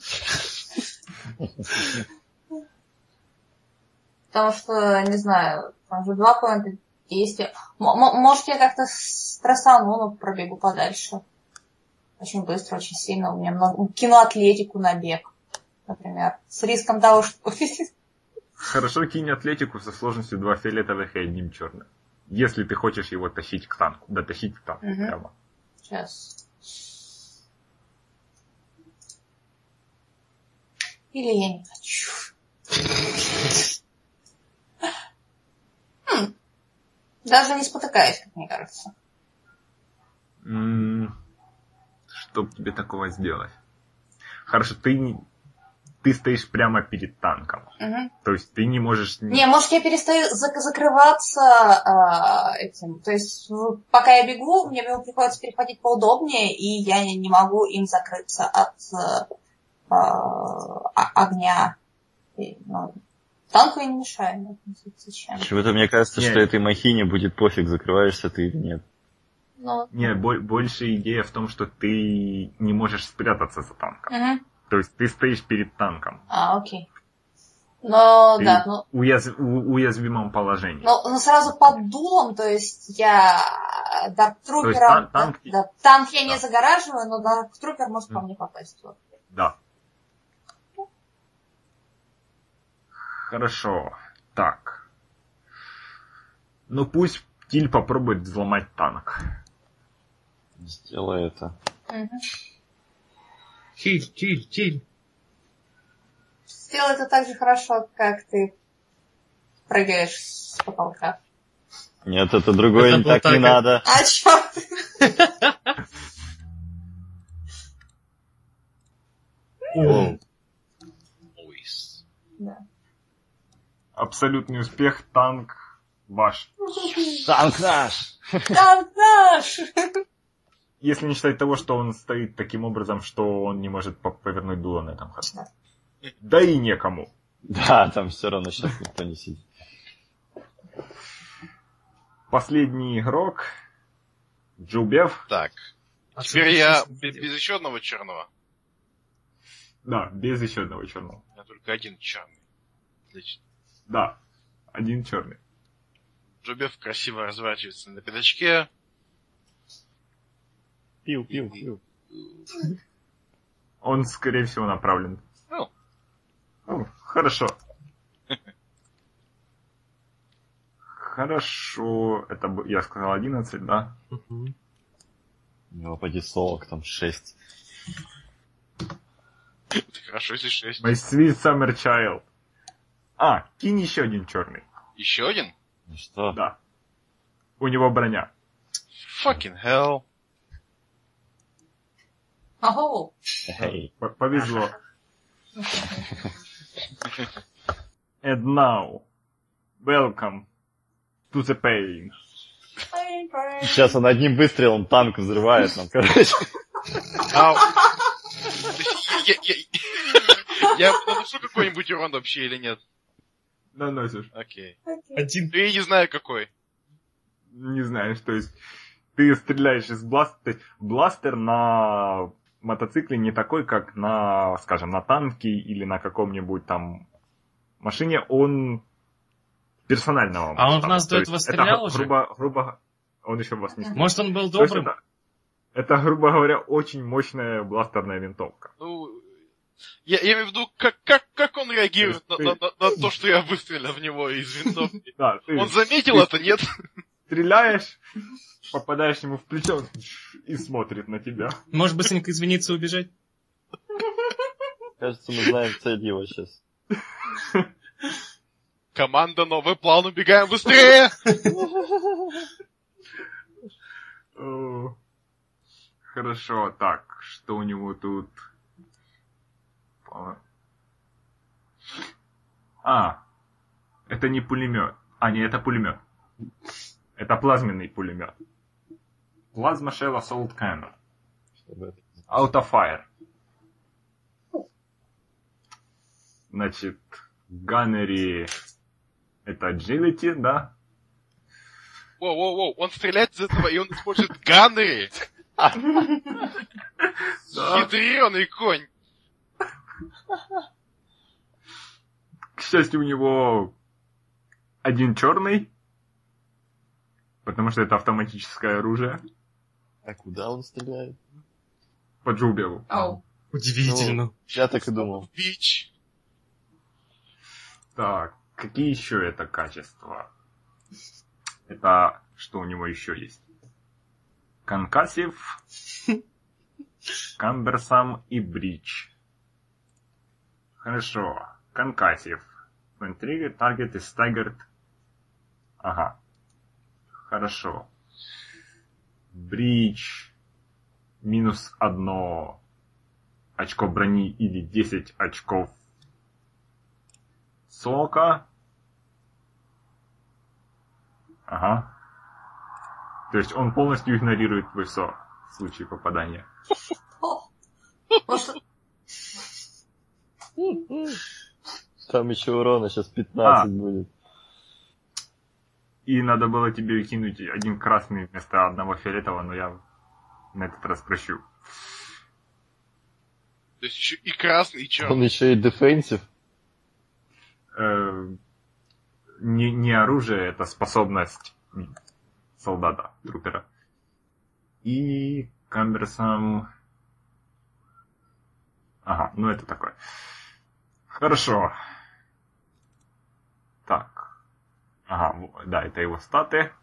Потому что, не знаю, там же 2 поинта есть. Может, я как-то стрессану, но пробегу подальше. очень быстро, очень сильно. У меня много... Кину атлетику на бег, например. С риском того, что... Хорошо, кинь атлетику со сложностью 2 фиолетовых и 1 черным. Если ты хочешь его тащить к танку. Дотащить к танку прямо. Сейчас. Или я не хочу. Даже не спотыкаюсь, как мне кажется. Чтоб тебе такого сделать? Хорошо, ты стоишь прямо перед танком. То есть ты не можешь... Не, может, я перестаю закрываться этим. То есть, пока я бегу, мне приходится переходить поудобнее, и я не могу им закрыться от огня. Танку я не мешаю. Зачем? Почему-то мне кажется, что этой махине будет пофиг, закрываешься ты или нет. Нет, больше идея в том, что ты не можешь спрятаться за танком. То есть ты стоишь перед танком. Окей. Но, ты да, в уязвимом положении. Но сразу под дулом, то есть я дарктрупером... Танк я не загораживаю, но дарктрупер может по мне попасть. Да. Хорошо. Так. Ну пусть Тиль попробует взломать танк. Сделай это. Тиль. Сделай это так же хорошо, как ты прыгаешь с потолка. Нет, это другое, это так не надо. А чё ты? Да. Абсолютный успех, танк ваш. Танк наш! Танк наш! Если не считать того, что он стоит таким образом, что он не может повернуть дуло на этом ходу. Да и некому. Да, там все равно сейчас никто не сидит. Последний игрок. Джубев. Так. Теперь я без еще одного черного. Да, без еще одного черного. У меня только один черный. Отлично. Да, один черный. Джубев красиво разворачивается на пятачке. Пил. Он, скорее всего, направлен. Хорошо. Хорошо. Это я сказал 11, да? У него поди совок, там 6. Хорошо, если 6. My sweet summer child. Кинь еще один черный. Еще один? Ну что? Да. У него броня. Fucking hell. Ого! Эй. Повезло. And now, welcome to the pain. Сейчас он одним выстрелом танк взрывает нам, короче. Я наношу какой-нибудь урон вообще или нет? Наносишь. Окей. Один. Я не знаю какой. Не знаешь, то есть ты стреляешь из бластера. Бластер на мотоцикле не такой, как на, скажем, на танке или на каком-нибудь там машине. Он персонального масштаба. А он в нас до этого стрелял уже? Грубо, он еще вас не стрелял. Может, он был добрым? Это, грубо говоря, очень мощная бластерная винтовка. Ну, я имею в виду, как он реагирует на то, что я выстрелил в него из винтовки. Да, он заметил это, нет? Стреляешь, попадаешь ему в плечо и смотрит на тебя. Может быстренько извиниться и убежать? Кажется, мы знаем цель его сейчас. Команда, новый план, убегаем быстрее! Хорошо, так, что у него тут? Это не пулемет. Не, это пулемет. Это плазменный пулемет. Plasma Shell Assault Cannon. Out of fire. Значит, ганнери это agility, да? Воу, он стреляет из этого, и он использует ганнери. Хитрёный конь. К счастью, у него один черный, потому что это автоматическое оружие. А куда он стреляет? По Джоубеву. Ау. Удивительно. Ну, я так и думал. Бич. Так, какие еще это качества? Это что у него еще есть? Конкассив, Камберсам и Бридж. Хорошо. Конкассив. When triggered, target is staggered. Ага. Хорошо. Бридж. Минус 1 очко брони или 10 очков сока. Ага. То есть он полностью игнорирует твой сок в случае попадания. О. Может, Там еще урона сейчас 15 будет. И надо было тебе кинуть один красный вместо одного фиолетового, но я на этот раз прощу. То есть еще и красный, и Он черный. еще и дефенсив. Не оружие, это способность солдата, трупера. И Камберсам... Ага, ну это такое. Хорошо. Так. Ага, да, это его статы.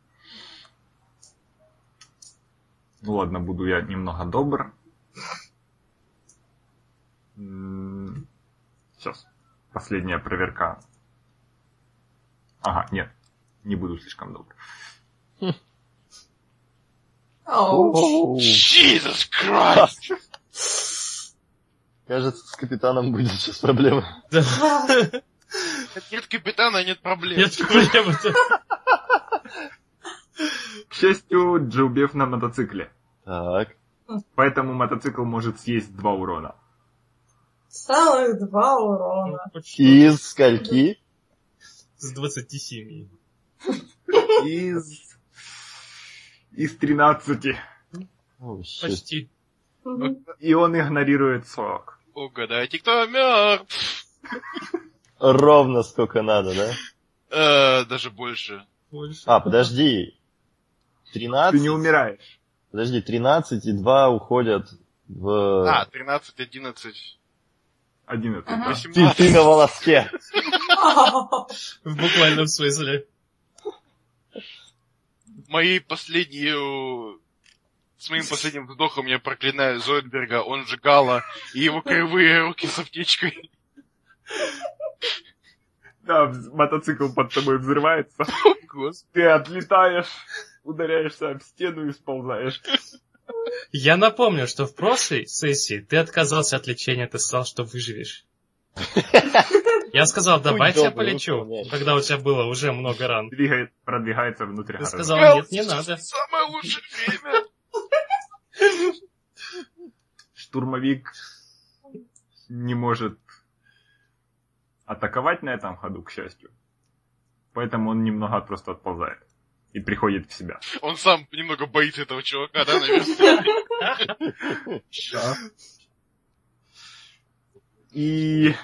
Ну ладно, буду я немного добр. Сейчас. Последняя проверка. Ага, нет. Не буду слишком добр. оу. Jesus Christ! Кажется, с капитаном будет сейчас проблема. Нет капитана, нет проблем. Нет проблем. К счастью, Джоубев на мотоцикле. Так. Поэтому мотоцикл может съесть 2 урона. Целых 2 урона. Из скольки? С 27. Из 13. О, щит. Почти. И он игнорирует сок. Угадайте, кто мертв? Ровно сколько надо, да? Даже больше. Больше. А, подожди. Ты 13? не умираешь. Подожди, 13 и 2 уходят в... 13, 11, 11. Ага. Да? 18. Ты на волоске. В буквальном смысле. Моей последней... С моим последним вздохом я проклинаю Зойдберга, он же Гала, и его кривые руки с аптечкой. Да, мотоцикл под тобой взрывается. Господи. Ты отлетаешь, ударяешься об стену и сползаешь. Я напомню, что в прошлой сессии ты отказался от лечения, ты сказал, что выживешь. Я сказал, давай Будь я добр, полечу, выполняй. когда у тебя было уже много ран. Продвигается внутрь Ты города. сказал, нет, не надо. Самое лучшее время. Штурмовик не может атаковать на этом ходу, к счастью. Поэтому он немного просто отползает. И приходит в себя. Он сам немного боится этого чувака, да, наверное? Да. И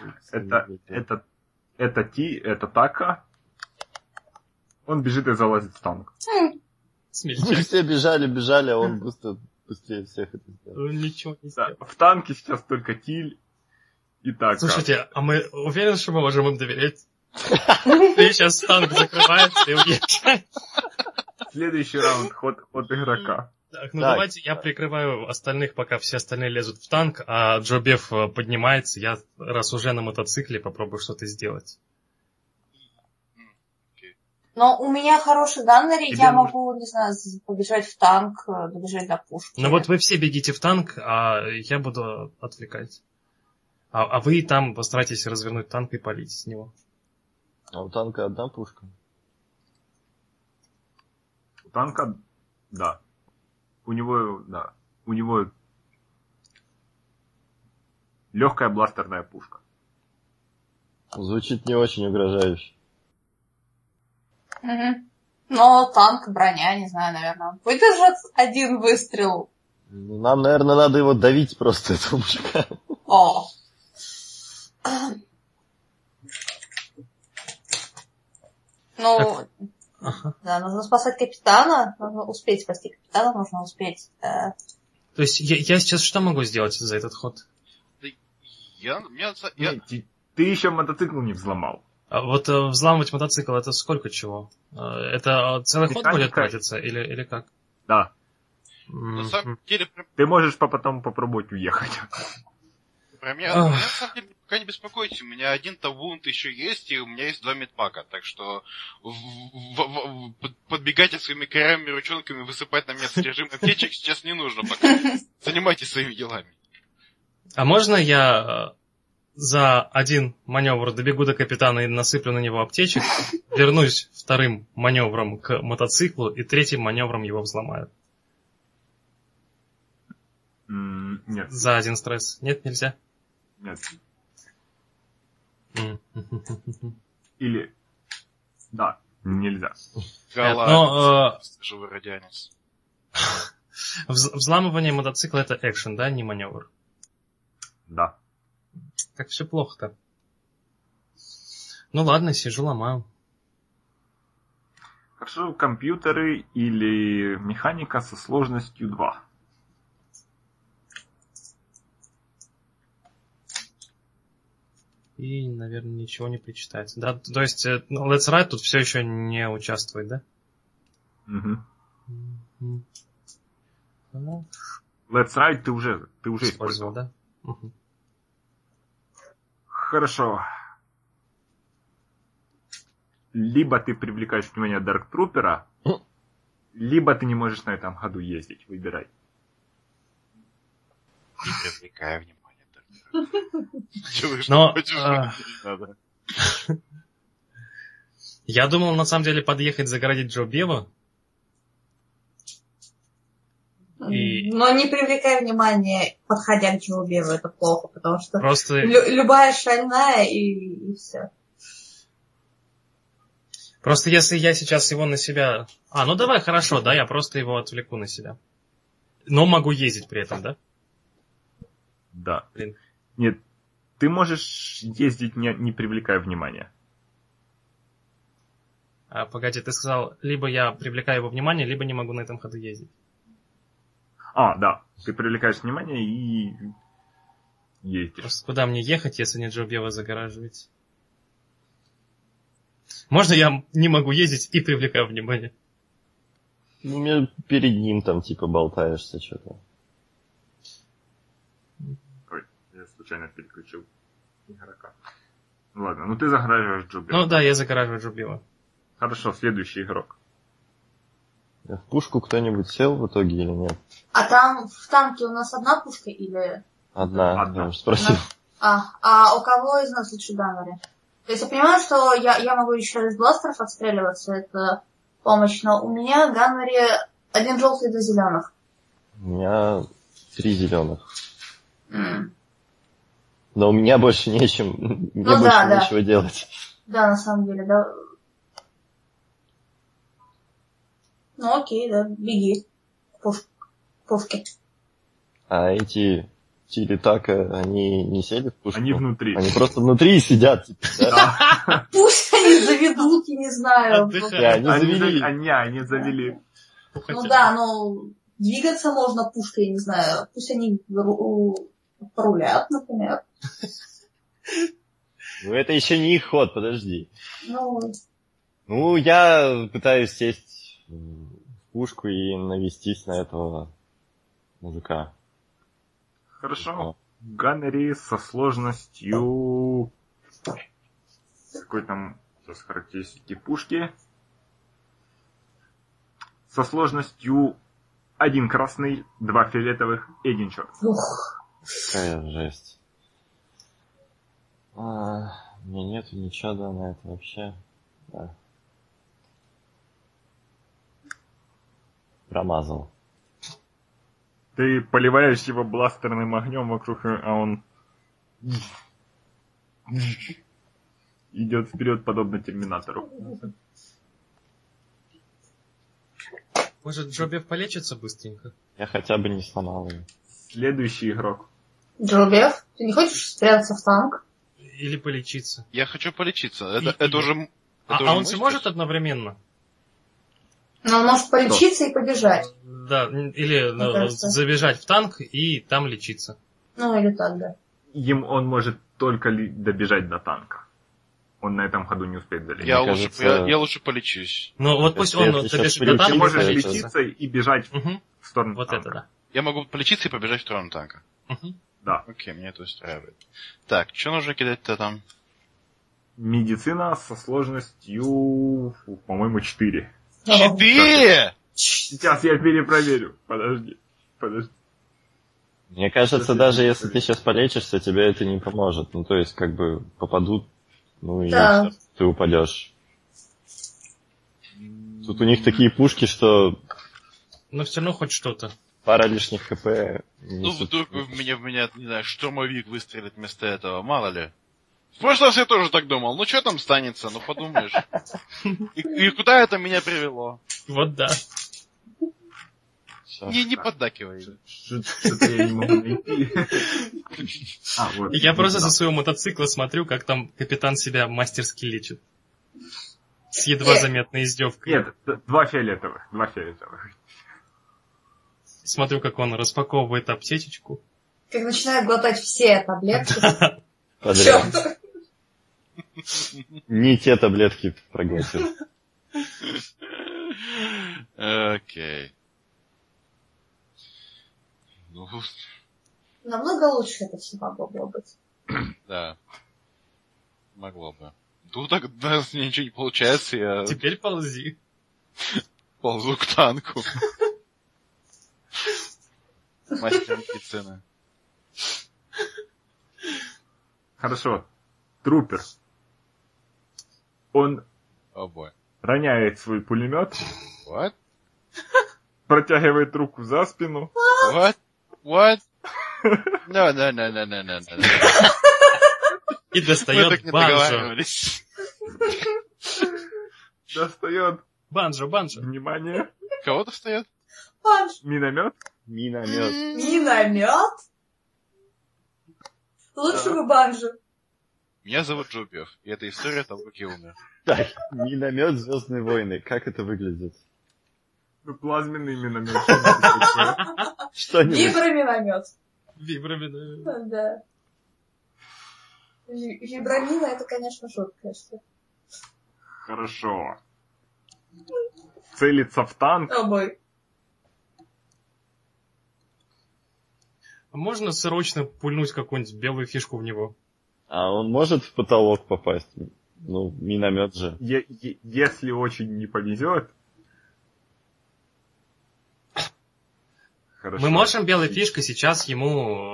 это Така. Он бежит и залазит в танк. Мы Смельчак. все бежали, а он быстрее всех это сделал. Он ничего не Да, сделал. в танке сейчас только Тиль и Така. Слушайте, а мы уверены, что мы можем им доверять? Ты сейчас танк закрывается и уезжает. Следующий раунд ход игрока. Так, ну Так. давайте я прикрываю остальных, пока все остальные лезут в танк, а Джобев поднимается. Я, раз уже на мотоцикле, попробую что-то сделать. Но у меня хороший ганнери, Тебе я нужно- могу, не знаю, побежать в танк, добежать до пушки. Ну вот вы все бегите в танк, а я буду отвлекать. А вы там постарайтесь развернуть танк и палить с него. А у танка одна пушка. У танка, да. У него легкая бластерная пушка. Звучит не очень угрожающе. Мгм. Но танк, броня, не знаю, наверное, выдержит один выстрел. Ну, нам, наверное, надо его давить просто, этого мужика. О. Ну, Ага. да, нужно спасать капитана, нужно успеть спасти капитана, нужно успеть То есть я сейчас что могу сделать за этот ход? Ты еще мотоцикл не взломал. А вот взламывать мотоцикл, это сколько чего? Это целый ход будет тратиться или как? Да. На самом деле, Ты можешь потом попробовать уехать. про меня на самом деле пока не беспокойтесь. У меня один-то вунт еще есть, и у меня есть 2 медпака. Так что подбегать своими корявыми ручонками, высыпать на меня содержимое аптечек сейчас не нужно пока. Занимайтесь своими делами. А можно я за один маневр добегу до капитана и насыплю на него аптечек, вернусь вторым маневром к мотоциклу и третьим маневром его взломаю? Нет. За один стресс. Нет, нельзя? Нет. Или... Да, нельзя. Но Живой радианец. взламывание мотоцикла это экшен, да, не маневр? Да. Как все плохо-то. Ну ладно, сижу, ломаю. Хорошо, компьютеры или механика со сложностью 2. И, наверное, ничего не причитается. Да, то есть Let's Ride тут все еще не участвует, да? Угу. Let's Ride ты уже использовал. Да? Угу. Хорошо. Либо ты привлекаешь внимание Dark Trooper, либо ты не можешь на этом ходу ездить. Выбирай. Не привлекаю внимание Dark Trooper. Делай, что Но, хочешь, не надо. Я думал, на самом деле, подъехать загородить Джо Бева. И... Но не привлекай внимания, подходя к Джо Беву, это плохо, потому что Просто... любая шальная и все. Просто если я сейчас его на себя... ну давай, хорошо, да, я просто его отвлеку на себя. Но могу ездить при этом, да? Да. Блин. Нет, ты можешь ездить, не привлекая внимания. Погоди, ты сказал, либо я привлекаю его внимание, либо не могу на этом ходу ездить. Да. Ты привлекаешь внимание и ездишь. Просто куда мне ехать, если не Джо Бева загораживать? Можно я не могу ездить и привлекаю внимание? Ну, перед ним там типа болтаешься что-то. Ой, я случайно переключил игрока. Ладно, ты загораживаешь Джо Бева. Ну да, я загораживаю Джо Бева. Хорошо, следующий игрок. В пушку кто-нибудь сел в итоге или нет? А там в танке у нас одна пушка или... Одна. Я уже спросил. А у кого из нас лучше Ганнери? То есть я понимаю, что я могу еще из бластеров отстреливаться, это помощь, но у меня Ганнери 1 желтый, 2 зеленых. У меня 3 зеленых. Но у меня больше нечем. Мне больше нечего делать. Да, на самом деле, да. Ну окей, да, беги к пушке. А эти Тилитака, они не сели в пушку? Они внутри. Они просто внутри сидят. Типа, да? Пусть они заведут, я не знаю. Они завели. Ну да, но двигаться можно пушкой, я не знаю. Пусть они порулят, например. Ну это еще не их ход, подожди. Ну, я пытаюсь сесть в пушку и навестись на этого мужика. Хорошо. Ганнери со сложностью... Какой там сейчас характеристики пушки? Со сложностью 1 красный, 2 фиолетовых и 1 черный. Какая жесть. У меня нету ничего, да, на это вообще. Да. Промазал. Ты поливаешь его бластерным огнем вокруг, а он идет вперед, подобно Терминатору. Может, Джо Бев полечится быстренько? Я хотя бы не сломал его. Следующий игрок. Джо Бев, ты не хочешь спрятаться в танк? Или полечиться? Я хочу полечиться. Это уже... он сможет одновременно? Но он может полечиться и побежать. Да, или кажется. забежать в танк и там лечиться. Ну, или так, да. Он может только добежать до танка. Он на этом ходу не успеет залезть. Я лучше полечусь. Ну вот пусть он Если добежит сейчас до Ты танка и можешь полечится. лечиться и бежать Мгм. в сторону Вот танка. это да. Я могу полечиться и побежать в сторону танка. Мгм. Да. Окей, меня это устраивает. Так, что нужно кидать-то там? Медицина со сложностью, по-моему, 4. 4! Сейчас я перепроверю. Подожди. Мне кажется, даже если ты сейчас полечишься, тебе это не поможет. Ну, то есть, как бы, попадут, ну, и Да. ты упадешь. Тут у них такие пушки, что Но все равно хоть что-то. пара лишних хп. Ну, вдруг в меня, не знаю, штурмовик выстрелит вместо этого, мало ли. В прошлый раз я тоже так думал. Ну, что там станется, ну, подумаешь. И куда это меня привело? Вот да. Всё. Не поддакивай. Что-то я не могу найти. Вот. Я просто со своего мотоцикла смотрю, как там капитан себя мастерски лечит. С едва заметной издевкой. Нет, 2 фиолетовых. Смотрю, как он распаковывает аптечечку. Как начинает глотать все таблетки. Подряд. Чёрт. Не те таблетки проглотил. Окей. Ну, Намного лучше это все могло быть. да. Могло бы. Ну, так у нас ничего не получается, я Теперь ползи. ползу к танку. Мастер медицины. Хорошо. Трупер. Он О, бой. роняет свой пулемет, What? протягивает руку за спину, What? What? No. И Мы достает так не банджо. договаривались. достает, Банджо. внимание, Кого достает? Панч. миномет, Миномет. Миномет? Лучше бы банджо. Меня зовут Джобиев, и это история того, как я умер. Так, миномет Звездные войны. Как это выглядит? ну, плазменный миномет. что-нибудь такое. Что-нибудь. Виброминомет. Вибромина. Да. Вибромина это, конечно, жуткая штука. Хорошо. Целится в танк. О бой. Можно срочно пульнуть какую-нибудь белую фишку в него? А он может в потолок попасть? Ну, миномет же. Если очень не повезет. Хорошо. Мы можем белой фишкой сейчас ему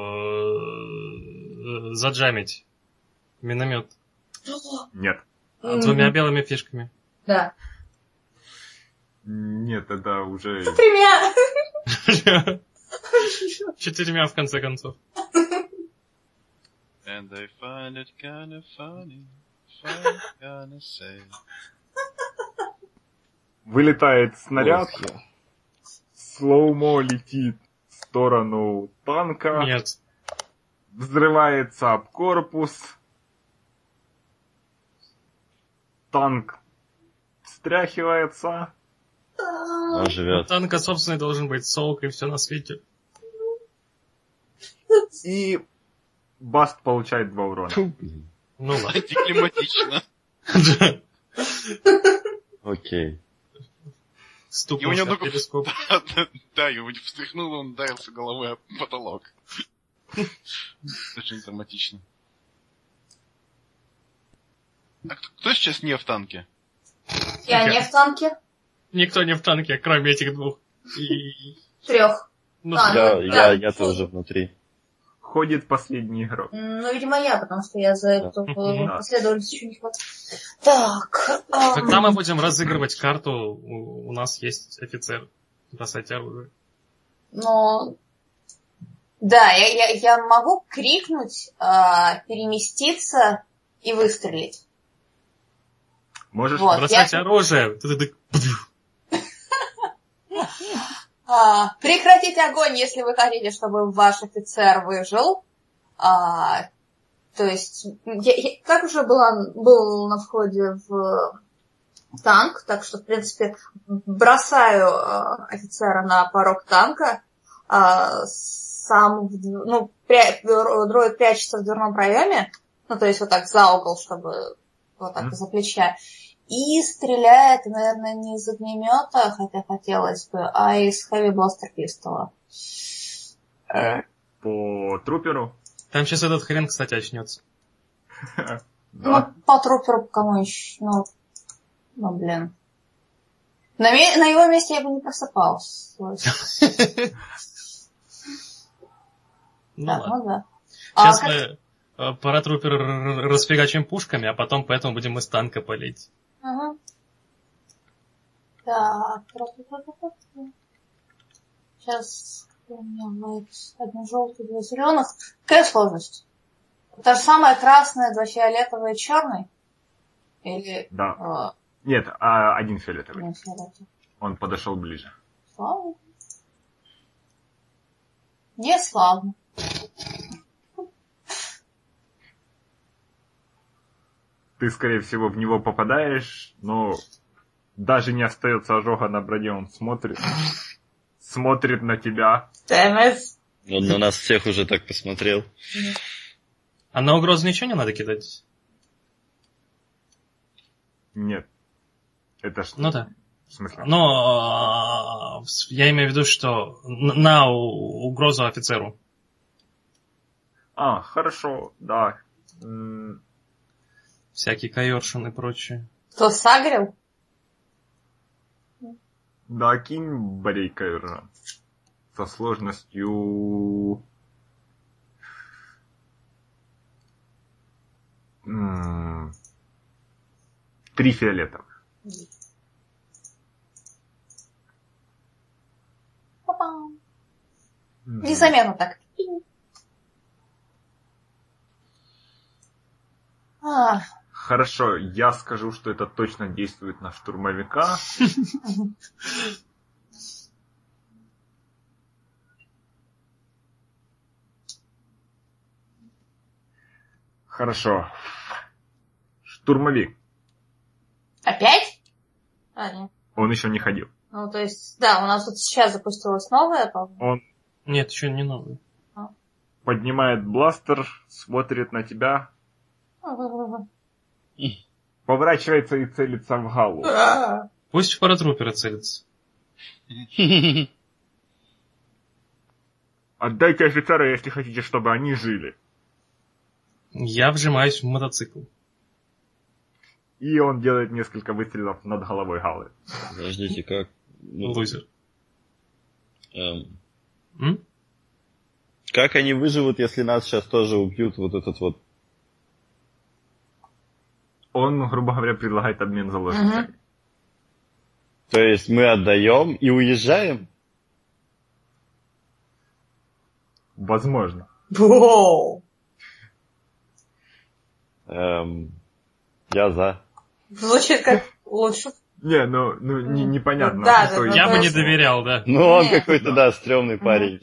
заджамить миномет Нет. двумя белыми фишками. Да. Нет, это уже... Тремя. 4 в конце концов. And I find it kinda funny, gonna say. Вылетает снаряд, Ох, слоумо летит в сторону танка, Нет. взрывается об корпус, танк встряхивается, он У живет. танка собственный должен быть сок и все на свете. и Баст получает 2 урона. Фу, блин. Ну ладно. Антиклиматично. Окей. И у Стукнулся него в перископ. Да, его встряхнул, он ударился головой об потолок. Очень драматично. А кто сейчас не в танке? Я не в танке. Никто не в танке, кроме этих двух. И- 3. Ну, А, Я, ну, я, да. я тоже внутри. Ходит последний игрок. Ну, видимо, я, потому что я за эту Да. последовательность еще не хватаю. Так. Когда мы будем разыгрывать карту, у нас есть офицер. Бросайте оружие. Ну, да, я могу крикнуть, переместиться и выстрелить. Можешь? Вот. Бросать оружие. Ты-ты-ты. Прекратить огонь, если вы хотите, чтобы ваш офицер выжил. То есть, как уже был на входе в танк, так что, в принципе, бросаю офицера на порог танка, сам, дроид прячется в дверном проеме, ну, то есть вот так за угол, чтобы вот так за плеча, и стреляет, наверное, не из огнемета, хотя хотелось бы, а из Heavy Blaster пистола. По труперу? Там сейчас этот хрен, кстати, очнется. Ну, по труперу кому еще? Ну, блин. На его месте я бы не просыпался. Ну Так, ладно. ну да. Сейчас мы паратрупера расфигачим пушками, а потом поэтому будем из танка палить. Ага. Так. Сейчас у меня будет один желтый, два зеленых. Какая сложность? Та же самая красная, два фиолетовые, черный? Или... Да. Нет, один фиолетовый. Один фиолетовый. Он подошел ближе. Славно. Не славно. Ты, скорее всего, в него попадаешь, но даже не остается ожога на броне, он смотрит на тебя. Он на нас всех уже так посмотрел. А на угрозу ничего не надо кидать? Нет. Это что? Ну да. В смысле? Но я имею в виду, что на угрозу офицеру. Хорошо, да. Всякие кайоршин и прочее. Кто сагрил? Да, кинь Барейка со сложностью... 3 фиолетовых. Па-пам. Незаметно так. Хорошо, я скажу, что это точно действует на штурмовика. Хорошо. Штурмовик. Опять? Нет. Он еще не ходил. Ну, то есть, да, у нас тут сейчас запустилась новая, по-моему. Он Нет, еще не новый. поднимает бластер, смотрит на тебя, поворачивается и целится в Галу. Пусть в паратрупера целится. Отдайте офицера, если хотите, чтобы они жили. Я вжимаюсь в мотоцикл. И он делает несколько выстрелов над головой Галы. Подождите, как? Лузер. Как они выживут, если нас сейчас тоже убьют вот этот вот? Он, грубо говоря, предлагает обмен заложниками. То есть мы отдаем и уезжаем? Возможно. Воу. Я за. Звучит как лучше. Не, непонятно. Да, что Я бы то не есть- доверял, да. Ну, он Нет. какой-то, да, стрёмный парень.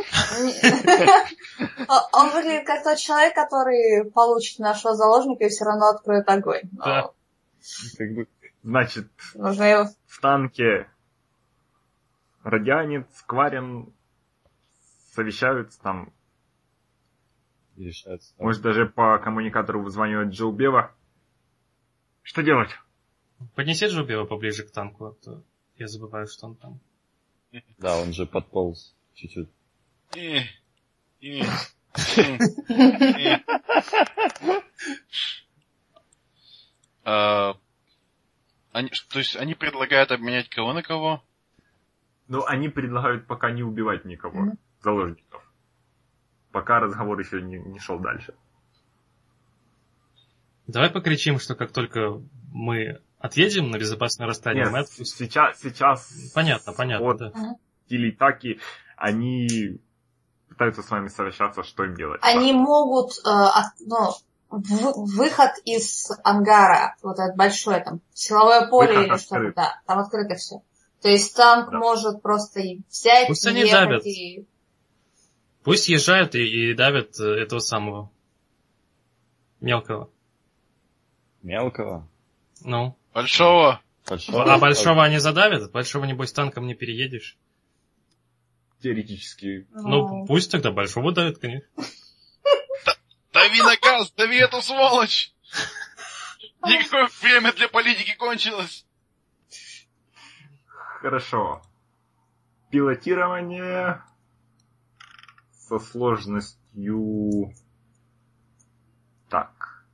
Он выглядит как тот человек, который получит нашего заложника и все равно откроет огонь. Но Да. Как бы, Значит, нужно его... в танке Радианец, Кварин совещаются там. решается. Может, даже по коммуникатору вызванивать Джо Бева. Что делать? Поднеси Джубева поближе к танку, а то я забываю, что он там. Да, он же подполз чуть-чуть. То есть они предлагают обменять кого на кого? Ну, они предлагают пока не убивать никого, заложников. Пока разговор еще не шел дальше. Давай покричим, что как только мы отъедем на безопасное расстояние, мы Нет, отпустим. сейчас Понятно, вот да. или таки, они пытаются с вами совещаться, что им делать. Они могут... выход из ангара, вот этот большой, там, силовое поле Выход или что-то, открыт. да, там открыто все. То есть танк Да. может просто и взять, Пусть они ехать давят. и... Пусть езжают и давят этого самого мелкого. Мелкого. Ну, Большого? А большого они задавят? Большого, небось, танком не переедешь. Теоретически. Ну, пусть тогда большого давят, конечно. Дави на газ, дави эту сволочь! Никакое время для политики кончилось. Хорошо. Пилотирование со сложностью... Так.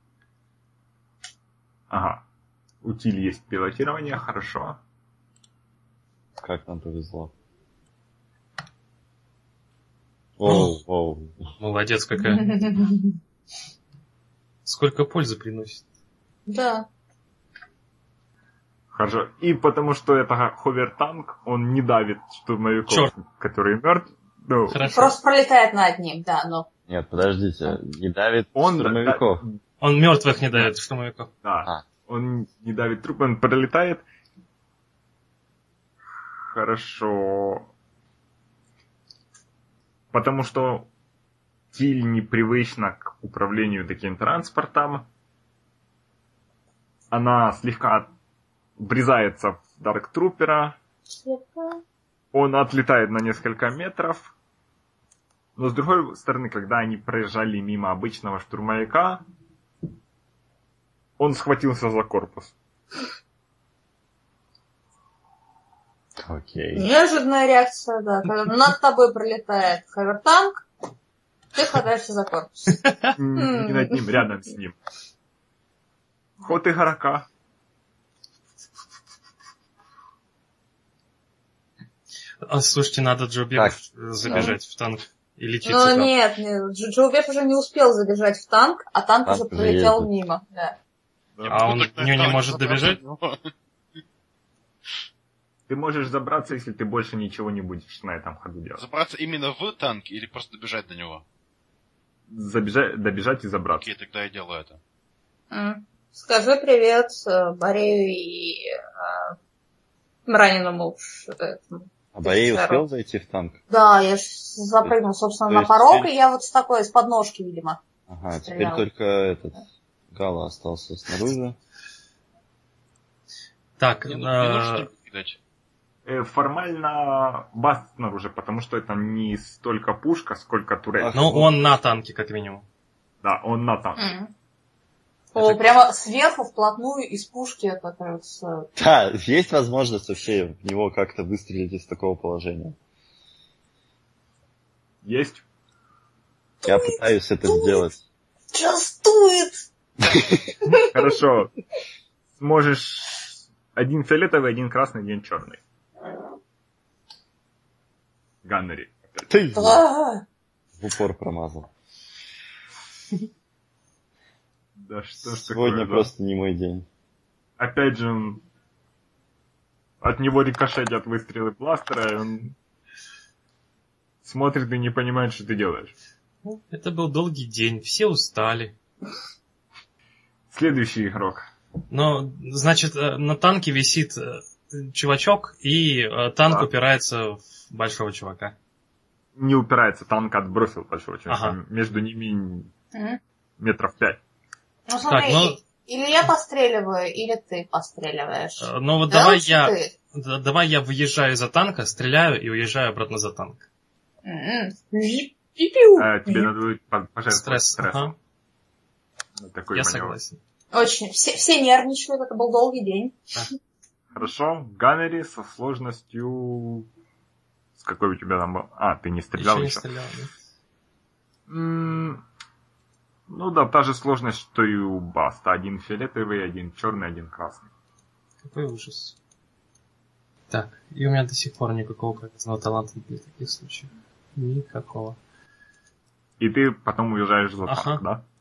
Ага. У Тиль есть пилотирование, хорошо. Как нам повезло. Оу. Молодец какая. Сколько пользы приносит. Да. Хорошо. И потому что это ховер-танк, он не давит штурмовиков, Чёрт. которые мертвы. Ну, Хорошо. Просто пролетает над ним, да, но... Нет, подождите, не давит он штурмовиков. Он мертвых не давит, штурмовиков. Да. Он не давит труп, он пролетает. Хорошо. Потому что Тиль непривычна к управлению таким транспортом. Она слегка врезается в Дарктрупера. Он отлетает на несколько метров. Но с другой стороны, когда они проезжали мимо обычного штурмовика, он схватился за корпус. Окей. Неожиданная реакция, да. Когда над тобой пролетает ховер-танк, ты хватаешься за корпус. Не над ним, рядом с ним. Ход игрока. Слушайте, надо Джобев забежать в танк и лечиться Ну там. нет, Джоубев уже не успел забежать в танк, а танк Танк уже уже пролетел едет. мимо. Да. А он в нее не может добежать? Ты можешь забраться, если ты больше ничего не будешь на этом ходу делать. Забраться именно в танк или просто добежать до него? Добежать и забраться. Окей, тогда я делаю это. Скажи привет Борею и раненому. А Борей офицеру. успел зайти в танк? Да, я ж запрыгнул, собственно, То на есть порог, теперь- и я вот с такой, с подножки, видимо. Ага, Стрелял. теперь только этот Гала остался снаружи. Так, Не нужно только кидать. Формально Баст снаружи, потому что это не столько пушка, сколько турель. ну он на танке, как минимум. Да, он на танк. О, прямо сверху, вплотную, из пушки, которая с... Да, есть возможность вообще в него как-то выстрелить из такого положения. Есть. Я пытаюсь это сделать. Just do it! Хорошо. Сможешь один фиолетовый, один красный, один черный. Ганнери. Ты Да. в упор промазал. Да что ж Сегодня такое, да? просто не мой день. Опять же, от него рикошетят выстрелы бластера, и он смотрит и не понимает, что ты делаешь. Это был долгий день, все устали. Следующий игрок. Но, значит, на танке висит чувачок, и танк Да. упирается в большого чувака. Не упирается, танк отбросил большого человека. Ага. Между ними метров 5. Ну смотри, Так, ну- или я постреливаю, или ты постреливаешь. Ну вот Да, давай лучше я, ты. давай я выезжаю за танка, стреляю и уезжаю обратно за танк. Пи-пиу. Тебе надо будет пожертвовать Стресс, стрессом. ага, На такой я маневр. согласен. Очень. Все нервничают, это был долгий день. Хорошо. Ганнери со сложностью... С какой у тебя там был? А, ты не стрелял Еще не еще. стрелял, да? Ну да, та же сложность, что и у Баста. Один фиолетовый, один черный, один красный. Какой ужас. Так, и у меня до сих пор никакого показного таланта для таких случаев. Никакого. И ты потом уезжаешь за Ага. танк, да?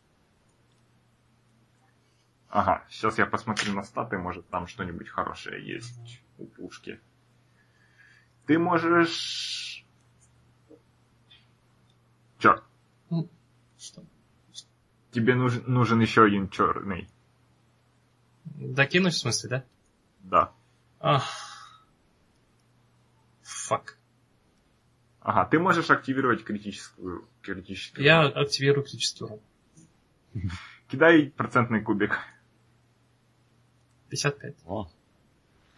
Ага, сейчас я посмотрю на статы, может там что-нибудь хорошее есть у пушки. Ты можешь... Черт, Что? тебе нужен еще один черный. Докинуть в смысле, да? Да. Ах. Фак. Ага, ты можешь активировать критический Я урон. активирую критический урон. Кидай процентный кубик. 55. О,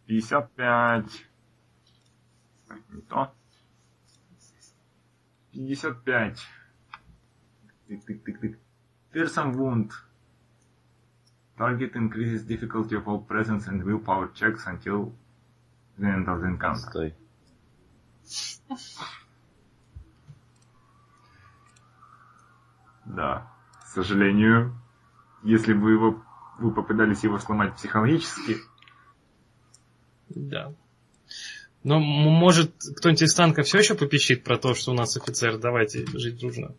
55. Не то. 55. Тык-тык-тык-тык. Fearsome wound. Target increases difficulty of all presence and willpower checks until the end of the encounter. Стой. Да. К сожалению, если бы вы попытались его сломать психологически... Да. Но, может, кто-нибудь из танка все еще попищит про то, что у нас офицер, давайте жить дружно.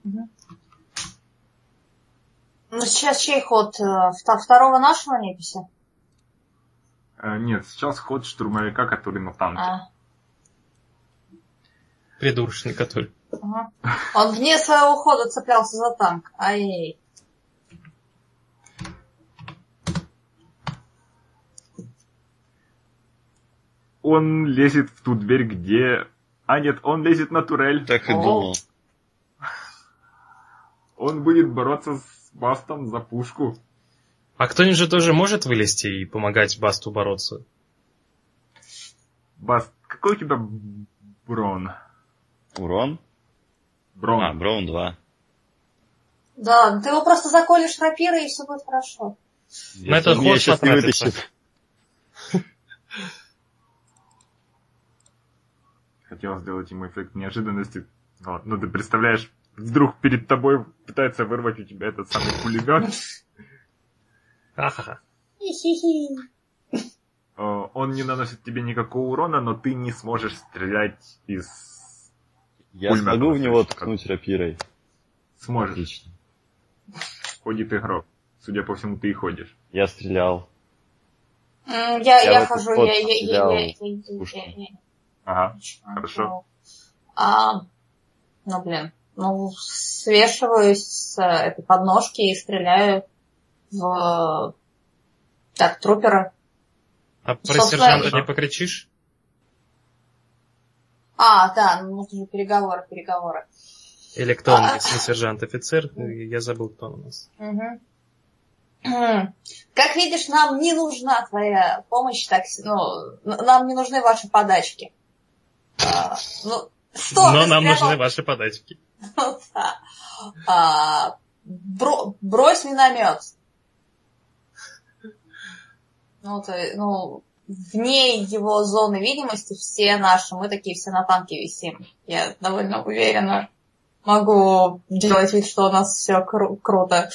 Ну, сейчас чей ход? Второго нашего неписи? Нет, сейчас ход штурмовика, который на танке. Придурочный, который. Ага. Он вне своего хода цеплялся за танк. Ай-яй. Он лезет в ту дверь, где... А нет, он лезет на турель. Так и думал. Он будет бороться с Бастом за пушку. А кто-нибудь же тоже может вылезти и помогать Басту бороться? Баст, какой у тебя брон? Урон? Брон. Браун 2. Да, ты его просто заколешь рапирой, и все будет хорошо. На этот Меня ход сейчас не потратится. вытащит. Хотел сделать ему эффект неожиданности. Вот. Ну, ты представляешь, вдруг перед тобой пытается вырвать у тебя этот самый пулемет. Ахаха. Хи-хи-хи. Он не наносит тебе никакого урона, но ты не сможешь стрелять из... Я пулемета. смогу в него ткнуть рапирой. Сможешь. Отлично. Ходит игрок. Судя по всему, ты и ходишь. Я стрелял. Я в этот хожу, ход я. стрелял пушкой. Ага, хорошо. Ну, блин. Ну, свешиваюсь с этой подножки и стреляю в... Так, трупера. А про Собственно, сержанта не покричишь? Да, ну, это же переговоры. Или кто он, если не сержант, офицер? Я забыл, кто он у нас. Угу. Как видишь, нам не нужна твоя помощь, нам не нужны ваши подачки. Но нам нужны ваши подачки. Брось миномет. Вне его зоны видимости все наши, мы такие все на танке висим. Я довольно уверенно могу делать вид, что у нас все круто.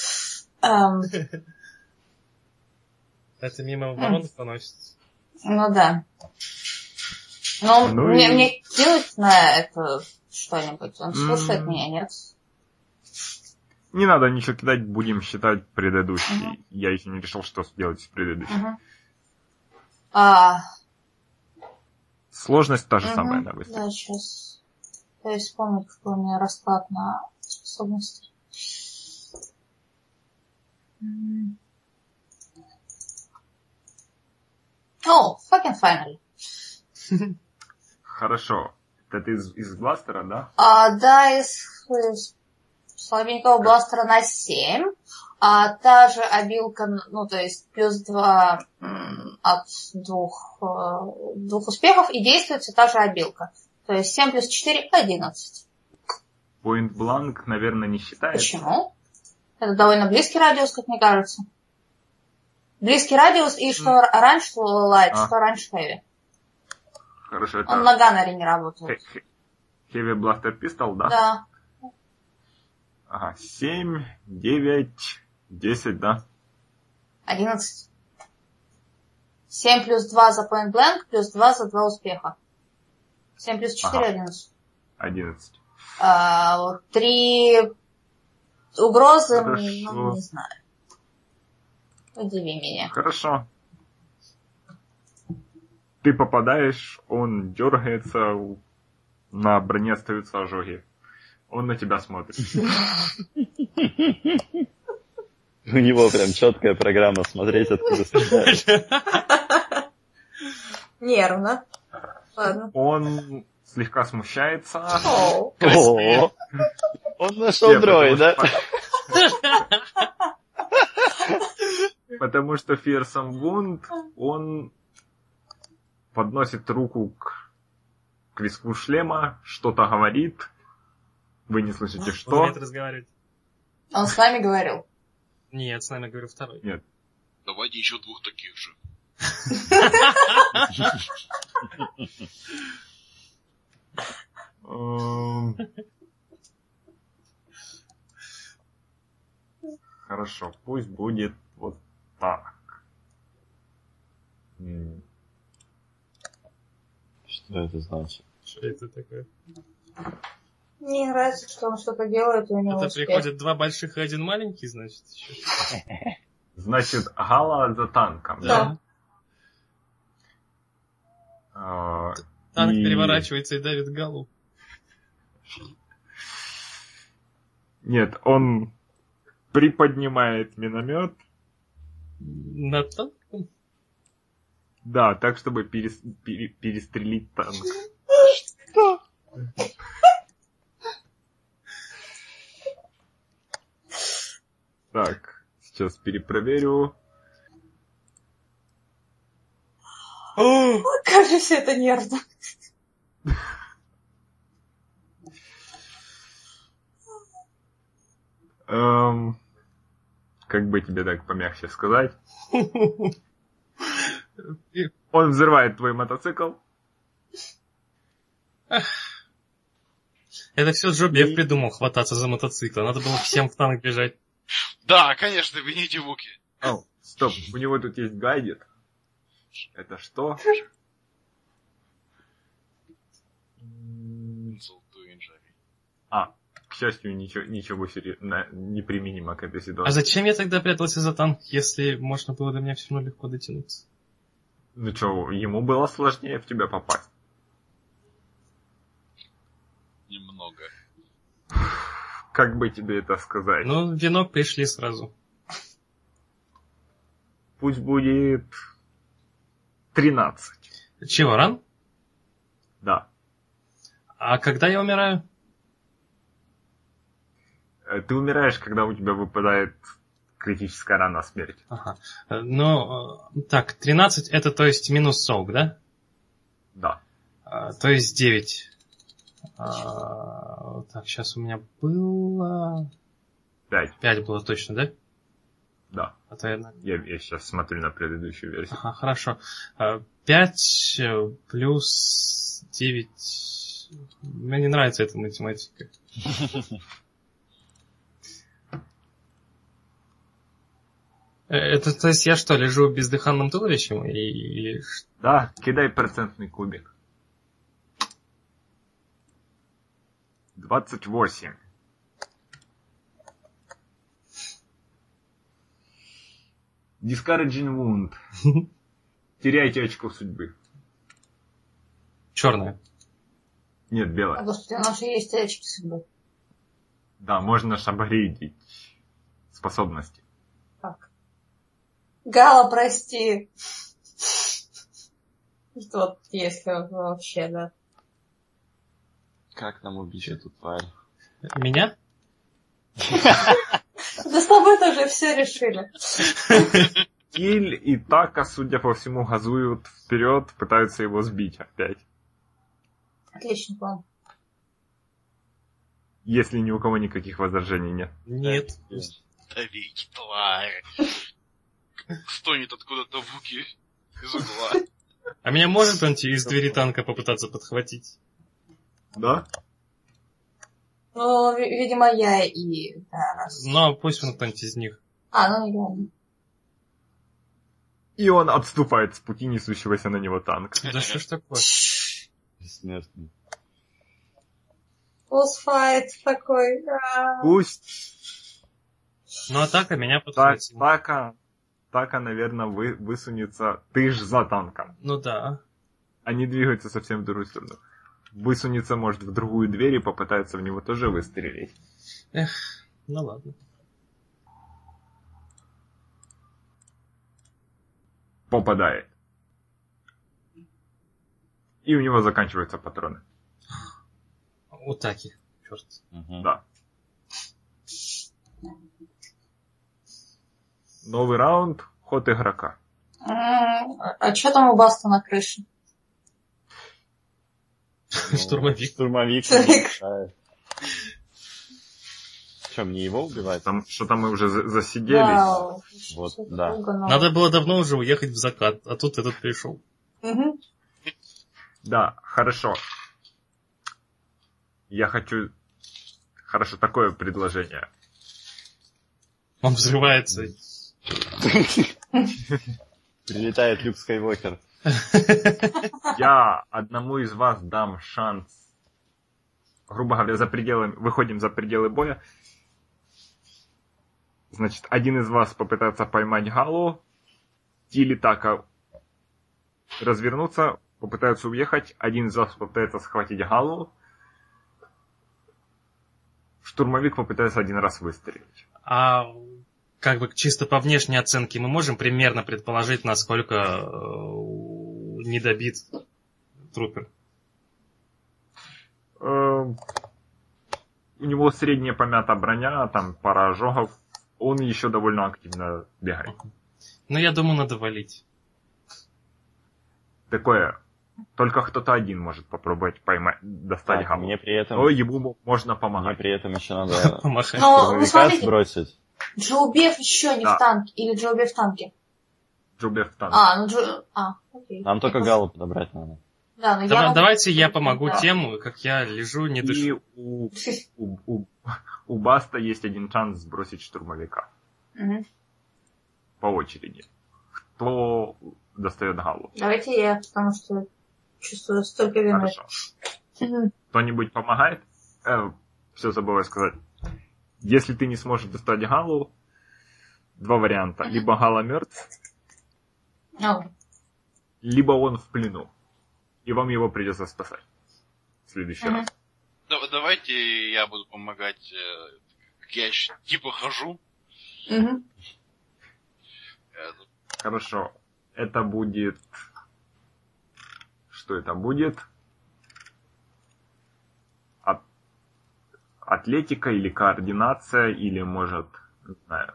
Это мимо ворон проносится. Ну да. Ну, мне кинуть на это что-нибудь? Он слушает меня, нет? Не надо ничего кидать, будем считать предыдущий. Я еще не решил, что сделать с предыдущим. Сложность та же самая, да, быстро. Да, сейчас. Я вспомню, какой у меня расклад на способности. Fucking finally. Хорошо. Это из бластера, да? Да, из слабенького бластера на 7. Та же обилка, то есть плюс 2 от двух успехов, и действует все та же обилка. То есть 7 плюс 4 – 11. Point blank, наверное, не считается. Почему? Это довольно близкий радиус, как мне кажется. Близкий радиус, и что раньше light, что раньше heavy. Хорошо, это... Он на ганнере не работает. Heavy Blaster Pistol, да? Да. Ага, 7, 9, 10, да? 11. 7 плюс 2 за point blank, плюс 2 за 2 успеха. 7 плюс 4 – 11. 11. 3 угрозы, Хорошо. Не знаю. Удиви меня. Хорошо. Ты попадаешь, он дергается, на броне остаются ожоги. Он на тебя смотрит. У него прям четкая программа смотреть, откуда стреляешь. Нервно. Ладно. Он слегка смущается. О, он нашел дроида. Потому что Fearsome Wound, он подносит руку к виску шлема, что-то говорит. Вы не слышите, Он что. умеет разговаривать. Он с нами говорил. Нет, с нами говорю второй. Нет. Давайте еще 2 таких же. Хорошо, пусть будет вот так. Что это значит? Что это такое? Мне нравится, что он что-то делает, и у него Это успех. приходит 2 больших и 1 маленький, значит, еще. Значит, Гала за танком, Да. Танк И- переворачивается и давит Галу. Нет, он приподнимает миномет, Над танком? да, так, чтобы перестрелить танк. Так, сейчас перепроверю. Ой, как же все это нервно. Как бы тебе так помягче сказать? Он взрывает твой мотоцикл. Это все Джобев придумал хвататься за мотоцикл. Надо было всем в танк бежать. Да, конечно, вините Вуки. О, стоп, у него тут есть гайдик. Это что? Insult to injury. К счастью, ничего неприменимо к этой А ситуации. зачем я тогда прятался за танк, если можно было до меня все равно легко дотянуться? Ну что, ему было сложнее в тебя попасть. Немного. Как бы тебе это сказать? Ну, в венок пришли сразу. Пусть будет 13. Чего, ран? Да. А когда я умираю? Ты умираешь, когда у тебя выпадает критическая рана смерти. Ага. Ну, так, 13 это то есть минус соук, да? Да. То есть 9. Так, сейчас у меня было... 5. 5 было точно, да? Да. А то я... Я сейчас смотрю на предыдущую версию. Ага, хорошо. 5 плюс 9... Мне не нравится эта математика. Это, то есть я что, лежу бездыханным туловищем? Или... Да, кидай процентный кубик. 28. Discouraging wound. Теряйте очко судьбы. Черная. Нет, белая. Господи, у нас же есть очки судьбы. Да, можно шабаридить способности. Так. Гала, прости. Вот, если вообще, да. Как нам убить эту тварь? Меня? Да с тобой тоже все решили. Киль и Така, судя по всему, газуют вперед, пытаются его сбить опять. Отличный план. Если ни у кого никаких возражений нет. Нет. Давить, тварь. Стонет откуда-то Вуки из угла. А меня может он из двери танка попытаться подхватить? Да? Ну, видимо, я и... Да, раз. Ну, пусть он кто-нибудь из них. Ну, я... И он отступает с пути несущегося на него танка. Да что ж такое? Бессмертный. Босс-файт такой. Пусть Ну, атака меня подхватила. Така, наверное, высунется. Ты ж за танком. Ну да. Они двигаются совсем в другую сторону. Высунется, может, в другую дверь и попытается в него тоже выстрелить. Ну ладно. Попадает. И у него заканчиваются патроны. У Таки. Черт. Угу. Да. Новый раунд. Ход игрока. А что там у Баста на крыше? Штурмовик. Штурмовик. Что, мне его убивать? Что-то мы уже засиделись. Да, Вот, что-то да. долго, но- Надо было давно уже уехать в закат, а тут этот пришел. Мгм. Да, хорошо. Я хочу... Хорошо, такое предложение. Он взрывается. Прилетает Люк Скайуокер. Я одному из вас дам шанс. Грубо говоря, выходим за пределы боя. Значит, один из вас попытается поймать Галу. Тили Така развернуться, попытаются уехать. Один из вас попытается схватить Галу. Штурмовик попытается один раз выстрелить. А как бы чисто по внешней оценке мы можем примерно предположить, насколько недобит трупер? У него средняя помята броня, там пара ожогов. Он еще довольно активно бегает. Ну, я думаю, надо валить. Такое. Только кто-то один может попробовать достать Так, Галу. мне при этом... Но ему можно Мне помогать. при этом еще надо Помахать. Ну, штурмовика смотрите, сбросить. Джоубев еще не Да. в танке. Или Джоубев в танке. Джубев в танк. Окей. Нам только Галу подобрать надо. Да, но я могу- Давайте я помогу Да. тем, как я лежу, не И дышу. у Баста есть один шанс сбросить штурмовика. Мгм. По очереди. Кто достает Галу? Давайте я, потому что чувствую столько вины. Хорошо. Мгм. Кто-нибудь помогает? Все забываю сказать. Если ты не сможешь достать Галу, два варианта. Либо Гала мертв, О, либо он в плену. И вам его придется спасать. В следующий Мгм. раз. Давайте я буду помогать, как я типа хожу. мгм. Хорошо. Это будет... Что это будет? Атлетика или координация, или может... Не знаю.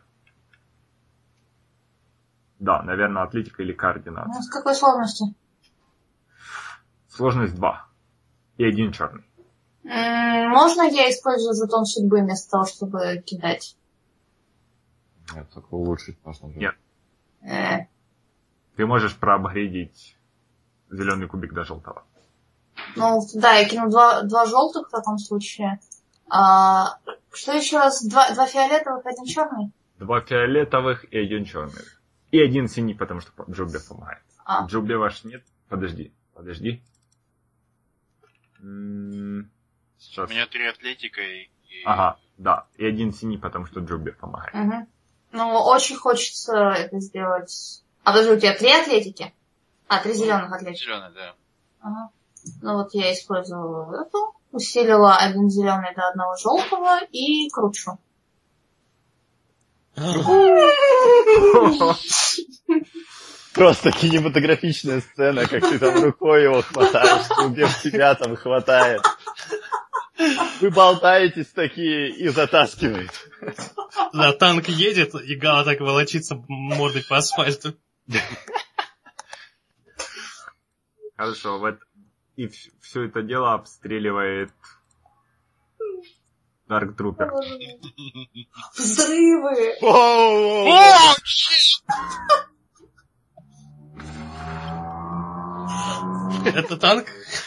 Да, наверное, атлетика или координация. Ну, с какой сложности? Сложность 2. И один черный. Можно я использую жетон судьбы вместо того, чтобы кидать? Нет, только улучшить можно. будет. Нет. Э, Ты можешь проапгрейдить зеленый кубик до желтого. Ну, да, я кину два желтых в таком случае. Что еще раз? Два фиолетовых, один черный? 2 фиолетовых и один черный. И один синий, потому что Джубе помогает. А. Джубе ваш нет. Подожди. У Сейчас. меня 3 атлетика и... Ага, да. И один синий, потому что Джубе помогает. Угу. Ну, очень хочется это сделать. Подожди, у тебя 3 атлетики? 3 зеленых атлетики. Зеленый, да. Ага. Ну вот я использовала эту. Усилила один зеленый до одного желтого и кручу. Просто кинематографичная сцена, как ты там рукой его хватаешь, убив тебя там хватает. Вы болтаетесь такие и затаскивает. Да, танк едет, и Гала так волочится мордой по асфальту. Хорошо, и все это дело обстреливает Dark Trooper. Взрывы! О, чит! Это танк?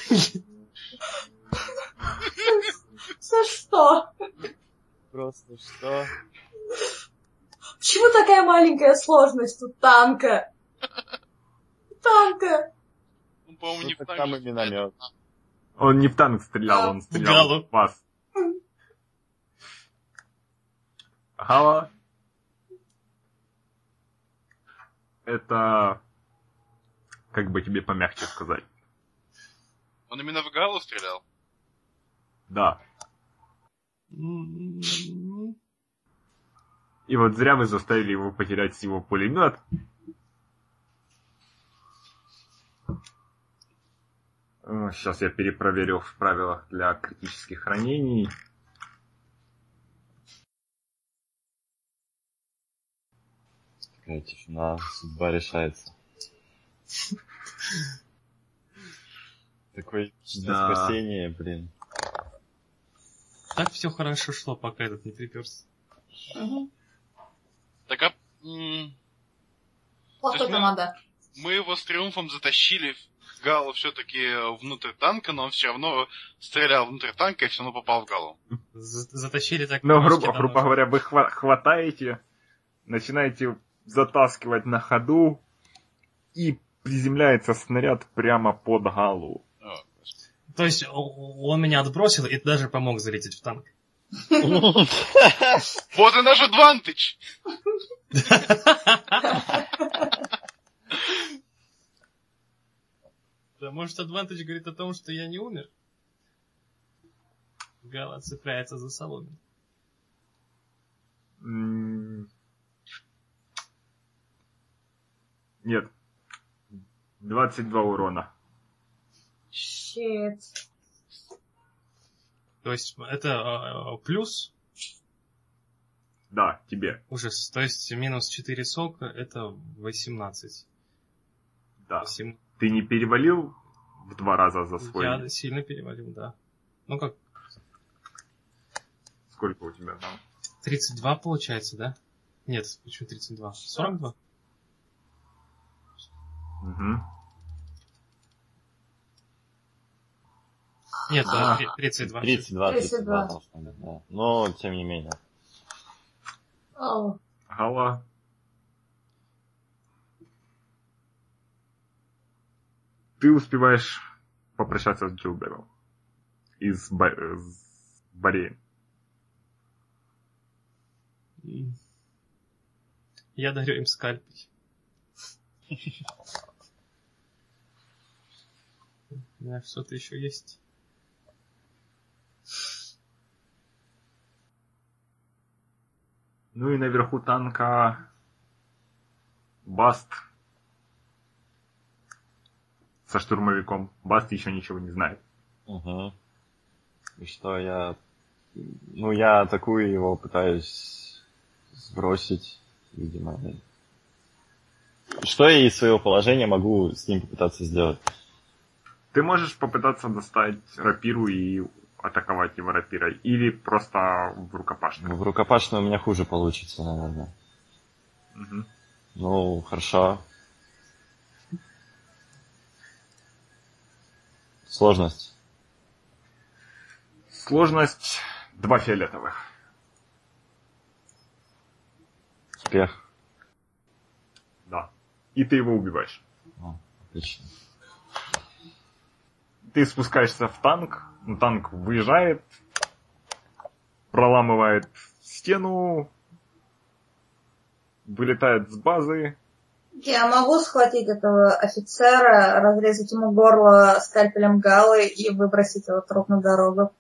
За что? Просто что? Почему такая маленькая сложность у танка? Танка! Ну, по-моему, не в Ну, танке там и стреляет. миномет. Он не в танк стрелял, он стрелял Галу. в вас. Гала. Это... Как бы тебе помягче сказать. Он именно в Галу стрелял? Да. И вот зря вы заставили его потерять его пулемет. Сейчас я перепроверю в правилах для критических ранений. Такая тишина, судьба решается. Такое Да. спасение, блин. Так все хорошо шло, пока этот не приперся. Угу. Так, а Плохой То есть команда. мы его с триумфом затащили Галу все-таки внутрь танка, но он все равно стрелял внутрь танка и все равно попал в Галу. Затащили так... Но, ножки до грубо ножек. говоря, вы хватаете, начинаете затаскивать на ходу, и приземляется снаряд прямо под Галу. То есть он меня отбросил и даже помог залететь в танк. Вот и наш адвантаж! Да, может, Advantage говорит о том, что я не умер? Гала цепляется за соломин. Нет. 22 урона. Щит. То есть это плюс Да, тебе. ужас. То есть минус 4 сока это 18. Да. 8. Ты не перевалил в 2 раза за свой... Я сильно перевалил, да. Ну как, Сколько у тебя там? 32 получается, да? Нет, почему 32? 42? Угу. Нет, А. 32. 32 должно быть, да. Но, тем не менее. О, Гала. Ты успеваешь попрощаться с Джилбером из Бореи. Я дарю им скальпель. У меня что-то еще есть. Ну и наверху танка Баст со штурмовиком. Баст еще ничего не знает. Угу. И что я... Ну, я атакую его, пытаюсь сбросить, видимо. Что я из своего положения могу с ним попытаться сделать? Ты можешь попытаться достать рапиру и атаковать его рапирой. Или просто в рукопашную. В рукопашную у меня хуже получится, наверное. Угу. Ну, хорошо. Сложность. Сложность 2 фиолетовых. Успех. Да. И ты его убиваешь. О, отлично. Ты спускаешься в танк. Ну, танк выезжает. Проламывает стену. Вылетает с базы. я могу схватить этого офицера, разрезать ему горло скальпелем Галы и выбросить его труп на дорогу.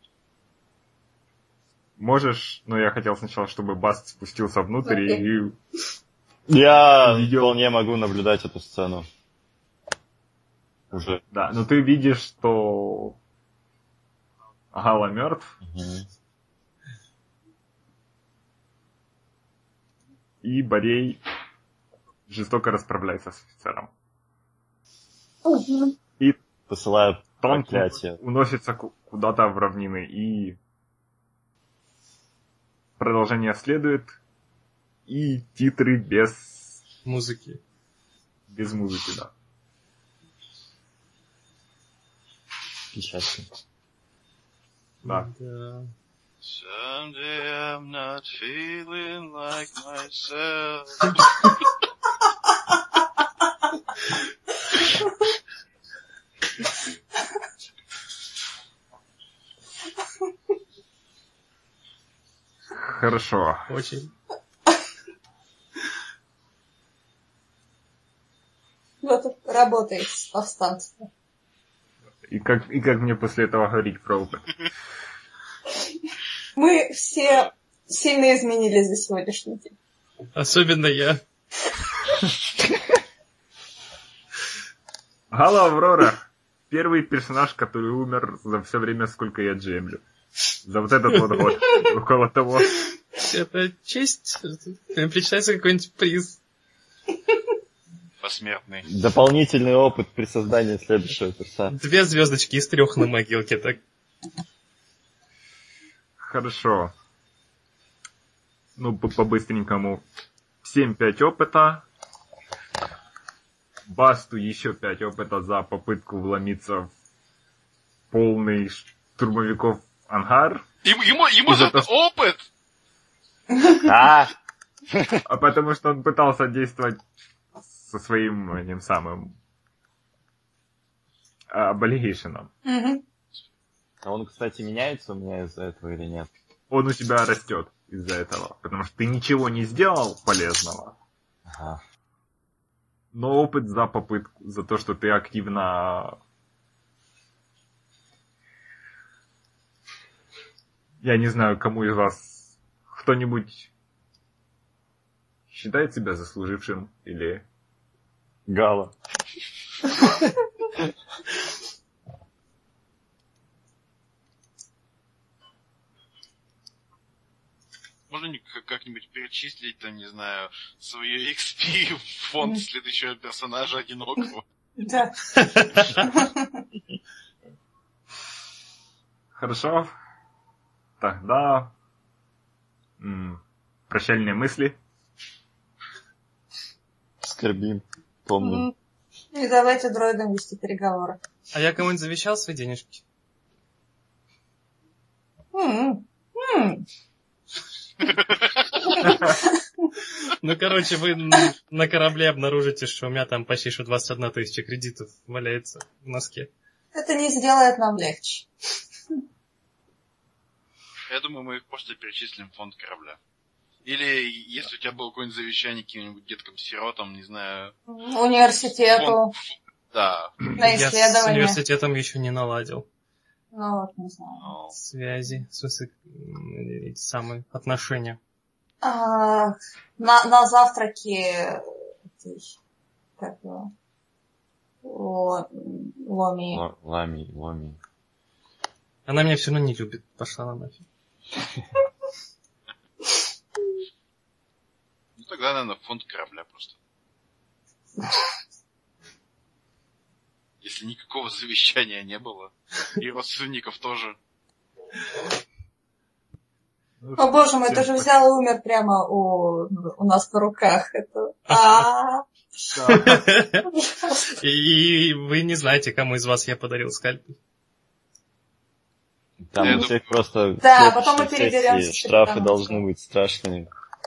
Можешь, но я хотел сначала, чтобы Баст спустился внутрь и... Я Видео. вполне могу наблюдать эту сцену. Уже. Да, но ты видишь, что Гала мертв, Угу. и Борей жестоко расправляется с офицером. Угу. И Посылаю танк проклятие. уносится куда-то в равнины, и продолжение следует, и титры без Музыки. музыки, да. Печально. Да. Да. Someday I'm not feeling like myself. Хорошо. Очень. Вот работает повстанство. И как мне после этого говорить про опыт? Мы все сильно изменились за сегодняшний день. Особенно я. Гала Аврора. Первый персонаж, который умер за все время, сколько я джемлю. За вот этот вот год. Около того. Это честь. Прям причитается какой-нибудь приз. посмертный. Дополнительный опыт при создании следующего перса. 2 звездочки из 3 на могилке, так. Хорошо. Ну, по-быстренькому. 7-5 опыта. Басту еще 5 опыта за попытку вломиться в полный штурмовиков ангар. Ему за это опыт! А, А потому что он пытался действовать со своим этим самым аболигейшеном. Мгм. а он, кстати, меняется у меня из-за этого или нет? Он у тебя растет из-за этого. Потому что ты ничего не сделал полезного. Ага. Но опыт за попытку, за то, что ты активно... Я не знаю, кому из вас кто-нибудь считает себя заслужившим или... Гала. Можно как-нибудь перечислить, там, не знаю, свое XP в фонд следующего персонажа одинокого? Да. Хорошо. Тогда... Прощальные мысли. Скорбим. Помним. И давайте дроидам вести переговоры. А я кому-нибудь завещал свои денежки? Ну, короче, вы на корабле обнаружите, что у меня там почти что 21 тысяча кредитов валяется в носке. Это не сделает нам легче. Я думаю, мы их просто перечислим в фонд корабля. Или если у тебя было какое-нибудь завещание каким-нибудь деткам-сиротам, не знаю... Университету, Да. на Я с исследования. университетом еще не наладил Ну вот, не знаю. связи, в смысле, эти самые отношения. На завтраке... Как его? Ломи. Лами. Она меня все равно не любит. Пошла на нафиг. Ну тогда, наверное, фонд корабля просто. Если никакого завещания не было. И родственников тоже. О боже мой, ты же взял и умер прямо у нас на руках. Это... И вы не знаете, кому из вас я подарил скальпель. Там у всех просто Да, в потом мы следующей переберемся сессии с штрафы персонажем. должны быть страшными.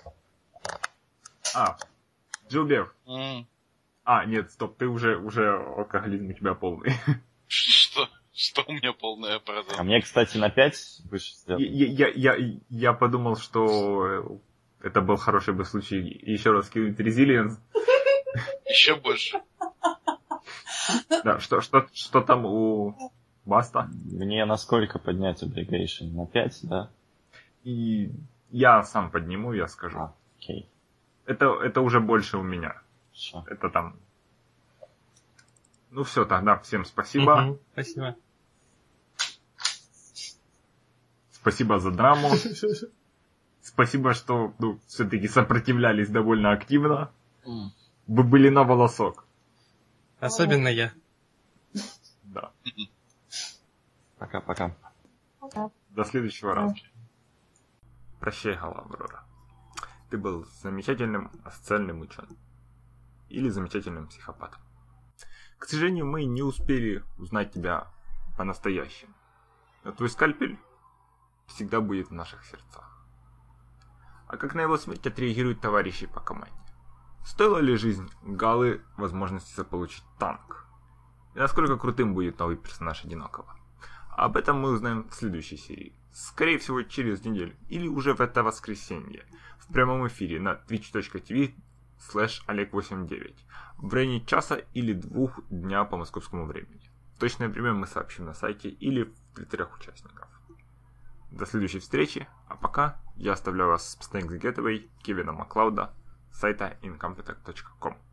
Джилбер. Нет, стоп, ты уже алкоголизм у тебя полный. Что? Что у меня полная А правда? мне, кстати, на 5 выше сделать. Я подумал, что это был хороший бы случай еще раз кинуть резилиенс. Еще больше. Да, что там у Баста? Мне на сколько поднять obligation? На 5, да? И я сам подниму, я скажу. Окей. Это уже больше у меня. Хорошо. Это там... Ну все, тогда всем спасибо. Мгм, спасибо. Спасибо за драму. Спасибо, что все-таки сопротивлялись довольно активно. Вы были на волосок. Особенно я. Да. Пока-пока. До следующего раза. Прощай, Галамброра. Ты был замечательным асоциальным ученым. Или замечательным психопатом. К сожалению, мы не успели узнать тебя по-настоящему. Но твой скальпель всегда будет в наших сердцах. А как на его смерть отреагируют товарищи по команде? Стоила ли жизнь Галы возможности заполучить танк? И насколько крутым будет новый персонаж Одинокого? Об этом мы узнаем в следующей серии. Скорее всего, через неделю. Или уже в это воскресенье. В прямом эфире на twitch.tv/Олег89. В районе часа или 2 дня по московскому времени. Точное время мы сообщим на сайте или в твиттерах участников. До следующей встречи, а пока я оставляю вас с Snakes Gateway Кевина Маклауда с сайта incompetech.com.